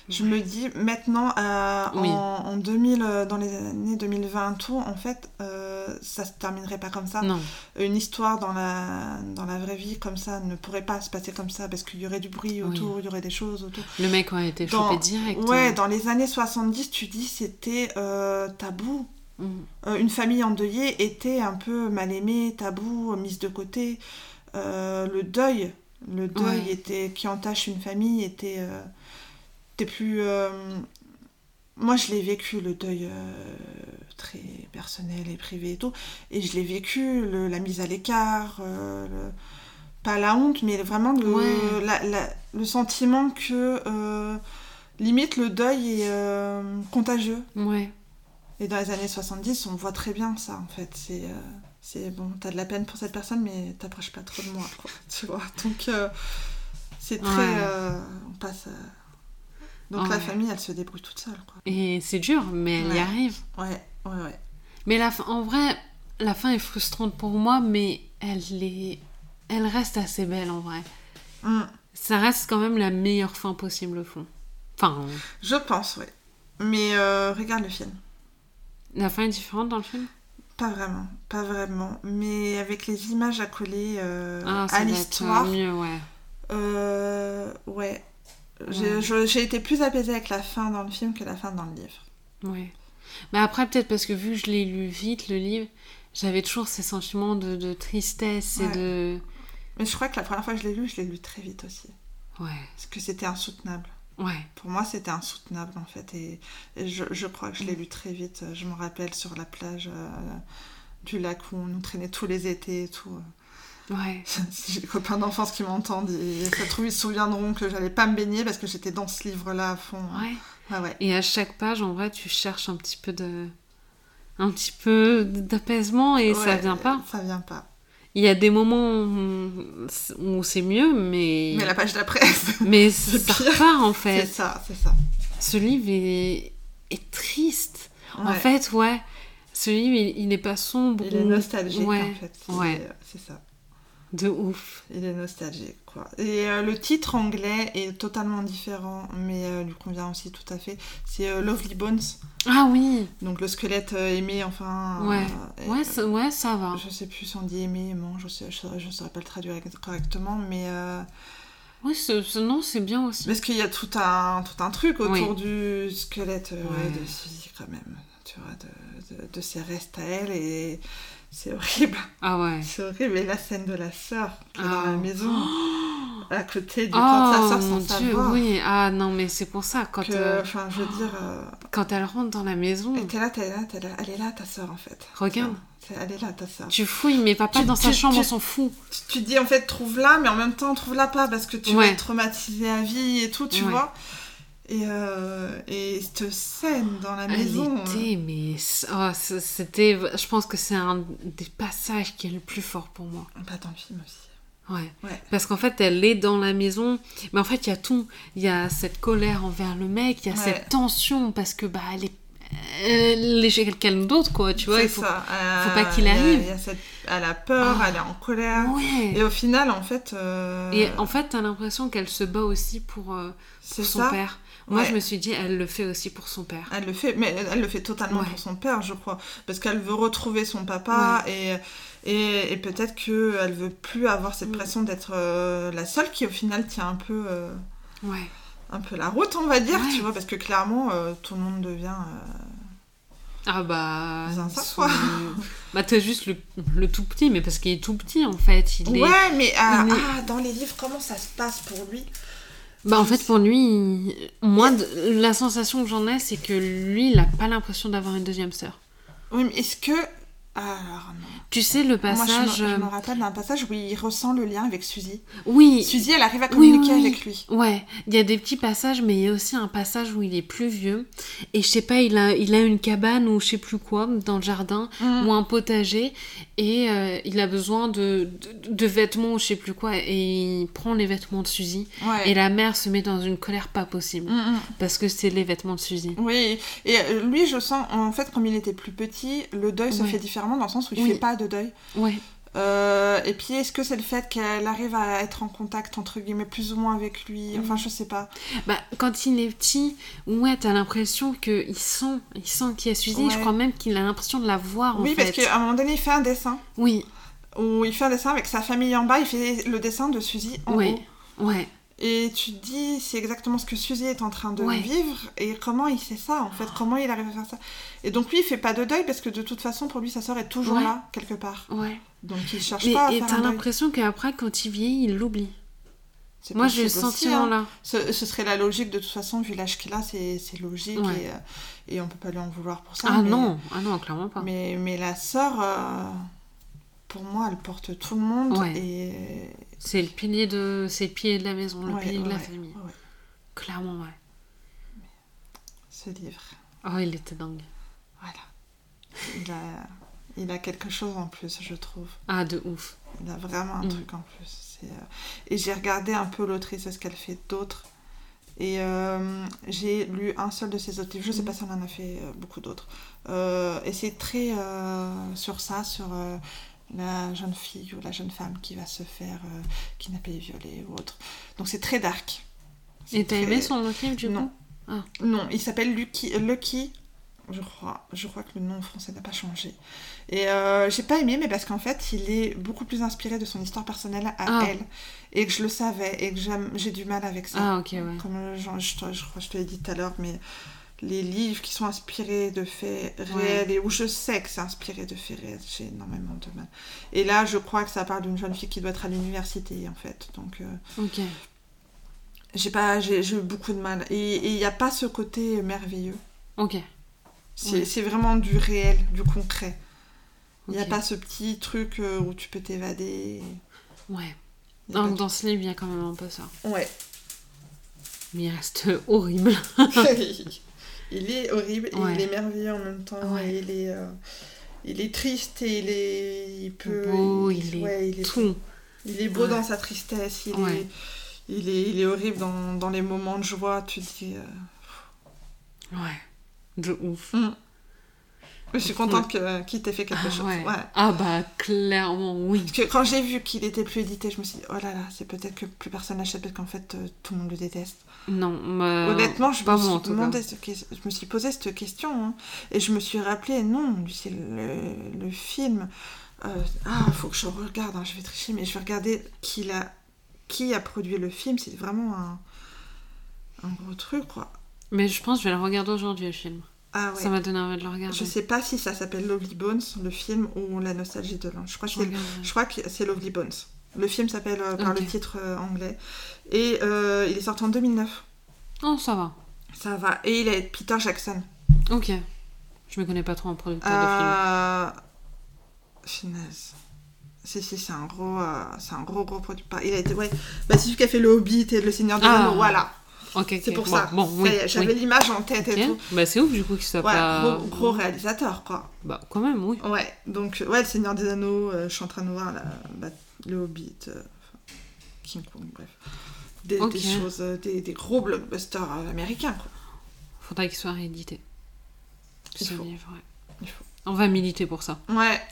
Je me dis, maintenant, en 2000, dans les années 2020, tout, en fait, ça se terminerait pas comme ça. Non. Une histoire dans la vraie vie, comme ça, ne pourrait pas se passer comme ça, parce qu'il y aurait du bruit autour, il y aurait des choses autour. Le mec aurait été chopé direct. Ouais, dans les années 70, tu dis, c'était tabou. Une famille endeuillée était un peu mal aimée, tabou, mise de côté. Le deuil qui entache une famille était plus... Moi, je l'ai vécu, le deuil très personnel et privé et tout, et je l'ai vécu, la mise à l'écart, pas la honte, mais vraiment le sentiment que limite le deuil est contagieux. Ouais. Et dans les années 70, on voit très bien ça, en fait. C'est bon, t'as de la peine pour cette personne, mais t'approches pas trop de moi, quoi, tu vois. Donc, c'est très... on passe... Donc la famille, elle se débrouille toute seule, quoi. Et c'est dur, mais elle y arrive. Ouais. Mais en vrai, la fin est frustrante pour moi, mais elle reste assez belle, en vrai. Ça reste quand même la meilleure fin possible, au fond. Enfin... Je pense, ouais. Mais regarde le film. La fin est différente dans le film ? Pas vraiment. Mais avec les images accolées à l'histoire... mieux, ouais. J'ai été plus apaisée avec la fin dans le film que la fin dans le livre. Ouais. Mais après, peut-être parce que vu que je l'ai lu vite, le livre, j'avais toujours ces sentiments de tristesse et de... Mais je crois que la première fois que je l'ai lu très vite aussi. Ouais. Parce que c'était insoutenable. Ouais. Pour moi, c'était insoutenable, en fait. Et je crois que je l'ai lu très vite. Je me rappelle sur la plage du lac où on nous traînait tous les étés et tout. Ouais. Si j'ai des copains d'enfance qui m'entendent, ça se trouve, ils se souviendront que j'allais pas me baigner parce que j'étais dans ce livre-là à fond. Ouais. Et à chaque page, en vrai, tu cherches un petit peu d'apaisement et ça vient pas. Ça vient pas. Il y a des moments où c'est mieux, mais... Mais la page d'après... Mais ça repart, en fait. C'est ça. Ce livre est triste. Ouais. En fait, ce livre, il n'est pas sombre. Il est nostalgique, en fait. C'est ça. De ouf. Il est nostalgique, quoi. Et le titre anglais est totalement différent, mais lui convient aussi tout à fait. C'est Lovely Bones. Ah oui. Donc le squelette aimé, enfin... ça va. Je sais plus si on dit aimé, aimant, je saurais pas le traduire correctement, mais... Oui, non, c'est bien aussi. Parce qu'il y a tout un truc autour du squelette de Suzy, quand même. Tu vois, de ses restes à elle, et... C'est horrible. Ah ouais. C'est horrible. Et la scène de la sœur qui est dans la maison, à côté du corps de sa sœur sans savoir. Oui, non, mais c'est pour ça. Enfin, je veux dire... Quand elle rentre dans la maison... Et t'es là, elle est là, ta sœur, en fait. Regarde. Elle est là, ta sœur. Tu fouilles, mais papa dans sa chambre, on s'en fout. Tu te dis, en fait, trouve-la, mais en même temps, trouve-la pas, parce que tu vas être traumatisée à vie et tout, tu vois. Et cette scène dans la maison... c'était... Je pense que c'est un des passages qui est le plus fort pour moi. Pas dans le film aussi. Ouais. Parce qu'en fait, elle est dans la maison, mais en fait, il y a tout. Il y a cette colère envers le mec, il y a cette tension, parce que elle est chez quelqu'un d'autre, quoi, tu vois. Faut pas qu'il arrive. Elle a peur, elle est en colère. Ouais. Et au final, en fait... Et en fait, t'as l'impression qu'elle se bat aussi pour son père. Moi, je me suis dit, elle le fait aussi pour son père. Elle le fait, mais elle le fait totalement pour son père, je crois. Parce qu'elle veut retrouver son papa et peut-être qu'elle veut plus avoir cette pression d'être la seule qui, au final, tient un peu la route, on va dire, tu vois, parce que clairement, tout le monde devient... t'as juste le tout petit, mais parce qu'il est tout petit, en fait. Mais dans les livres, comment ça se passe pour lui ? En fait, pour lui, la sensation que j'en ai, c'est que lui, il a pas l'impression d'avoir une deuxième sœur. Oui, mais est-ce que... Alors, non. Tu sais, le passage... Moi, je me rappelle d'un passage où il ressent le lien avec Suzy. Oui. Suzy, elle arrive à communiquer avec lui. Ouais, il y a des petits passages, mais il y a aussi un passage où il est plus vieux. Et je sais pas, il a une cabane ou je sais plus quoi, dans le jardin, ou un potager. Et il a besoin de vêtements ou je sais plus quoi. Et il prend les vêtements de Suzy. Ouais. Et la mère se met dans une colère pas possible. Parce que c'est les vêtements de Suzy. Oui, et lui, je sens, en fait, comme il était plus petit, le deuil se fait différemment dans le sens où il fait pas de deuil. Ouais. Et puis, est-ce que c'est le fait qu'elle arrive à être en contact, entre guillemets, plus ou moins avec lui ? Enfin, je sais pas. Bah, quand il est petit, ouais, t'as l'impression qu'il sent qu'il y a Suzy. Ouais. Je crois même qu'il a l'impression de la voir, en fait. Oui, parce qu'à un moment donné, il fait un dessin. Oui. Où il fait un dessin avec sa famille en bas, il fait le dessin de Suzy en haut. Ouais. Et tu te dis, c'est exactement ce que Suzy est en train de Ouais. vivre, et comment il sait ça, en fait, comment il arrive à faire ça. Et donc lui, il fait pas de deuil, parce que de toute façon, pour lui, sa sœur est toujours Ouais. là, quelque part. Ouais. Donc il cherche pas à Et faire t'as un deuil. l'impression qu'après, quand il vieillit, il l'oublie. C'est Moi, j'ai le possible aussi, sentiment hein. là. Ce serait la logique, de toute façon, vu l'âge qu'il a, c'est logique, Ouais. et on peut pas lui en vouloir pour ça. Ah mais... non, clairement pas. Mais la sœur, pour moi, elle porte tout le monde, Ouais. et... C'est le pilier de la maison, le pilier de la ouais, famille. ouais. Clairement, ouais. Ce livre, Oh, il était dingue. voilà. Il a quelque chose en plus, je trouve. Ah, de ouf. Il a vraiment un truc en plus. Et j'ai regardé un peu l'autrice, ce qu'elle fait d'autre. Et j'ai lu un seul de ses autres livres. Je sais pas si on en a fait beaucoup d'autres. Et c'est très sur ça, sur la jeune fille ou la jeune femme qui va se faire kidnapper et violer ou autre. Donc c'est très dark. Et t'as aimé son autre livre, du Non. coup ? Ah. Non, il s'appelle Lucky, je crois. Je crois que le nom français n'a pas changé. Et j'ai pas aimé, mais parce qu'en fait, il est beaucoup plus inspiré de son histoire personnelle à elle. Et que je le savais, et que j'ai du mal avec ça. Ah, ok, ouais. Comme je crois que je te l'ai dit tout à l'heure, mais les livres qui sont inspirés de faits réels, et où je sais que c'est inspiré de faits réels, j'ai énormément de mal. Et là, je crois que ça parle d'une jeune fille qui doit être à l'université, en fait. Donc... Ok. J'ai eu beaucoup de mal. Et il n'y a pas ce côté merveilleux. Ok. C'est vraiment du réel, du concret. Il n'y a Ok. pas ce petit truc où tu peux t'évader. Ouais. Il y a Donc, pas dans ce livre, il y a quand même un peu ça. Ouais. Mais il reste horrible. Il est horrible et Ouais. il est merveilleux en même temps. Ouais. Et il est triste et il peut... Beau, il est tout. Il est beau Ouais. dans sa tristesse. Ouais. Il est horrible dans les moments de joie. Tu te dis... Ouais. De ouf. Je suis contente qu'il t'ait fait quelque chose. Ouais. Ouais. Ah bah, clairement, oui. Parce que quand j'ai vu qu'il était plus édité, je me suis dit, oh là là, c'est peut-être que plus personne l'achète parce qu'en fait, tout le monde le déteste. Non, Honnêtement, je pas me moi, en suis tout demandé, je me suis posé cette question, hein, et je me suis rappelé, non, lui, c'est le film. Faut que je regarde, hein, je vais tricher, mais je vais regarder qui a produit le film. C'est vraiment un gros truc, quoi. Mais je pense que je vais le regarder aujourd'hui, le film. Ah ouais. Ça m'a donné envie de le regarder. Je sais pas si ça s'appelle Lovely Bones, le film, ou La nostalgie de l'ange. Je crois que c'est Lovely Bones. Le film s'appelle par le titre anglais. Et il est sorti en 2009. Oh, ça va. Ça va. Et il est avec Peter Jackson. Ok. Je me connais pas trop en producteur de film. Finesse. Si, c'est un gros producteur. Il a été, ouais. Bah, c'est celui qui a fait Le Hobbit et Le Seigneur des Anneaux, voilà. Ok. C'est pour ça. Bon, oui. J'avais l'image en tête et tout. Bah, c'est ouf, du coup, qu'il soit pas... Gros réalisateur, quoi. Bah, quand même, oui. Ouais, donc, Le Seigneur des Anneaux, je suis en train de voir Le Hobbit, King Kong, bref. Des choses, des gros blockbusters américains, quoi. Faudrait qu'il soit réédité. Il Ce faut. livre, ouais. Il faut. On va militer pour ça. Ouais.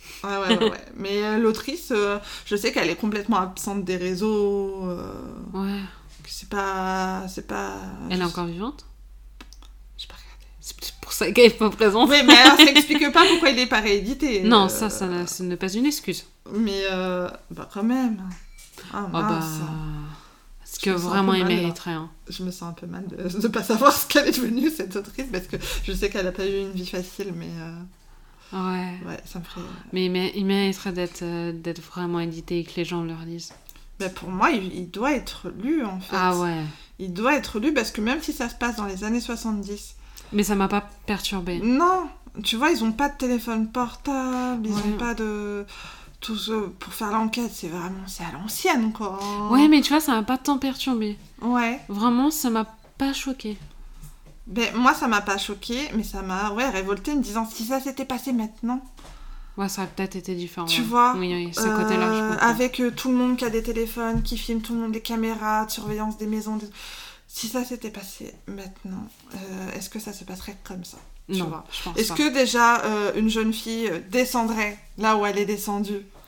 Mais l'autrice, je sais qu'elle est complètement absente des réseaux. Ouais. C'est pas... Elle est encore vivante ? J'ai pas regardé. C'est peut-être pour ça qu'elle est pas présente. Oui, mais alors, ça explique pas pourquoi il est pas réédité. Non, ça n'est pas une excuse. Mais, quand même. Ah, Oh, mince. Parce que vraiment, il mériterait. Hein. Je me sens un peu mal de pas savoir ce qu'elle est devenue, cette autrice, parce que je sais qu'elle a pas eu une vie facile, mais... Ouais, ça me ferait... Mais il mériterait d'être vraiment édité et que les gens le relisent. Mais pour moi, il doit être lu, en fait. Ah ouais. Il doit être lu, parce que même si ça se passe dans les années 70... Mais ça m'a pas perturbée. Non, tu vois, ils ont pas de téléphone portable, ils ont pas de... Tout ça, pour faire l'enquête, c'est à l'ancienne, quoi. Ouais, mais tu vois, ça m'a pas tant perturbée. Ouais. Vraiment, ça m'a pas choquée. Ben, moi, ça m'a pas choquée, mais ça m'a révoltée, me disant, si ça s'était passé maintenant... Ouais, ça aurait peut-être été différent. Tu vois, oui, ce côté-là, je comprends. avec tout le monde qui a des téléphones, qui filme tout le monde, des caméras de surveillance des maisons... Si ça s'était passé maintenant, est-ce que ça se passerait comme ça ? Non, je pense Est-ce que déjà une jeune fille descendrait là où elle est descendue ?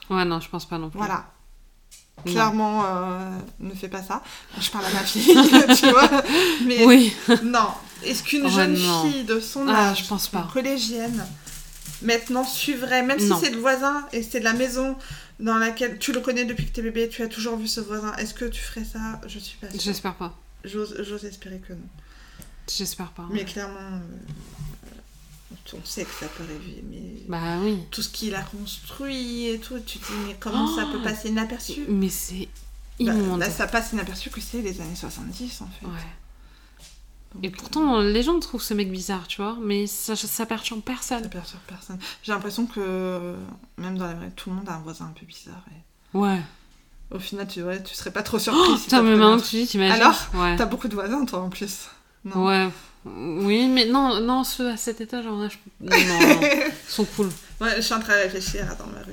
Ouais, non, je pense pas non plus. Voilà. Non. Clairement, ne fais pas ça. Je parle à ma fille, tu vois. Mais Oui. non. Est-ce qu'une Ouais, jeune non. fille de son Ah, âge, je pense pas. collégienne, maintenant suivrait, même Non. si c'est le voisin et c'est de la maison dans laquelle tu le connais depuis que t'es bébé, tu as toujours vu ce voisin, est-ce que tu ferais ça? Je suis pas sûre. J'espère pas. J'ose espérer que non. J'espère pas. Mais clairement, on sait que ça peut arriver, mais Bah oui. tout ce qu'il a construit et tout, tu te dis, mais comment ça peut passer inaperçu? Mais c'est immonde. Là, ça passe inaperçu que c'est les années 70, en fait. Ouais. Donc, Et pourtant, les gens trouvent ce mec bizarre, tu vois, mais ça perturbe personne. ça perturbe personne. J'ai l'impression que, même dans la vraie, tout le monde a un voisin un peu bizarre. Et... Ouais. Au final, tu serais pas trop surpris. Si Putain, mais maintenant que tu dis, t'imagines. Alors, ouais. t'as beaucoup de voisins, toi, en plus. Non. Ouais. Oui, mais non, ceux à cet étage, en vrai, non, ils sont cool. Ouais, je suis en train de réfléchir dans ma rue.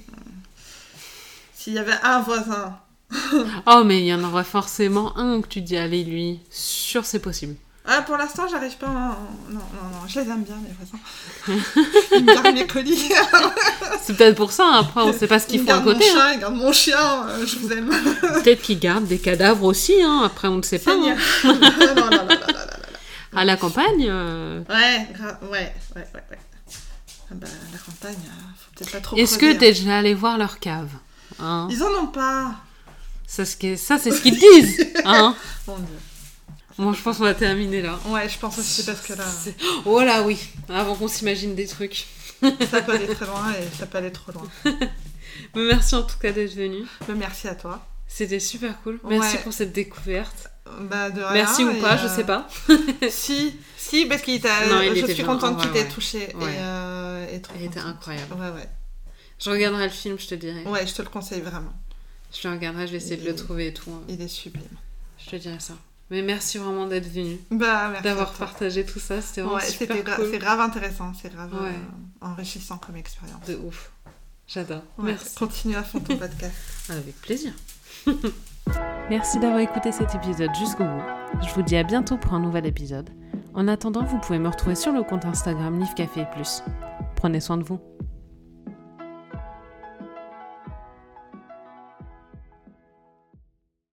S'il y avait un voisin. Oh, mais il y en aurait forcément un que tu dis, allez, lui, sûr, c'est possible. Ah, pour l'instant, j'arrive pas. Non, je les aime bien, mes voisins. Ils me gardent mes colis. C'est peut-être pour ça, après, on sait pas ce qu'ils font à côté. Ils gardent mon chien, je vous aime. Peut-être qu'ils gardent des cadavres aussi, hein, après, on ne sait pas. Seigneur. Hein. Non. À la campagne Ouais. Ah bah, la campagne, faut peut-être pas trop Est-ce creuser, que t'es déjà allé voir leur cave, hein? Ils en ont pas. Ça, c'est ce qu'ils disent, hein? Mon Dieu. Bon, je pense qu'on va terminer là. Ouais, je pense aussi parce que là... Oh là, oui, avant qu'on s'imagine des trucs. Ça peut aller très loin et ça peut aller trop loin. Mais merci en tout cas d'être venu. Merci à toi. C'était super cool. Merci Ouais. pour cette découverte. Bah, de rien. Merci ou pas, je sais pas. Si, parce qu'il je suis contente qu'il t'ait touché. Ouais. Et trop Il était contente. incroyable. Ouais. Je regarderai le film, je te dirai. Ouais, je te le conseille vraiment. Je le regarderai, je vais essayer de le trouver et tout. Il est sublime. Je te dirai ça. Mais merci vraiment d'être venu. Bah, merci. D'avoir partagé tout ça, c'était vraiment super cool. C'est grave intéressant, c'est grave Ouais. enrichissant comme expérience. De ouf. J'adore. Ouais, Merci. continue à fond ton podcast. Avec plaisir. Merci d'avoir écouté cet épisode jusqu'au bout. Je vous dis à bientôt pour un nouvel épisode. En attendant, vous pouvez me retrouver sur le compte Instagram Livre Café et Plus. Prenez soin de vous.